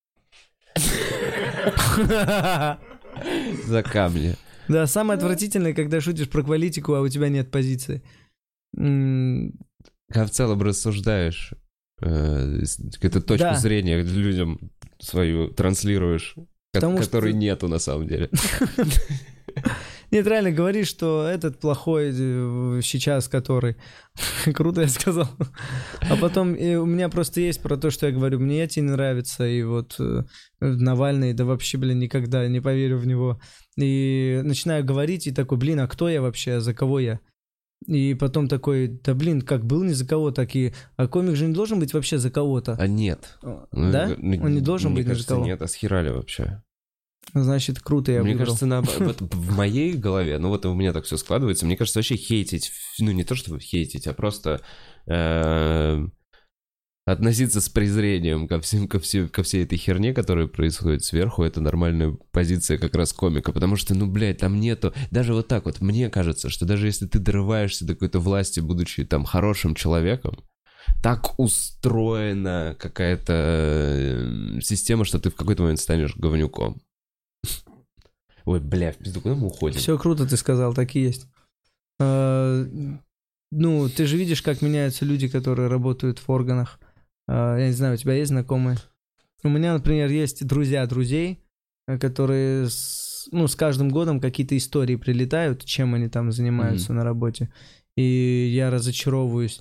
За камни. Да, самое отвратительное, когда шутишь про политику, а у тебя нет позиции. Когда в целом рассуждаешь, э, какую-то точку да. зрения людям свою транслируешь, Потому которой что... нету на самом деле. Нет, реально говоришь, что этот плохой сейчас, который... Круто я сказал. А потом у меня просто есть про то, что я говорю, мне эти не нравятся, и вот Навальный, да вообще, блин, никогда не поверю в него. И начинаю говорить, и такой, блин, а кто я вообще, за кого я? И потом такой, да блин, как был не за кого, так и... А комик же не должен быть вообще за кого-то. А нет. Да? Ну, Он не должен мне быть кажется, ни за кого? Нет, а схерали вообще. Значит, круто я Мне выбрал. кажется, на, вот в моей голове, ну вот у меня так все складывается, мне кажется, вообще хейтить, ну не то, что хейтить, а просто э, относиться с презрением ко, всем, ко, все, ко всей этой херне, которая происходит сверху, это нормальная позиция как раз комика, потому что, ну, блядь, там нету, даже вот так вот, мне кажется, что даже если ты дорываешься до какой-то власти, будучи там хорошим человеком, так устроена какая-то система, что ты в какой-то момент станешь говнюком. Ой, бля, в пизду, куда мы уходим? Все круто ты сказал, так и есть. А, ну, ты же видишь, как меняются люди, которые работают в органах. А, я не знаю, у тебя есть знакомые? У меня, например, есть друзья друзей, которые, с, ну, с каждым годом какие-то истории прилетают, чем они там занимаются mm-hmm. на работе. И я разочаровываюсь.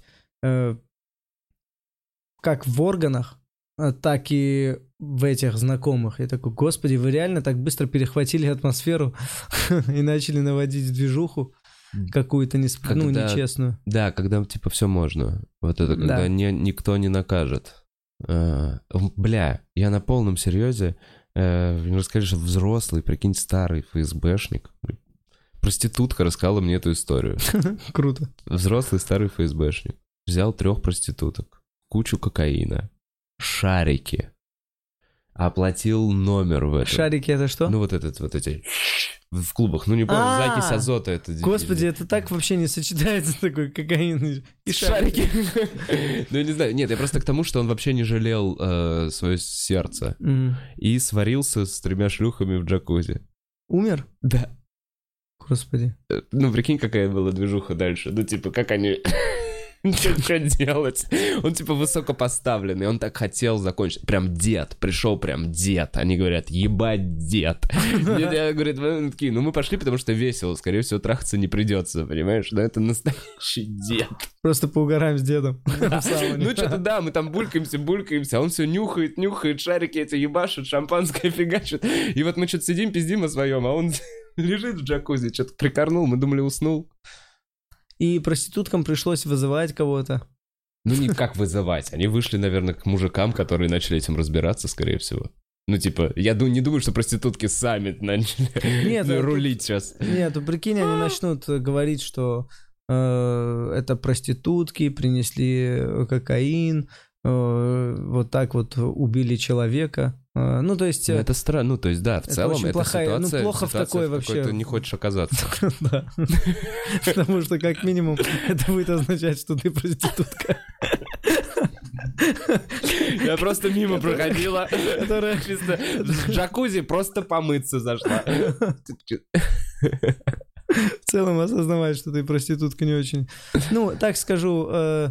Как в органах, так и в этих знакомых. Я такой, господи, вы реально так быстро перехватили атмосферу и начали наводить движуху какую-то несп... когда, ну, нечестную. Да, когда типа все можно. Вот это, когда да. не, никто не накажет. А, бля, я на полном серьезе Э, мне рассказали, что взрослый, прикинь, старый ФСБшник. Проститутка рассказала мне эту историю. Круто. Взрослый старый ФСБшник взял трех проституток, кучу кокаина, шарики, оплатил номер в этом. Шарики это что? Ну вот этот, вот эти в клубах, ну не помню, А, закись азота это. Господи, это так вообще не сочетается, такой кокаин и шарики. Ну я не знаю, нет, я просто к тому, что он вообще не жалел э, свое сердце и сварился с тремя шлюхами в джакузи. Умер? Да. Господи. Ну прикинь, какая была движуха дальше, ну типа как они... Что делать? Он типа высокопоставленный, он так хотел закончить. Прям дед, пришел прям дед. Они говорят, ебать дед. Я говорю, ну, такие, ну мы пошли, потому что весело. Скорее всего, трахаться не придется, понимаешь? Но это настоящий дед. Просто поугараем с дедом. Ну что-то да, мы там булькаемся, булькаемся, а он все нюхает, нюхает, шарики эти ебашит, шампанское фигачит. И вот мы что-то сидим, пиздим о своем, а он лежит в джакузи, что-то прикорнул, мы думали, уснул. И проституткам пришлось вызывать кого-то. Ну, не как вызывать. Они вышли, наверное, к мужикам, которые начали этим разбираться, скорее всего. Ну, типа, я не думаю, что проститутки сами начали Нет, рулить сейчас. Нет, прикинь, они начнут говорить, что э, это проститутки, принесли кокаин, э, вот так вот убили человека. Э, ну, то есть... Ну, это странно, ну, то есть, да, в это целом, очень это плохая, ситуация, ну, плохо ситуация, в такой в вообще... какой ты не хочешь оказаться. Да. Потому что, как минимум, это будет означать, что ты проститутка. Я просто мимо проходила, Которая... чисто в джакузи просто помыться зашла. В целом осознавать, что ты проститутка, не очень. Ну, так скажу, э,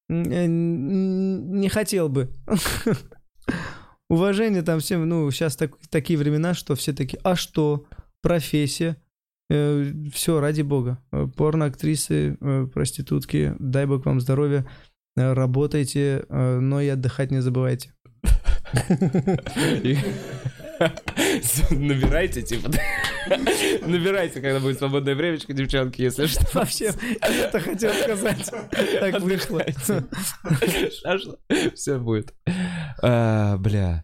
не хотел бы. Уважение там всем, ну, сейчас так, такие времена, что все такие, а что, профессия, э, все, ради бога, порноактрисы, э, проститутки, дай бог вам здоровья, э, работайте, э, но и отдыхать не забывайте. Набирайте, типа. Набирайте, когда будет свободное времечко, девчонки, если что. Вообще, это хотел сказать. Так вышло. Все будет. А, бля.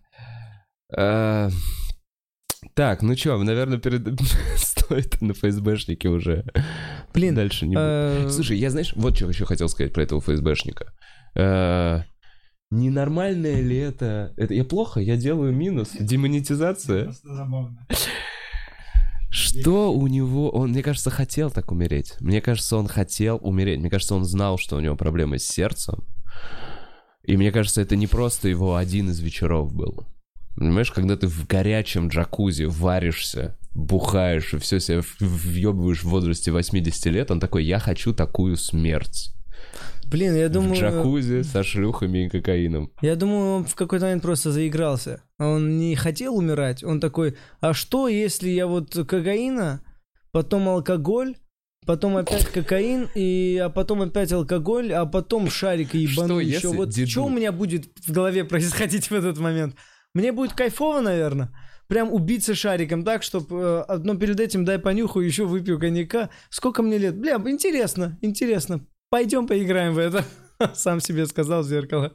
А, так, ну чё, наверное, перед... стоит на ФСБшнике уже. Блин. Дальше не будет. Слушай, я, знаешь, вот что еще хотел сказать про этого ФСБшника. Ненормальное ли это? Это я плохо? Я делаю минус? Демонетизация? Просто забавно. Что у него... Он, мне кажется, хотел так умереть. Мне кажется, он хотел умереть. Мне кажется, он знал, что у него проблемы с сердцем. И мне кажется, это не просто его один из вечеров был. Понимаешь, когда ты в горячем джакузи варишься, бухаешь и все себя въебываешь в возрасте восемьдесят лет, он такой, я хочу такую смерть. Блин, я думаю... В джакузи со шлюхами и кокаином. Я думаю, он в какой-то момент просто заигрался. Он не хотел умирать. Он такой, а что, если я вот кокаина, потом алкоголь, потом опять кокаин, и, а потом опять алкоголь, а потом шарик и ебану еще. Если Вот деду... что у меня будет в голове происходить в этот момент? Мне будет кайфово, наверное. Прям убиться шариком так, чтобы э, но перед этим дай понюхаю, еще выпью коньяка. Сколько мне лет? Бля, интересно, интересно. Пойдем поиграем в это. Сам себе сказал в зеркало.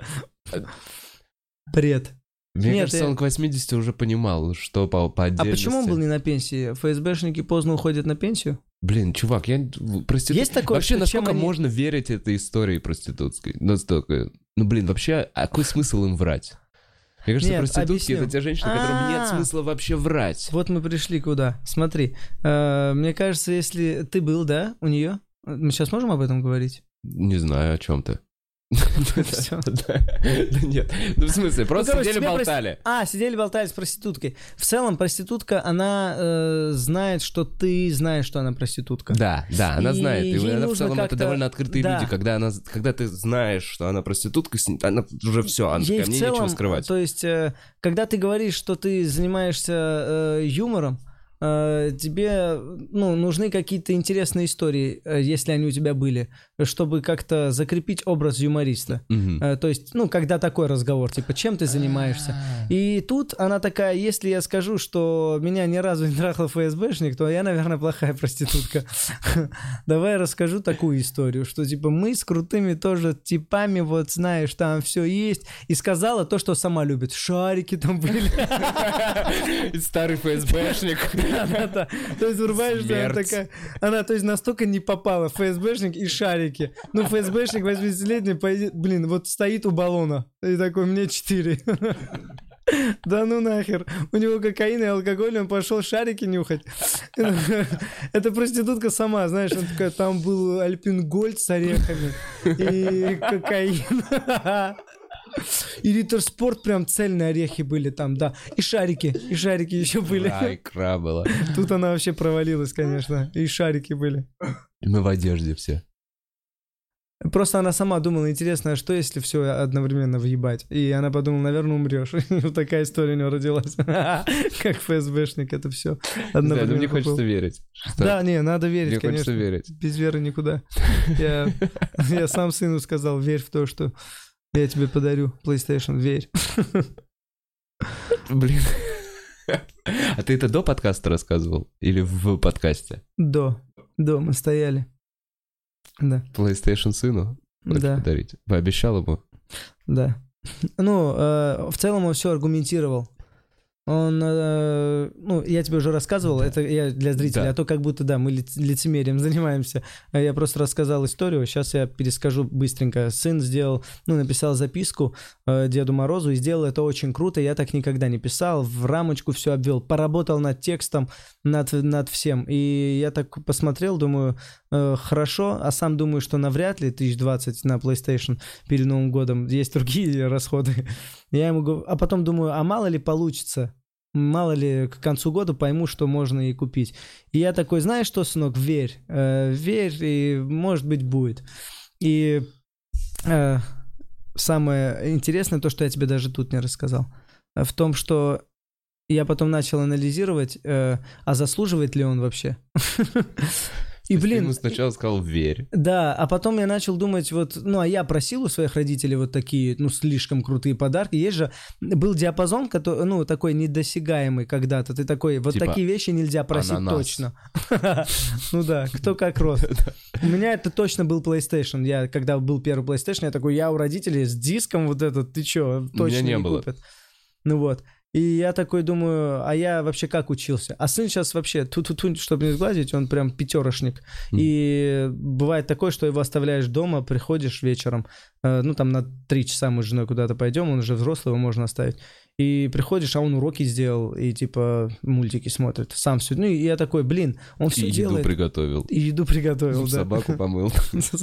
Бред. Мне Нет, кажется, я... он к восьмидесяти уже понимал, что по, по отдельности. А почему он был не на пенсии? ФСБшники поздно уходят на пенсию? Блин, чувак, я... Проститут... Есть такое, вообще, что насколько они... можно верить этой истории проститутской? Настолько... Ну, блин, вообще, а какой смысл им врать? Мне кажется, Нет, проститутки объясню. — это те женщины, которым А-а-а. нет смысла вообще врать. Вот мы пришли куда. Смотри, э, мне кажется, если ты был, да, у нее, мы сейчас можем об этом говорить? Не знаю, о чем ты. Всё. Да нет, ну в смысле, просто короче, сидели тебе болтали. А, сидели болтали с проституткой. В целом, проститутка, она э, знает, что ты знаешь, что она проститутка. Да, да, она И знает. И ей она в нужно целом это как-то- довольно открытые да. люди. Когда она, когда ты знаешь, что она проститутка, с- она уже все, она Ей такая, в мне целом, нечего скрывать. то есть, э, когда ты говоришь, что ты занимаешься э, юмором, э, тебе ну, нужны какие-то интересные истории, э, если они у тебя были. чтобы как-то закрепить образ юмориста. Мгм. То есть, ну, когда такой разговор, типа, чем ты занимаешься? И тут она такая, если я скажу, что меня ни разу не трахал ФСБшник, то я, наверное, плохая проститутка. Давай расскажу такую историю, что, типа, мы с крутыми тоже типами, вот, знаешь, там все есть. И сказала то, что сама любит. Шарики там были. Старый ФСБшник. Да-да-да. То есть, врубаешь, что она Смерть. такая... Она, то есть, настолько не попала. ФСБшник и шарики. Ну, ФСБшник восьмидесятилетний, пойди- блин, вот стоит у баллона. И такой, мне четыре. Да ну нахер. У него кокаин и алкоголь, он пошел шарики нюхать. Это проститутка сама, знаешь, она такая, там был альпингольд с орехами и кокаин. И Риттер Спорт, прям цельные орехи были там, да. И шарики, и шарики еще были. А, икра была. Тут она вообще провалилась, конечно. И шарики были. И мы в одежде все. Просто она сама думала, интересно, а что если все одновременно въебать? И она подумала, наверное, умрешь. И вот такая история у него родилась. Как ФСБшник, это все Да, одновременно. но мне был. хочется верить. что- Да, не, надо верить, Мне хочется конечно. верить. Без веры никуда. Я, я сам сыну сказал, верь в то, что я тебе подарю PlayStation, верь. Блин. А ты это до подкаста рассказывал? Или в подкасте? До, до, мы стояли. Да, PlayStation сыну хочешь да, подарить? Вы обещал ему? да. Ну, э, в целом он все аргументировал. Он, э, ну, я тебе уже рассказывал, это я для зрителей, Да. а то как будто, да, мы лиц- лицемерием занимаемся. А Я просто рассказал историю, сейчас я перескажу быстренько. Сын сделал, ну, написал записку э, Деду Морозу и сделал это очень круто, я так никогда не писал, в рамочку все обвел, поработал над текстом, над, над всем. И я так посмотрел, думаю, э, хорошо, а сам думаю, что навряд ли тысяч двадцать на PlayStation перед Новым годом, есть другие расходы. Я ему говорю, а потом думаю, а мало ли получится, мало ли к концу года пойму, что можно и купить. И я такой, знаешь что, сынок, верь, э, верь, и может быть будет. И э, самое интересное, то, что я тебе даже тут не рассказал, э, в том, что я потом начал анализировать, э, а заслуживает ли он вообще. И, То есть ты блин, ему сначала сказал «верь». да, а потом я начал думать, вот, ну, а я просил у своих родителей вот такие, ну, слишком крутые подарки. Есть же, был диапазон, который, ну, такой недосягаемый когда-то. Ты такой, вот Типа такие вещи нельзя просить ананас. точно. Ну да, кто как рос. У меня это точно был PlayStation. Я, когда был первый PlayStation, я такой, я у родителей с диском вот этот, ты чё, точно не не было. купят. Ну вот. И я такой думаю, а я вообще как учился? А сын сейчас вообще, ту-ту-ту, чтобы не сглазить, он прям пятерошник. Мгм. И бывает такое, что его оставляешь дома, приходишь вечером, э, ну там на три часа мы с женой куда-то пойдем, он уже взрослый, его можно оставить. И приходишь, а он уроки сделал, и типа мультики смотрит, сам все. Ну и я такой, блин, он И все еду делает. приготовил. И еду приготовил, да. Собаку помыл.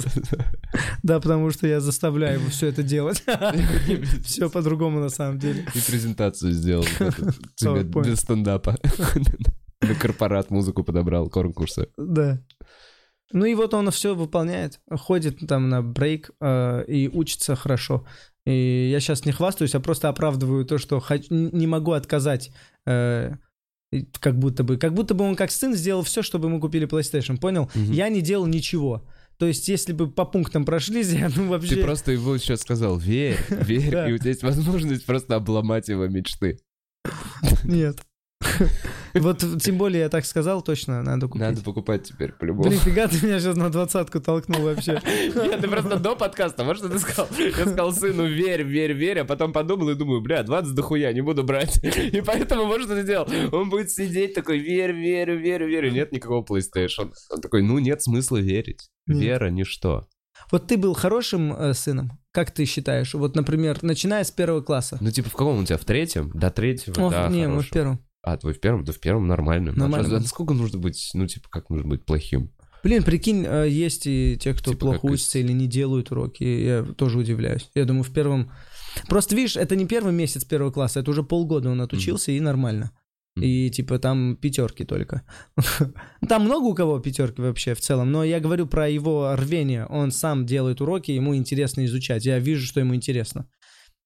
Да, потому что я заставляю его все это делать. Все по-другому на самом деле. И презентацию сделал. Тебе PowerPoint. для стендапа. На корпорат музыку подобрал, конкурсы. Да. Ну и вот он все выполняет, ходит там на брейк э, и учится хорошо. И я сейчас не хвастаюсь, а просто оправдываю то, что хоч- не могу отказать, э, и как будто бы, как будто бы он как сын сделал все, чтобы ему купили PlayStation, понял? Мгм. Я не делал ничего. То есть, если бы по пунктам прошлись, я ну вообще... Ты просто его сейчас сказал «верь, верь», Да. и у тебя есть возможность просто обломать его мечты. Нет. Вот тем более я так сказал, точно надо купить. Надо покупать теперь, по-любому. Блин, фига ты меня сейчас на двадцатку толкнул вообще. Нет, ты просто до подкаста, вот что ты сказал. Я сказал сыну «верь, верь, верь», а потом подумал и думаю, бля, двадцать дохуя, не буду брать. И поэтому вот что ты сделал. Он будет сидеть такой «верь, верь, верь, верь», и нет никакого PlayStation. Он такой, ну нет смысла верить. Нет. Вера — ничто. Вот ты был хорошим э, сыном? Как ты считаешь? Вот, например, начиная с первого класса. Ну типа в каком у тебя? В третьем? До третьего, О, да, не, мы в хорошим. первом. А, твой в первом? Да в первом нормально. Нормально А был. насколько нужно быть, ну типа, как нужно быть плохим? Блин, прикинь, э, есть и те, кто Типа плохо как из- учится или не делают уроки. Я тоже удивляюсь. Я думаю, в первом... Просто, видишь, это не первый месяц первого класса, это уже полгода он отучился, и нормально. Мгм. И типа там пятерки только. Там много у кого пятерки вообще в целом, но я говорю про его рвение. Он сам делает уроки, ему интересно изучать. Я вижу, что ему интересно.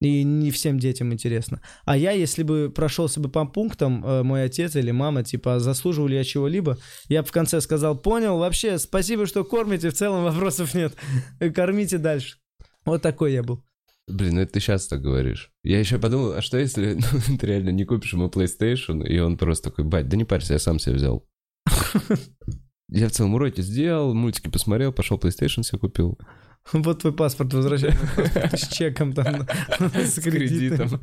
И не всем детям интересно. А я, если бы прошелся бы по пунктам, э, мой отец или мама, типа, заслуживал ли я чего-либо, я бы в конце сказал, понял, вообще, спасибо, что кормите, в целом вопросов нет. Кормите дальше. Вот такой я был. Блин, ну это ты сейчас так говоришь. Я еще подумал, а что если ну, ты реально не купишь ему PlayStation, и он просто такой, бать, да не парься, я сам себе взял. Я в целом уроки сделал, мультики посмотрел, пошел PlayStation себе купил. Вот твой паспорт, возвращай с чеком там, с кредитом.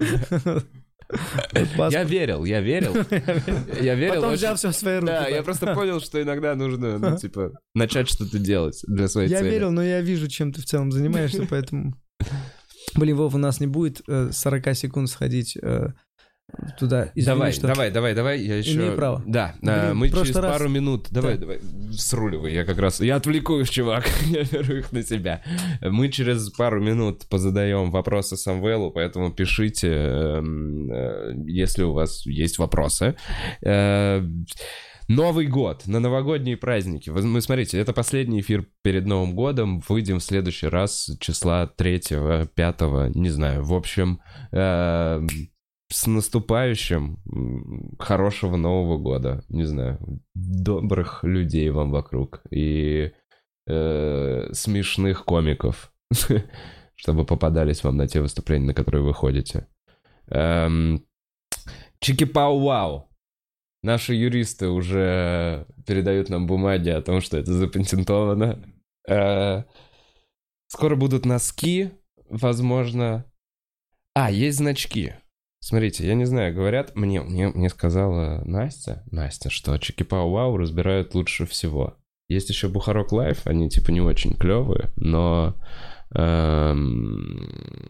Я верил, я верил. Я верил. Потом взял все в свои руки. Да, я просто понял, что иногда нужно, ну, типа, начать что-то делать для своей цели. Я верил, но я вижу, чем ты в целом занимаешься, поэтому... Блин, Вов, у нас не будет сорок секунд сходить туда. Извини, давай, что... давай, давай, давай, я еще... Имею право. Да, Блин, мы через раз... пару минут... Давай, да. давай, сруливай, я как раз... Я отвлеку их, чувак, я беру их на себя. Мы через пару минут позадаем вопросы Самвелу, поэтому пишите, если у вас есть вопросы. Новый год, на новогодние праздники. Вы смотрите, это последний эфир перед Новым годом. Выйдем в следующий раз числа третьего, пятого, не знаю. В общем, э, с наступающим. Хорошего Нового года. Не знаю. Добрых людей вам вокруг. И э, смешных комиков. Чтобы попадались вам на те выступления, на которые вы ходите. Эм, Чики-пау-вау. Наши юристы уже передают нам бумаги о том, что это запатентовано. Скоро будут носки, возможно. А, есть значки. Смотрите, я не знаю, говорят, мне, мне, мне сказала Настя, Настя, что Чики-пау-вау разбирают лучше всего. Есть еще Бухарок Лайф, они типа не очень клевые, но... Эм,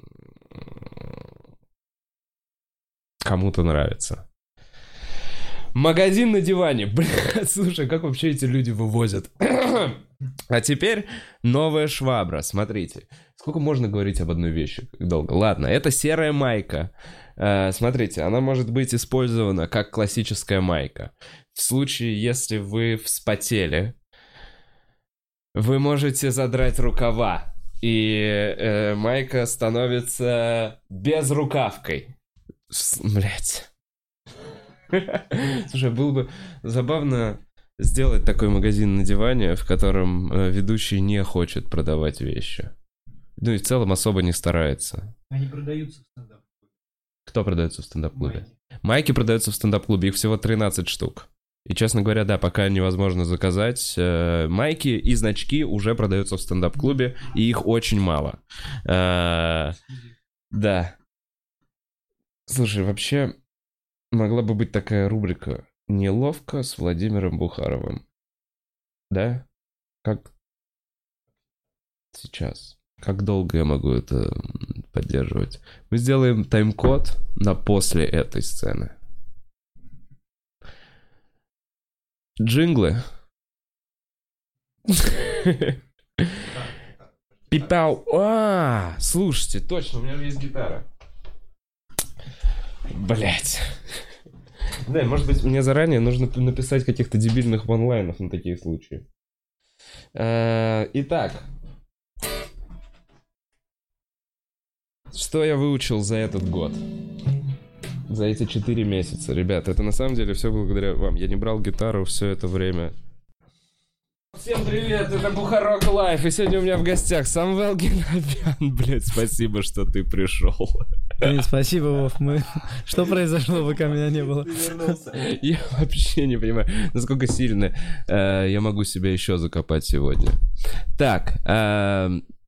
кому-то нравится. Магазин на диване. Блядь, слушай, как вообще эти люди вывозят? А теперь новая швабра. Смотрите. Сколько можно говорить об одной вещи? Долго. Ладно, это серая майка. Uh, смотрите, она может быть использована как классическая майка. В случае, если вы вспотели, вы можете задрать рукава. И uh, майка становится безрукавкой. Блять. Слушай, было бы забавно сделать такой магазин на диване, в котором э, ведущий не хочет продавать вещи. Ну и в целом особо не старается. Они продаются в стендап-клубе. Кто продается в стендап-клубе? Майки. Майки продаются в стендап-клубе, их всего тринадцать штук. И, честно говоря, да, пока невозможно заказать. Э, майки и значки уже продаются в стендап-клубе, и их очень мало. Э, да. Слушай, вообще... Могла бы быть такая рубрика «Неловко с Владимиром Бухаровым». Да? Как сейчас? Как долго я могу это поддерживать? Мы сделаем тайм-код на после этой сцены. Джинглы. Пипау. А, слушайте, точно, у меня есть гитара. Блять. Да, может быть, мне заранее нужно написать каких-то дебильных онлайнов на такие случаи. Итак. Что я выучил за этот год? За эти четыре месяца. Ребят, это на самом деле все благодаря вам. Я не брал гитару все это время. Всем привет, это Бухарок Лайф, и сегодня у меня в гостях Самвел Геннадьян. Блять, спасибо, что ты пришел. Блин, спасибо, Вов. Мы... Что произошло, пока меня не было? Я вообще не понимаю, насколько сильно э, я могу себя еще закопать сегодня. Так, э,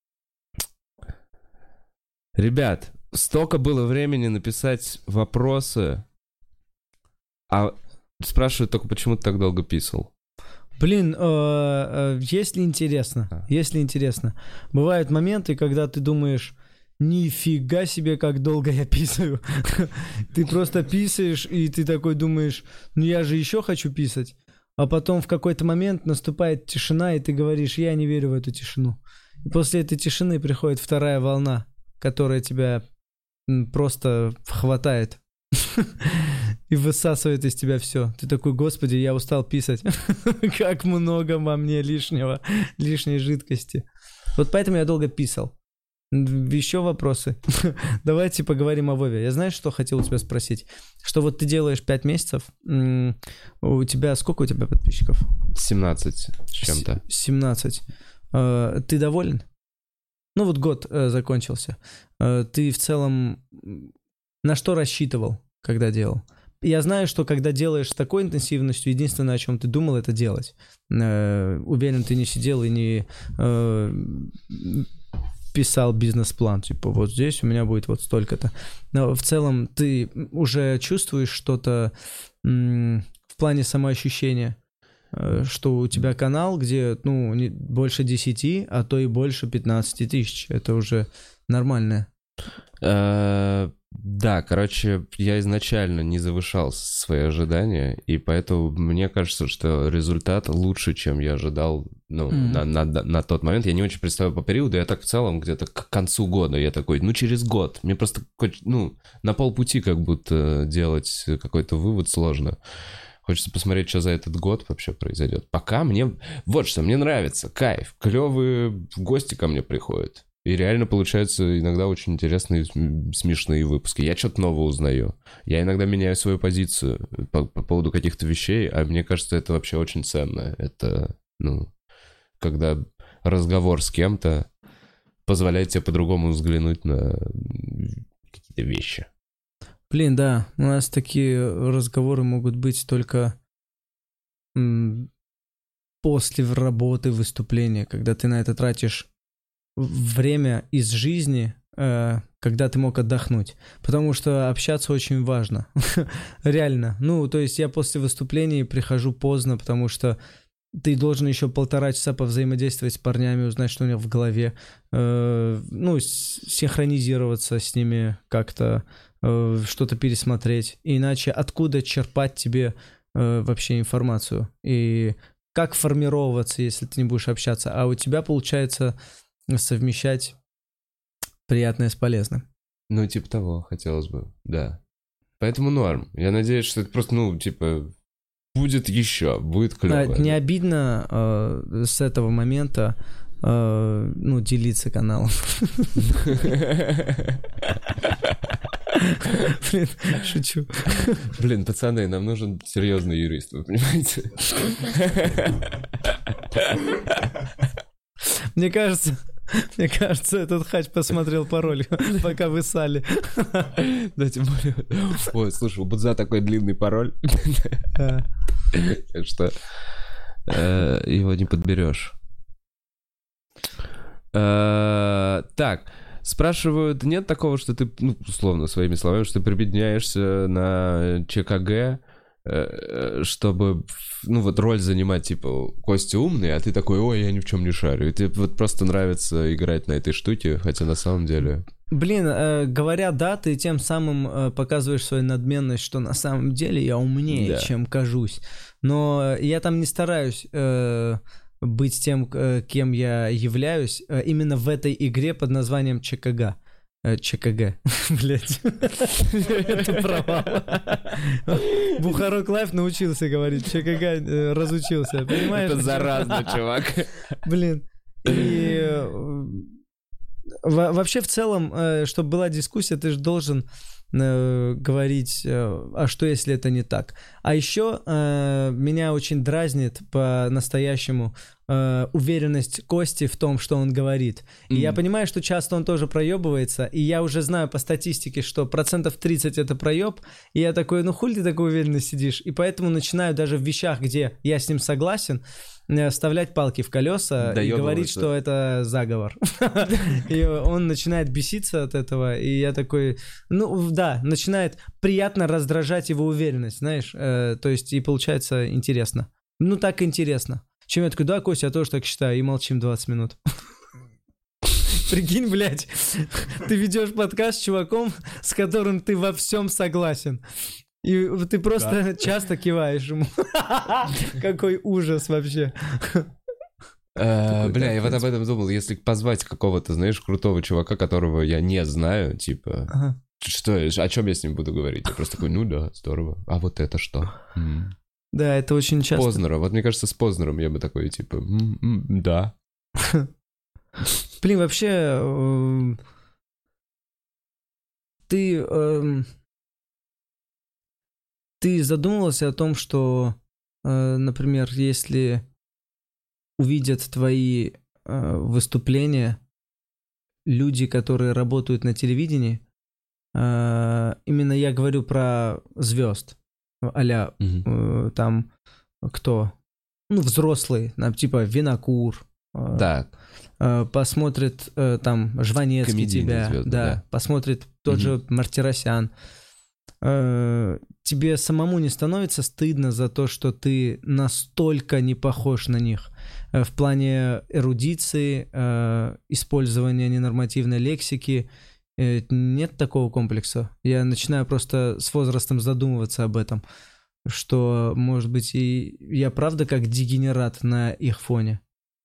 ребят, столько было времени написать вопросы, а спрашивают только, почему ты так долго писал. Блин, э, э, если интересно, а. если интересно, бывают моменты, когда ты думаешь, нифига себе, как долго я писаю. Ты просто писаешь, и ты такой думаешь, ну я же еще хочу писать. А потом в какой-то момент наступает тишина, и ты говоришь, я не верю в эту тишину. И после этой тишины приходит вторая волна, которая тебя просто хватает и высасывает из тебя все. Ты такой, господи, я устал писать. Как много во мне лишнего, лишней жидкости. Вот поэтому я долго писал. Еще вопросы? Давайте поговорим о Вове. Я знаешь, что хотел у тебя спросить? Что вот ты делаешь пять месяцев, у тебя сколько у тебя подписчиков? семнадцать с чем-то. семнадцать. Ты доволен? Ну вот год закончился. Ты в целом на что рассчитывал, когда делал? Я знаю, что когда делаешь с такой интенсивностью, единственное, о чем ты думал, это делать. Уверен, ты не сидел и не... писал бизнес-план, типа вот здесь у меня будет вот столько-то. Но в целом ты уже чувствуешь что-то м- в плане самоощущения, э, что у тебя канал, где ну не, больше десяти, а то и больше пятнадцати тысяч. Это уже нормально. Да, короче, я изначально не завышал свои ожидания, и поэтому мне кажется, что результат лучше, чем я ожидал, ну, mm-hmm. на, на, на тот момент. Я не очень представляю по периоду, я так в целом где-то к концу года, я такой, ну, через год. Мне просто, ну, на полпути как будто делать какой-то вывод сложно. Хочется посмотреть, что за этот год вообще произойдет. Пока мне, вот что, мне нравится, кайф, клевые гости ко мне приходят. И реально получаются иногда очень интересные, смешные выпуски. Я что-то новое узнаю. Я иногда меняю свою позицию по, по поводу каких-то вещей, а мне кажется, это вообще очень ценно. Это, ну, когда разговор с кем-то позволяет тебе по-другому взглянуть на какие-то вещи. Блин, да, у нас такие разговоры могут быть только м- после работы, выступления, когда ты на это тратишь время из жизни, э, когда ты мог отдохнуть. Потому что общаться очень важно. Реально. Ну, то есть я после выступлений прихожу поздно, потому что ты должен еще полтора часа повзаимодействовать с парнями, узнать, что у них в голове. Э, ну, синхронизироваться с ними как-то, э, что-то пересмотреть. Иначе откуда черпать тебе э, вообще информацию? И как формироваться, если ты не будешь общаться? А у тебя получается... совмещать приятное с полезным. Ну, типа того, хотелось бы, да. Поэтому норм. Я надеюсь, что это просто, ну, типа, будет еще, будет клево. А, не обидно э, с этого момента, э, ну, делиться каналом. Блин, шучу. Блин, пацаны, нам нужен серьезный юрист, вы понимаете? Мне кажется, мне кажется, этот хач посмотрел пароль, пока вы ссали. Да, тем более... Ой, слушай, у Будза такой длинный пароль. Так что его не подберешь. Так, спрашивают, нет такого, что ты, ну, условно, своими словами, что ты прибедняешься на ЧКГ, чтобы, ну, вот роль занимать, типа, Костя умный, а ты такой, ой, я ни в чем не шарю. И тебе вот просто нравится играть на этой штуке, хотя на самом деле... Блин, э, говоря да, ты тем самым э, показываешь свою надменность, что на самом деле я умнее, да. чем кажусь. Но я там не стараюсь э, быть тем, э, кем я являюсь, э, именно в этой игре под названием ЧКГ. ЧКГ, блять, это провал. Бухарок Лайф научился говорить, ЧКГ разучился, понимаешь? Это заразно, чувак. Блин, и вообще в целом, чтобы была дискуссия, ты же должен говорить, а что если это не так. А еще меня очень дразнит по-настоящему уверенность Кости в том, что он говорит. И mm. я понимаю, что часто он тоже проебывается, и я уже знаю по статистике, что процентов тридцать это проеб, и я такой, ну хуй ты такой уверенно сидишь, и поэтому начинаю даже в вещах, где я с ним согласен, вставлять палки в колеса и говорить, что это заговор. И он начинает беситься от этого, и я такой, ну да, начинает приятно раздражать его уверенность, знаешь, то есть и получается интересно. Ну так интересно. Чем я такой, да, Костя, я тоже так считаю, и молчим двадцать минут. Прикинь, блядь, ты ведешь подкаст с чуваком, с которым ты во всем согласен. И ты просто да. часто киваешь ему. Какой ужас вообще. Бля, я вот об этом думал, если позвать какого-то, знаешь, крутого чувака, которого я не знаю, типа, что, о чем я с ним буду говорить? Я просто такой, ну да, здорово. А вот это что? Да, это очень часто. Познера. Вот мне кажется, с Познером я бы такой, типа, м-м, да. Блин, вообще, э, ты, э, ты задумывался о том, что, э, например, если увидят твои э, выступления люди, которые работают на телевидении, э, именно я говорю про звезд, а-ля Мгм. э, там кто? Ну, взрослые, там, типа Винокур. э, Да, э, посмотрит э, там Жванецкий Комедийные тебя, звезды, да, да. посмотрит тот Мгм. же Мартиросян. Э, тебе самому не становится стыдно за то, что ты настолько не похож на них э, в плане эрудиции, э, использования ненормативной лексики? Э, нет такого комплекса? Я начинаю просто с возрастом задумываться об этом, что, может быть, и я правда как дегенерат на их фоне.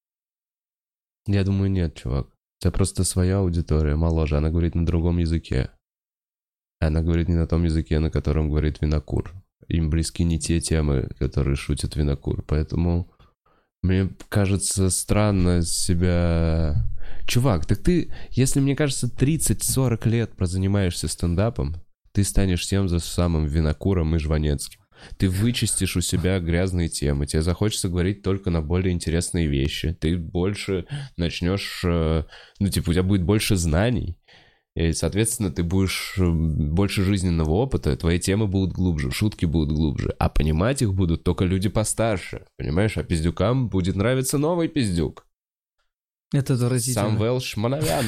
я думаю, нет, чувак. Это просто своя аудитория, моложе. Она говорит на другом языке. Она говорит не на том языке, на котором говорит Винокур. Им близки не те темы, которые шутит Винокур. Поэтому мне кажется странно себя... Чувак, так ты, если, мне кажется, тридцать-сорок лет прозанимаешься стендапом, ты станешь тем же самым Винокуром и Жванецким. Ты вычистишь у себя грязные темы, тебе захочется говорить только на более интересные вещи, ты больше начнешь, э, ну, типа, у тебя будет больше знаний, и, соответственно, ты будешь э, больше жизненного опыта, твои темы будут глубже, шутки будут глубже, а понимать их будут только люди постарше, понимаешь, а пиздюкам будет нравиться новый пиздюк. Это отвратительно. Самвел Шмановян.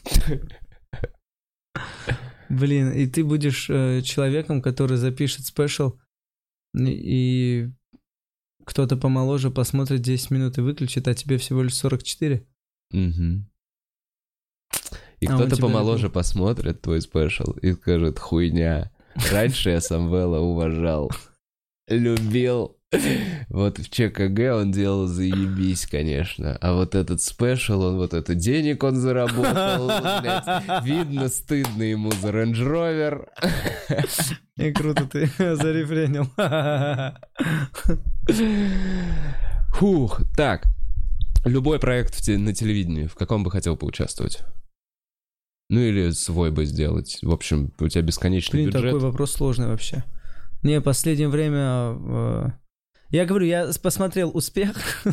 Блин, и ты будешь э, человеком, который запишет спешл, и кто-то помоложе посмотрит десять минут и выключит, а тебе всего лишь сорок четыре. Мгм. И А он кто-то тебя помоложе любил. посмотрит твой спешл и скажет: хуйня. Раньше я Самвела уважал, любил. Вот в ЧКГ он делал заебись, конечно. А вот этот спешл, он вот это денег он заработал, блядь. Видно, стыдно ему за Range Rover. И круто ты зарефренил. Хух, так. Любой проект в те- на телевидении, в каком бы хотел поучаствовать? Ну или свой бы сделать. В общем, у тебя бесконечный Блин, бюджет. такой вопрос сложный вообще. Не, последнее время... э, Я говорю, я с- посмотрел «Успех»,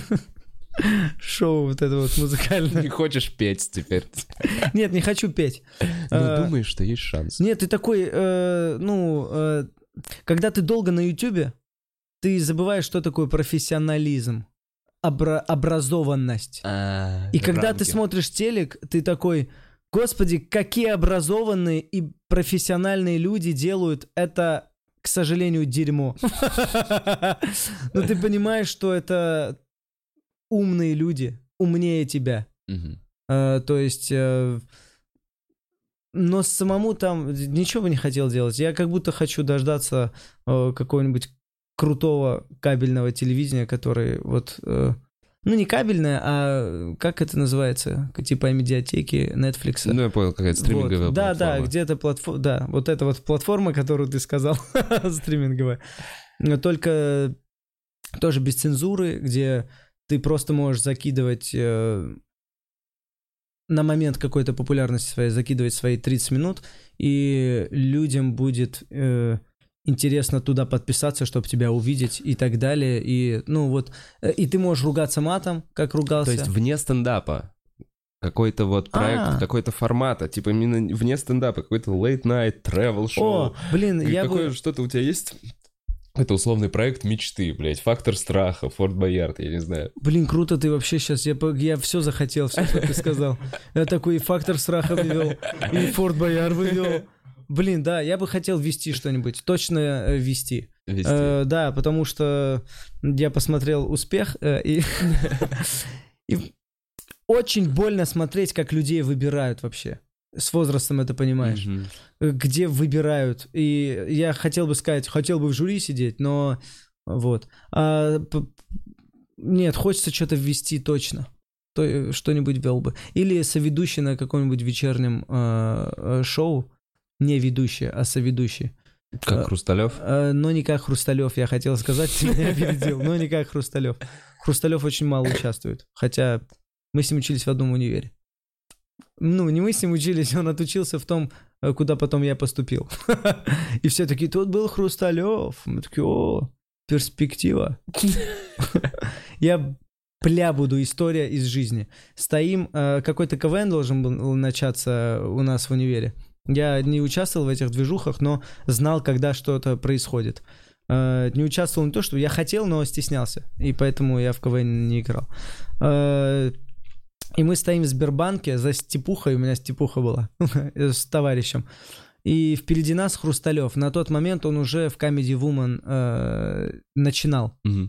шоу вот это вот музыкальное. Не хочешь петь теперь. Нет, не хочу петь. Но Э, думаешь, что есть шанс. Нет, ты такой, э, ну, э, когда ты долго на Ютубе, ты забываешь, что такое профессионализм, обра- образованность. И когда ты смотришь телек, ты такой, господи, какие образованные и профессиональные люди делают это, к сожалению, дерьмо. Но ты понимаешь, что это умные люди, умнее тебя. Мгм. Э, То есть... э, Но самому там ничего бы не хотел делать. Я как будто хочу дождаться э, какого-нибудь крутого кабельного телевидения, который вот... э, ну, не кабельное, а как это называется? Типа медиатеки, Netflix. Ну, я понял, какая-то стриминговая Вот. Да, платформа. да, где-то платформа... Да, вот эта вот платформа, которую ты сказал, стриминговая. Но только тоже без цензуры, где ты просто можешь закидывать... э, на момент какой-то популярности своей закидывать свои тридцать минут, и людям будет э, интересно туда подписаться, чтобы тебя увидеть и так далее. И, ну, вот, э, и ты можешь ругаться матом, как ругался. То есть вне стендапа. Какой-то вот проект, А. какой-то формата. Типа именно вне стендапа. Какой-то late night, travel show. О, блин, И я какое бы... что-то у тебя есть? Это условный проект мечты, блядь. Фактор страха, Форт Боярд, я не знаю. Блин, круто ты вообще сейчас. Я, по- я все захотел, все, что ты сказал. Я такой и фактор страха вывел, и Форт Бояр вывел. Блин, да, я бы хотел вести что-нибудь. Точно э, вести. Вести. Э, да, потому что я посмотрел «Успех», э, и, и очень больно смотреть, как людей выбирают вообще. С возрастом это понимаешь. Мгм. Э, Где выбирают. И я хотел бы сказать, хотел бы в жюри сидеть, но вот. А, п- нет, хочется что-то ввести точно. То, э, что-нибудь вел бы. Или соведущий на каком-нибудь вечернем э, э, шоу. Не ведущий, а соведущий. Как Хрусталев? Э, но не как Хрусталев, я хотел сказать, ты меня опередил, но не как Хрусталев. Хрусталев очень мало участвует, хотя Мы с ним учились в одном универе. Ну, не мы с ним учились, он отучился в том, куда потом я поступил. И все такие, тут был Хрусталев. Мы такие, о, перспектива. Я пля буду, история из жизни. Стоим, какой-то КВН должен был начаться у нас в универе. Я не участвовал в этих движухах, но знал, когда что-то происходит. Не участвовал не то, что я хотел, но стеснялся. И поэтому я в КВН не играл. И мы стоим в Сбербанке за Степухой, у меня Степуха была, с товарищем. И впереди нас Хрусталев. На тот момент он уже в Comedy Woman э, начинал. Угу.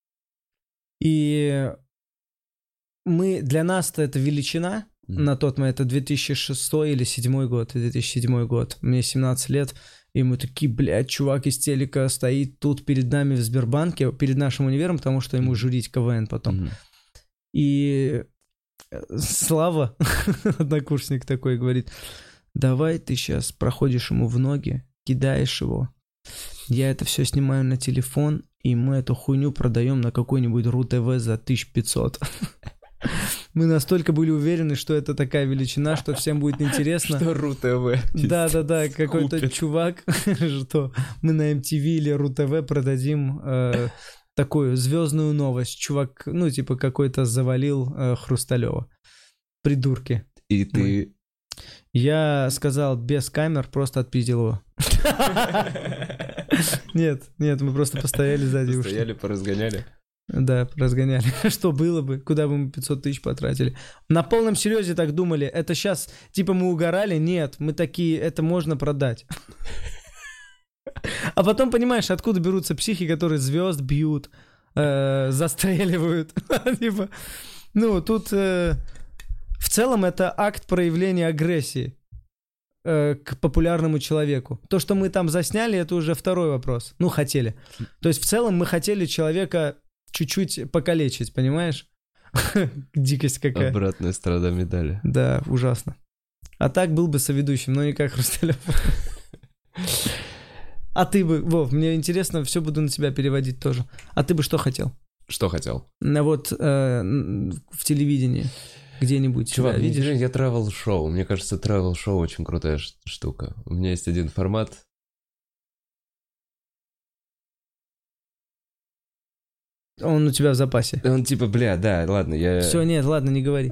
И мы, для нас-то это величина. Mm. На тот момент, это две тысячи шестой или две тысячи седьмой год, две тысячи седьмой год. Мне семнадцать лет. И мы такие, блядь, чувак из телека стоит тут перед нами в Сбербанке, перед нашим универом, потому что ему журить КВН потом. Mm. И... Слава, однокурсник такой, говорит, давай ты сейчас проходишь ему в ноги, кидаешь его. Я это все снимаю на телефон, и мы эту хуйню продаем на какой-нибудь РУ-ТВ за тысячу пятьсот. Мы настолько были уверены, что это такая величина, что всем будет интересно. Что РУ-ТВ. Да-да-да, какой-то чувак, что мы на эм ти ви или РУ-ТВ продадим... такую звездную новость. Чувак, ну, типа, какой-то завалил э, Хрусталева. Придурки. И ты... Мы. Я сказал без камер, просто отпиздил его. Нет, нет, мы просто постояли сзади. Постояли, поразгоняли. Да, поразгоняли. Что было бы, куда бы мы пятьсот тысяч потратили. На полном серьезе так думали. Это сейчас, типа, мы угорали? Нет, мы такие, это можно продать. А потом понимаешь, откуда берутся психи, которые звезд бьют, э, застреливают. Типа, ну, тут э, в целом это акт проявления агрессии э, к популярному человеку. То, что мы там засняли, это уже второй вопрос. Ну, хотели. То есть в целом мы хотели человека чуть-чуть покалечить, понимаешь? Дикость какая. Обратная сторона медали. Да, ужасно. А так был бы соведущим, но не как Хрусталев. А ты бы, Вов, мне интересно, все буду на тебя переводить тоже. А ты бы что хотел? Что хотел? На вот э, в телевидении где-нибудь. Чувак, видишь, я travel-шоу. Мне кажется, travel-шоу очень крутая штука. У меня есть один формат. Он у тебя в запасе. Он типа, бля, да, ладно, я... Все, нет, ладно, не говори.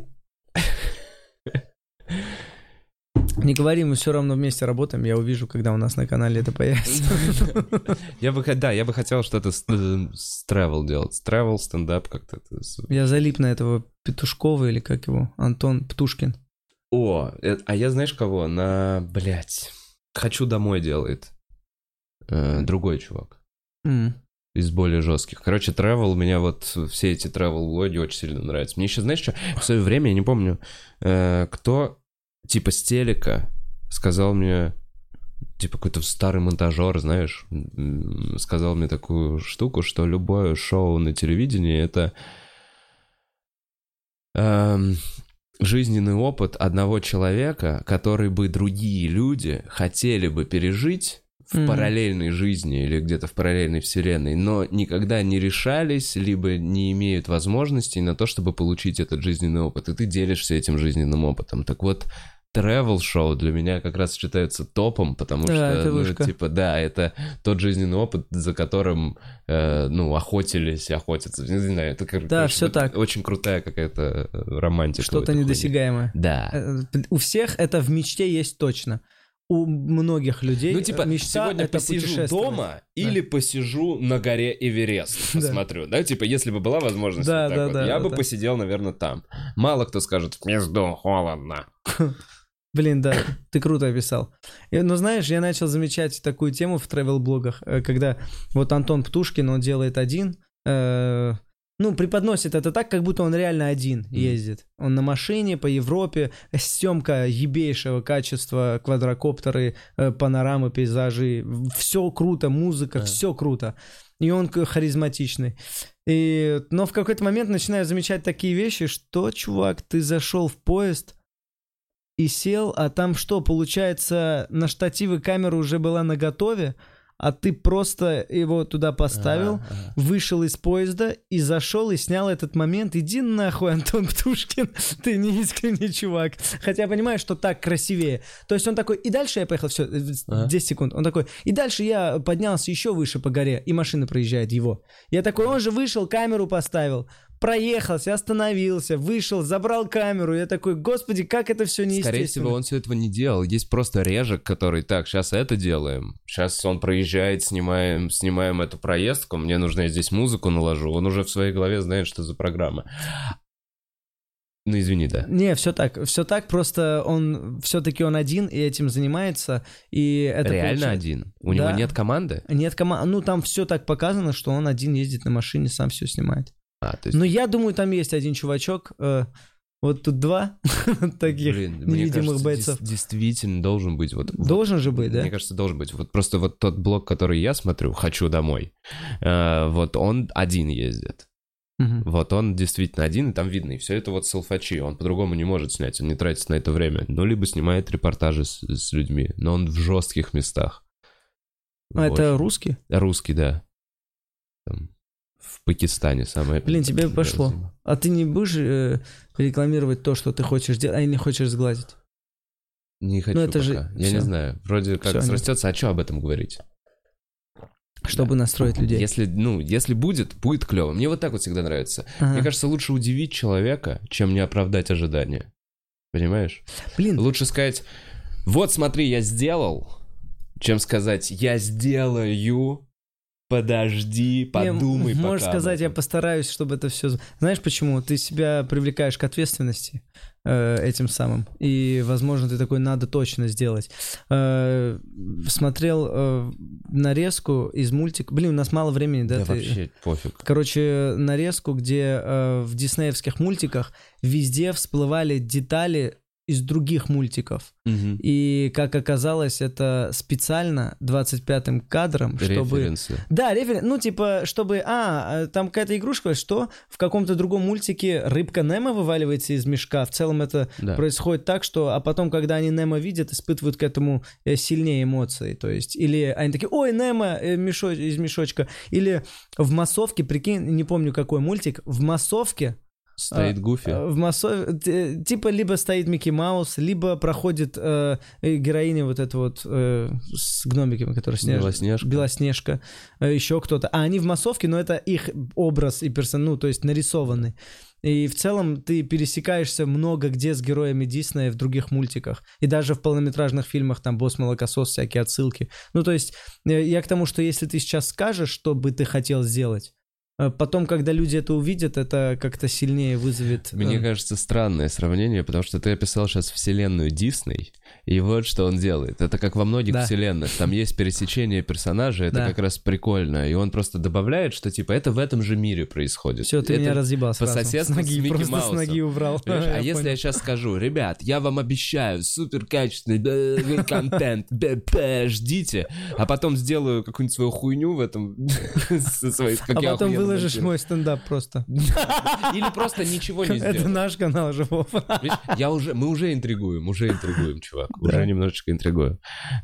Не говори, мы все равно вместе работаем. Я увижу, когда у нас на канале это появится. Я бы, да, я бы хотел что-то с, с travel делать. Travel, стендап как-то. Я залип на этого Петушкова или как его? Антон Птушкин. О, а я знаешь кого? На, блядь, «Хочу домой» делает. Э, другой чувак. Mm. Из более жестких. Короче, travel, меня вот все эти travel-влоги очень сильно нравятся. Мне еще, знаешь что? В свое время, я не помню, э, кто... Типа с телека сказал мне, типа какой-то старый монтажер, знаешь, сказал мне такую штуку, что любое шоу на телевидении — это эм, жизненный опыт одного человека, который бы другие люди хотели бы пережить в mm-hmm. параллельной жизни или где-то в параллельной вселенной, но никогда не решались, либо не имеют возможностей на то, чтобы получить этот жизненный опыт. И ты делишься этим жизненным опытом. Так вот, travel-шоу для меня как раз считается топом, потому да, что, ну, типа, да, это тот жизненный опыт, за которым, э, ну, охотились, охотятся. Не знаю, это, да, конечно, все это так. Очень крутая какая-то романтика. Что-то недосягаемое. Да. У всех это в мечте есть точно. У многих людей ну, типа, мечта сегодня это посижу дома да. или посижу на горе Эверест, посмотрю, да. да, типа, если бы была возможность, да, вот да, вот, да, я да, бы да. посидел, наверное, там. Мало кто скажет, в пизду, холодно. Блин, да, ты круто описал. Но знаешь, я начал замечать такую тему в travel-блогах, когда вот Антон Птушкин, он делает один, э, ну, преподносит это так, как будто он реально один ездит. Mm. Он на машине по Европе, съемка ебейшего качества, квадрокоптеры, э, панорамы, пейзажи, все круто, музыка, yeah. все круто. И он харизматичный. И, но в какой-то момент начинаю замечать такие вещи, что, чувак, ты зашел в поезд и сел, а там что, получается, на штативы камера уже была наготове, а ты просто его туда поставил, Ага, ага. вышел из поезда и зашел и снял этот момент. Иди нахуй, Антон Птушкин, ты не искренний чувак. Хотя я понимаю, что так красивее. То есть он такой, и дальше я поехал, все, Ага. десять секунд. Он такой, и дальше я поднялся еще выше по горе, и машина проезжает его. Я такой, он же вышел, камеру поставил, проехался, остановился, вышел, забрал камеру. Я такой, господи, как это все неестественно. Скорее всего, он все этого не делал. Есть просто режек, который, так, сейчас это делаем. Сейчас он проезжает, снимаем, снимаем эту проездку. Мне нужно, я здесь музыку наложу. Он уже в своей голове знает, что за программа. Ну, извини, да. Не, все так, все так, просто он, все-таки он один и этим занимается, и это Реально получается- один? У Да. него нет команды? Нет команды, ну там все так показано, что он один ездит на машине, сам все снимает. А, то есть... Но я думаю, там есть один чувачок, э, вот тут два таких Блин, мне невидимых кажется, бойцов. дес- действительно должен быть. Вот, вот, Должен же быть, да? Мне кажется, должен быть. Вот просто вот тот блог, который я смотрю, «Хочу домой», э, вот он один ездит. Мгм. Вот он действительно один, и там видно. И все это вот селфачи. Он по-другому не может снять, он не тратит на это время. Ну, либо снимает репортажи с, с людьми, но он в жестких местах. А Вот. это русский? Русский, да. Там, в Пакистане самое... Блин, тебе Да, пошло. зима. А ты не будешь э, рекламировать то, что ты хочешь делать, а не хочешь сглазить? Не хочу это пока. же Я всё. не знаю. Вроде как Всё, нет. срастется, а что об этом говорить? Чтобы настроить людей. Если, ну, если будет, будет клево. Мне вот так вот всегда нравится. Ага. Мне кажется, лучше удивить человека, чем не оправдать ожидания. Понимаешь? Блин, Лучше сказать, вот смотри, я сделал, чем сказать, я сделаю, подожди, подумай Не, пока. можешь об сказать, я этом». постараюсь, чтобы это все... Знаешь почему? Ты себя привлекаешь к ответственности э, этим самым. И, возможно, ты такой, надо точно сделать. Э, смотрел э, нарезку из мультика... Блин, у нас мало времени, да? Да ты- вообще пофиг. Короче, нарезку, где э, в диснеевских мультиках везде всплывали детали из других мультиков. Мгм. И, как оказалось, это специально двадцать пятым кадром, чтобы... Референсы. Да, референс, ну типа, чтобы, а, там какая-то игрушка, что в каком-то другом мультике рыбка Немо вываливается из мешка, в целом это Да. происходит так, что, а потом, когда они Немо видят, испытывают к этому э, сильнее эмоции, то есть, или они такие, ой, Немо э, мешо- из мешочка, или в массовке, прикинь, не помню какой мультик, в массовке, Стоит а, Гуфи. э, в массове, т- типа, либо стоит Микки Маус, либо проходит э, э, героиня вот эта вот э, с гномиками, которая снеж... Белоснежка. Белоснежка, э, еще кто-то. А они в массовке, но это их образ и персон, ну, то есть нарисованный. И в целом ты пересекаешься много где с героями Диснея в других мультиках. И даже в полнометражных фильмах там «Босс Молокосос», всякие отсылки. Ну, то есть э, я к тому, что если ты сейчас скажешь, что бы ты хотел сделать, э, потом, когда люди это увидят, это как-то сильнее вызовет... э, Мне кажется, странное сравнение, потому что ты описал сейчас вселенную Дисней, и вот что он делает. Это как во многих Да. вселенных. Там есть пересечение персонажей, это Да. как раз прикольно. И он просто добавляет, что типа это в этом же мире происходит. Все, ты Это меня разъебал по сразу. соседству С ноги, с Микки просто с Маусом. ноги убрал. Понимаешь? А Я если понял. я сейчас скажу, ребят, я вам обещаю супер качественный б- контент, б- б- ждите, а потом сделаю какую-нибудь свою хуйню в этом, со своей, как А я потом охуенно выложишь монтирую. мой стендап просто. Или просто ничего не Это сделаю. наш канал же, Вов. Видишь, я уже, мы уже интригуем, уже интригуем, чувак, уже немножечко интригуем.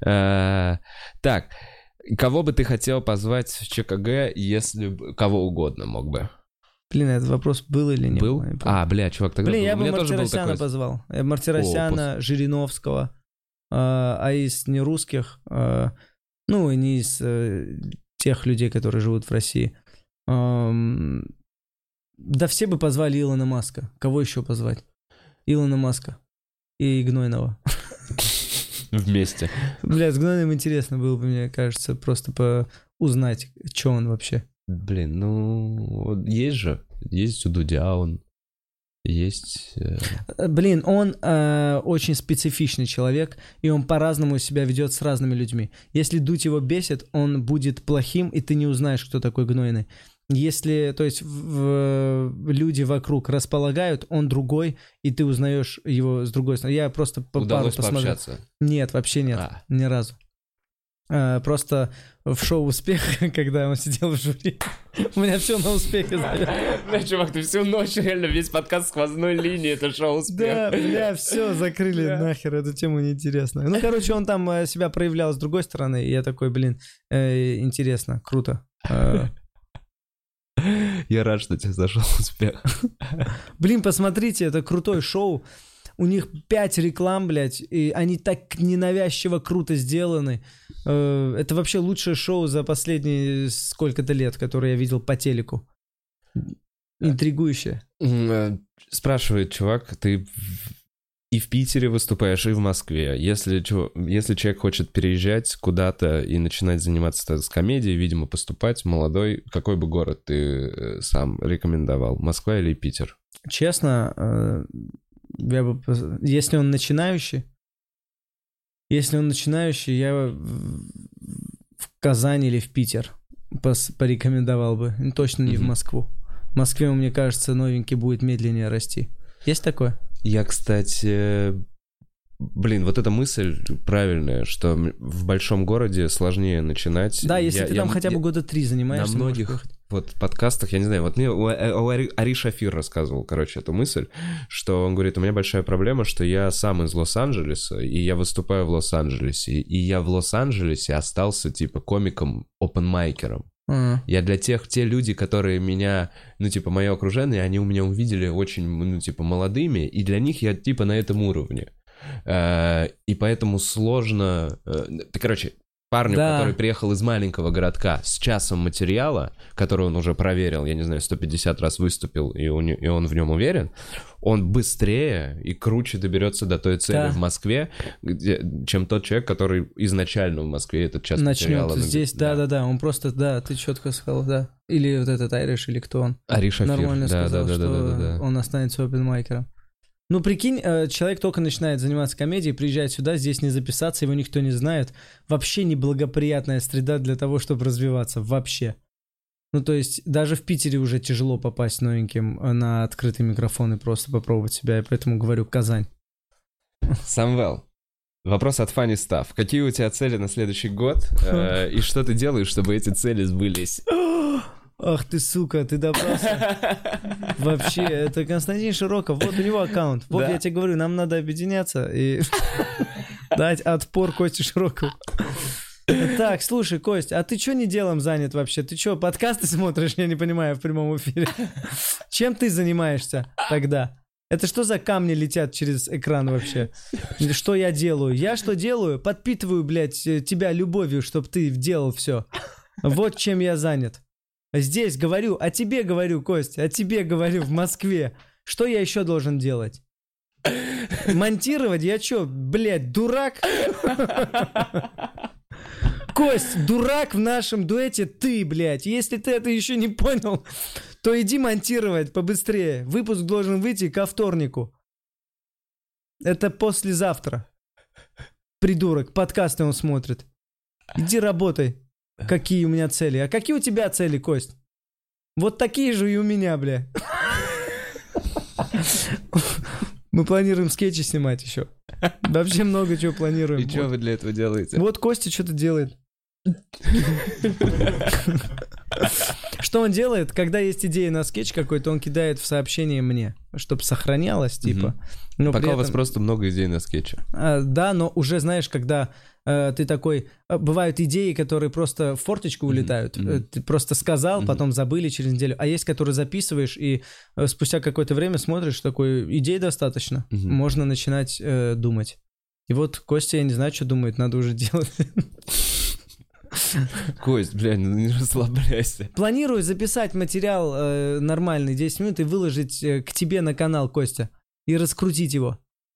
Э, Так, кого бы ты хотел позвать в ЧКГ, если бы... Кого угодно мог бы. Блин, этот вопрос был или не Был? был? Я не помню. А, бля, чувак, тогда Блин, был. я У бы меня тоже был Мартиросяна такой... позвал. Я бы Мартиросяна, Жириновского, а а из нерусских, а, ну, и не из э, тех людей, которые живут в России. ам, Да все бы позвали Илона Маска. Кого еще позвать? Илона Маска и Гнойного. Вместе. Бля, с Гнойным интересно было бы, мне кажется, просто по узнать, что он вообще. Блин, ну, вот есть же, есть у Дудя он, есть... э, Э, Блин, он э, очень специфичный человек, и он по-разному себя ведет с разными людьми. Если Дудь его бесит, он будет плохим, и ты не узнаешь, кто такой Гнойный. Если, то есть, в- в- люди вокруг располагают, он другой, и ты узнаешь его с другой стороны. Я просто по пару Удалось посмотрел. пообщаться. Нет, вообще нет, А. ни разу. э, просто в шоу «Успех», когда он сидел в жюри. У меня все на успехе. Бля, чувак, ты всю ночь реально весь подкаст сквозной линии, это шоу «Успех». Да, бля, все, закрыли нахер, эту тему неинтересно. Ну, короче, он там себя проявлял с другой стороны, и я такой, блин, интересно, круто. Я рад, что тебе зашел «Успех». Блин, посмотрите, это крутое шоу. У них пять реклам, блядь, и они так ненавязчиво круто сделаны. Это вообще лучшее шоу за последние сколько-то лет, которое я видел по телеку. Интригующее. Спрашивает чувак, ты и в Питере выступаешь, и в Москве. Если, если человек хочет переезжать куда-то и начинать заниматься с комедией, видимо, поступать, молодой, какой бы город ты сам рекомендовал? Москва или Питер? Честно, я бы... если он начинающий, если он начинающий, я в Казань или в Питер пос- порекомендовал бы. Точно не mm-hmm. в Москву. В Москве, мне кажется, новенький будет медленнее расти. Есть такое? Я, кстати... Блин, вот эта мысль правильная, что в большом городе сложнее начинать. Да, если я, ты я, там я, хотя бы я, года три занимаешься. На многих вот подкастах, я не знаю, вот мне Ари Шафир рассказывал, короче, эту мысль, что он говорит, у меня большая проблема, что я сам из Лос-Анджелеса, и я выступаю в Лос-Анджелесе, и я в Лос-Анджелесе остался, типа, комиком-опенмайкером. Uh-huh. Я для тех, те люди, которые меня, ну, типа, мое окружение, они у меня увидели очень, ну, типа, молодыми, и для них я, типа, на этом уровне. Uh, и поэтому сложно... Uh, короче, парню, да. который приехал из маленького городка с часом материала, который он уже проверил, я не знаю, сто пятьдесят раз выступил, и он, и он в нем уверен, он быстрее и круче доберется до той цели да. в Москве, где, чем тот человек, который изначально в Москве этот час начнет материала... Начнет здесь, да-да-да, он просто, да, ты четко сказал, да. Или вот этот Айриш, или кто он. Ари Шафир. Нормально да, сказал, да, да, что да, да, да. он останется опенмайкером. Ну, прикинь, человек только начинает заниматься комедией, приезжает сюда, здесь не записаться, его никто не знает. Вообще неблагоприятная среда для того, чтобы развиваться. Вообще. Ну, то есть, даже в Питере уже тяжело попасть новеньким на открытый микрофон и просто попробовать себя. Я поэтому говорю Казань. Самвел, вопрос от Funny Stuff. Какие у тебя цели на следующий год? И что ты делаешь, чтобы эти цели сбылись? Ах ты, сука, ты добрался. Вообще, это Константин Широков. Вот у него аккаунт. Вот да? Я тебе говорю, нам надо объединяться и дать отпор Косте Широкову. Так, слушай, Кость, а ты что не делом занят вообще? Ты что, подкасты смотришь, я не понимаю, в прямом эфире? Чем ты занимаешься тогда? Это что за камни летят через экран вообще? Что я делаю? Я что делаю? Подпитываю, блядь, тебя любовью, чтобы ты делал все. Вот чем я занят. Здесь говорю, о тебе говорю, Кость, о тебе говорю в Москве. Что я еще должен делать? Монтировать? Я что, блядь, дурак? Кость, дурак в нашем дуэте ты, блядь. Если ты это еще не понял, то иди монтировать побыстрее. Выпуск должен выйти ко вторнику. Это послезавтра. Придурок, подкасты он смотрит. Иди работай. Какие у меня цели? А какие у тебя цели, Кость? Вот такие же и у меня, бля. Мы планируем скетчи снимать еще. Вообще много чего планируем. И вот. Что вы для этого делаете? Вот Костя что-то делает. Что он делает? Когда есть идея на скетч какой-то, он кидает в сообщение мне, чтобы сохранялось, типа. Но пока этом... у вас просто много идей на скетче. А, да, но уже, знаешь, когда э, ты такой... Э, бывают идеи, которые просто в форточку улетают. Mm-hmm. Э, ты просто сказал, mm-hmm. потом забыли через неделю. А есть, которые записываешь, и э, спустя какое-то время смотришь, такой, идей достаточно. Mm-hmm. Можно начинать э, думать. И вот Костя, я не знаю, что думает, надо уже делать. Кость, бля, ну не расслабляйся. Планирую записать материал э, нормальный, десять минут, и выложить э, к тебе на канал, Костя. И раскрутить его.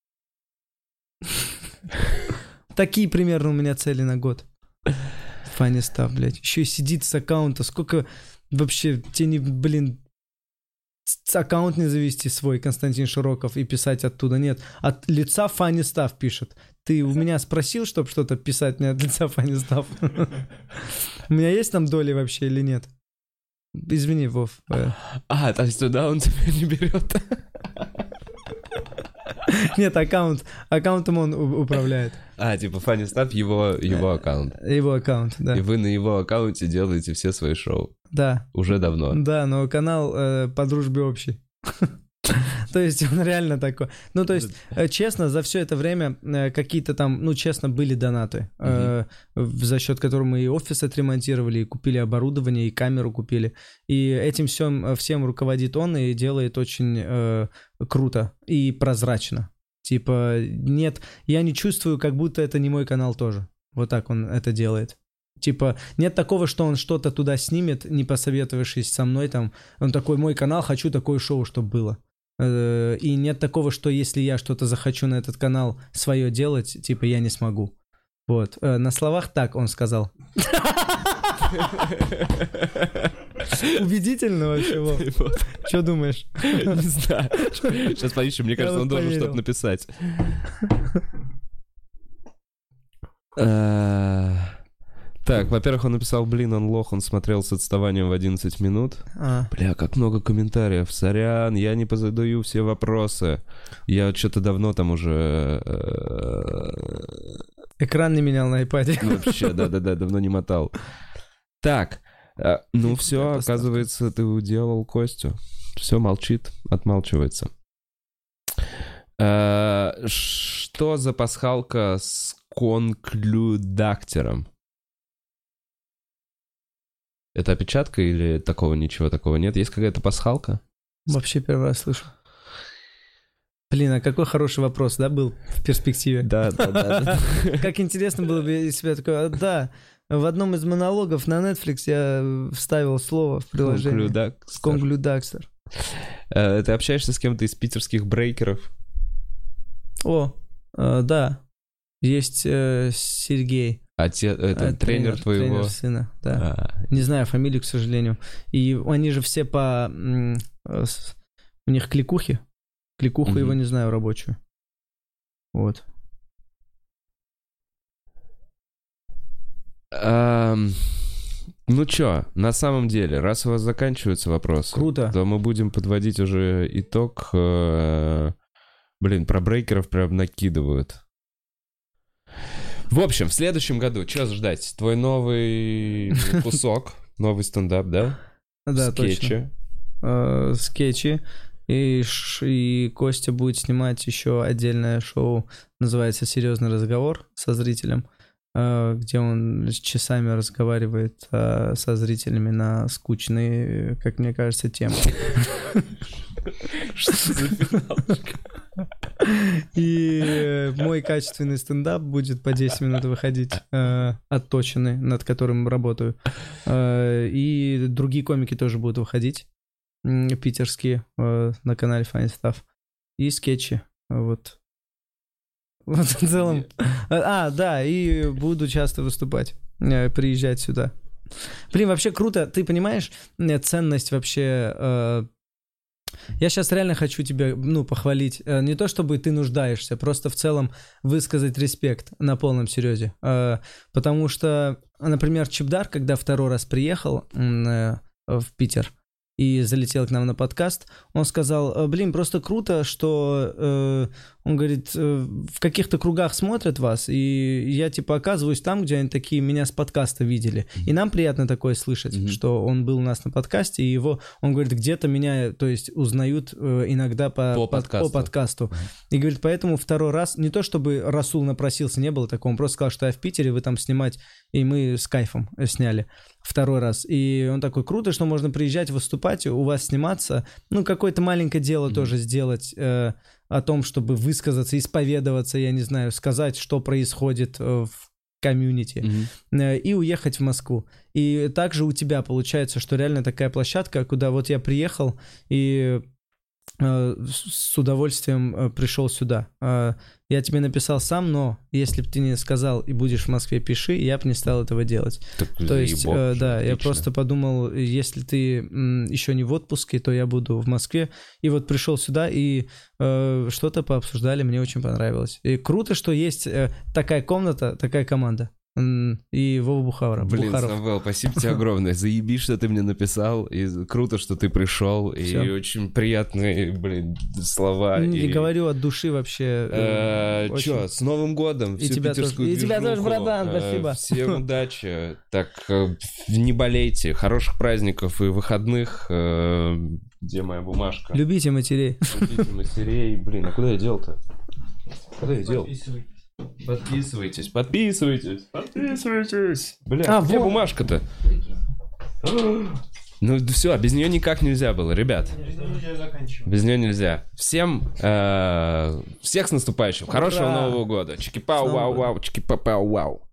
Такие примерно у меня цели на год. Funny Stuff, блядь. Еще и сидит с аккаунта. Сколько вообще тебе не, блин, аккаунт не завести свой, Константин Широков, и писать оттуда. Нет, от лица Funny Stuff пишет. Ты у меня спросил, чтобы что-то писать мне от лица Funny Stuff? У меня есть там доли вообще или нет? Извини, Вов. А, то есть туда он тебя не берет? Нет, аккаунт, аккаунтом он у- управляет. А, типа Funny Stuff, его, его аккаунт. Его аккаунт, да. И вы на его аккаунте делаете все свои шоу. Да. Уже давно. Да, но канал э, по дружбе общий. То есть он реально такой. Ну, то есть, э, честно, за все это время э, какие-то там, ну, честно, были донаты, э, в- за счет которых мы и офис отремонтировали, и купили оборудование, и камеру купили. И этим всем, всем руководит он и делает очень э, круто и прозрачно. Типа, нет, я не чувствую, как будто это не мой канал тоже. Вот так он это делает. Типа, нет такого, что он что-то туда снимет, не посоветовавшись со мной, там, он такой, мой канал, хочу такое шоу, чтобы было. Э, И нет такого, что если я что-то захочу на этот канал свое делать, типа, я не смогу. Вот. Э, На словах так он сказал. Убедительно вообще, Вов. Вот. Что думаешь? Не знаю. Сейчас поищем, мне кажется, вот он должен поверил. что-то написать. Э, Так, во-первых, он написал, блин, он лох, он смотрел с отставанием в одиннадцать минут. А, Бля, как много комментариев. Сорян, я не позадаю все вопросы. Я что-то давно там уже... э, Экран не менял на iPad. Вообще, да-да-да, давно не мотал. Так, э, ну все, поставь. оказывается, ты уделал Костю. Все, молчит, отмалчивается. Э, Что за пасхалка с конклюдактером? Это опечатка или такого ничего такого нет? Есть какая-то пасхалка? Вообще первый раз слышу. Блин, а какой хороший вопрос, да, был в перспективе? Да, да, да. Как интересно было бы, если бы я такой, «А, да, в одном из монологов на Netflix я вставил слово в приложение. Конклюдакстер. Конглюдакстер. Э, Ты общаешься с кем-то из питерских брейкеров? О, э, да, есть э, Сергей. А те, это э, тренер, твоего... Тренер сына, да. А, Не знаю фамилию, к сожалению. И они же все по... м, э, с- У них кликухи. Кликуху Мгм. его не знаю рабочую. Вот. Ам, Ну чё, на самом деле, раз у вас заканчиваются вопросы, Круто. то мы будем подводить уже итог. Э, Блин, про брейкеров прям накидывают. В общем, в следующем году что ждать? Твой новый кусок, новый стендап, да? Да, точно. Скетчи. Э, скетчи. И, ш- и Костя будет снимать еще отдельное шоу, называется «Серьезный разговор» со зрителем, э, где он с часами разговаривает э, со зрителями на скучные, как мне кажется, темы. Что за финалочка? И э, мой качественный стендап будет по десять минут выходить, э, отточенный, над которым работаю. Э, И другие комики тоже будут выходить, м, питерские, э, на канале Funny Stuff. И скетчи, вот. Вот в целом. А, да, и буду часто выступать, э, приезжать сюда. Блин, вообще круто. Ты понимаешь э, ценность вообще... э, Я сейчас реально хочу тебя, ну, похвалить. Э, Не то, чтобы ты нуждаешься, просто в целом высказать респект на полном серьезе. Э, Потому что, например, Чебдар, когда второй раз приехал м, э, в Питер и залетел к нам на подкаст, он сказал, «Э, блин, просто круто, что, э, он говорит, э, в каких-то кругах смотрят вас, и я, типа, оказываюсь там, где они такие меня с подкаста видели. И нам приятно такое слышать, Мгм. что он был у нас на подкасте, и его, он говорит, где-то меня, то есть, узнают э, иногда по, По по- подкасту. по подкасту. И говорит, поэтому второй раз, не то чтобы Расул напросился, не было такого, он просто сказал, что я в Питере, вы там снимать, и мы с кайфом э, сняли второй раз. И он такой, круто, что можно приезжать, выступать, у вас сниматься, ну, какое-то маленькое дело Мгм. тоже сделать, э, о том, чтобы высказаться, исповедоваться, я не знаю, сказать, что происходит э, в комьюнити, Мгм. э, и уехать в Москву. И также у тебя получается, что реально такая площадка, куда вот я приехал и э, с с удовольствием э, пришел сюда. Э, Я тебе написал сам, но если бы ты не сказал и будешь в Москве, пиши, я бы не стал этого делать. Так, То есть, заебок э, же, да, я отлично. просто подумал, если ты м, еще не в отпуске, то я буду в Москве. И вот пришел сюда и э, что-то пообсуждали, мне очень понравилось. И круто, что есть э, такая комната, такая команда. и Вова Бухаров. Блин, Самвел, спасибо тебе огромное. Заебись, что ты мне написал. И круто, что ты пришел. Всё. И очень приятные, блин, слова. И, и... говорю от души вообще. Э, очень... Чё, с Новым годом. И тебя тоже. И тебя тоже, братан, спасибо. Всем удачи. Так, не болейте. Хороших праздников и выходных. Где моя бумажка? Любите матерей. Любите матерей. Блин, а куда я дел-то? Куда я дел? Подписывайтесь. Подписывайтесь, подписывайтесь, подписывайтесь. Бля, а, где вот. бумажка-то? Ну все, без нее никак нельзя было, ребят. Без нее нельзя. Всем, э, всех с наступающим. Хорошего Нового года. Чики-пау-вау-вау, чики-пау-вау.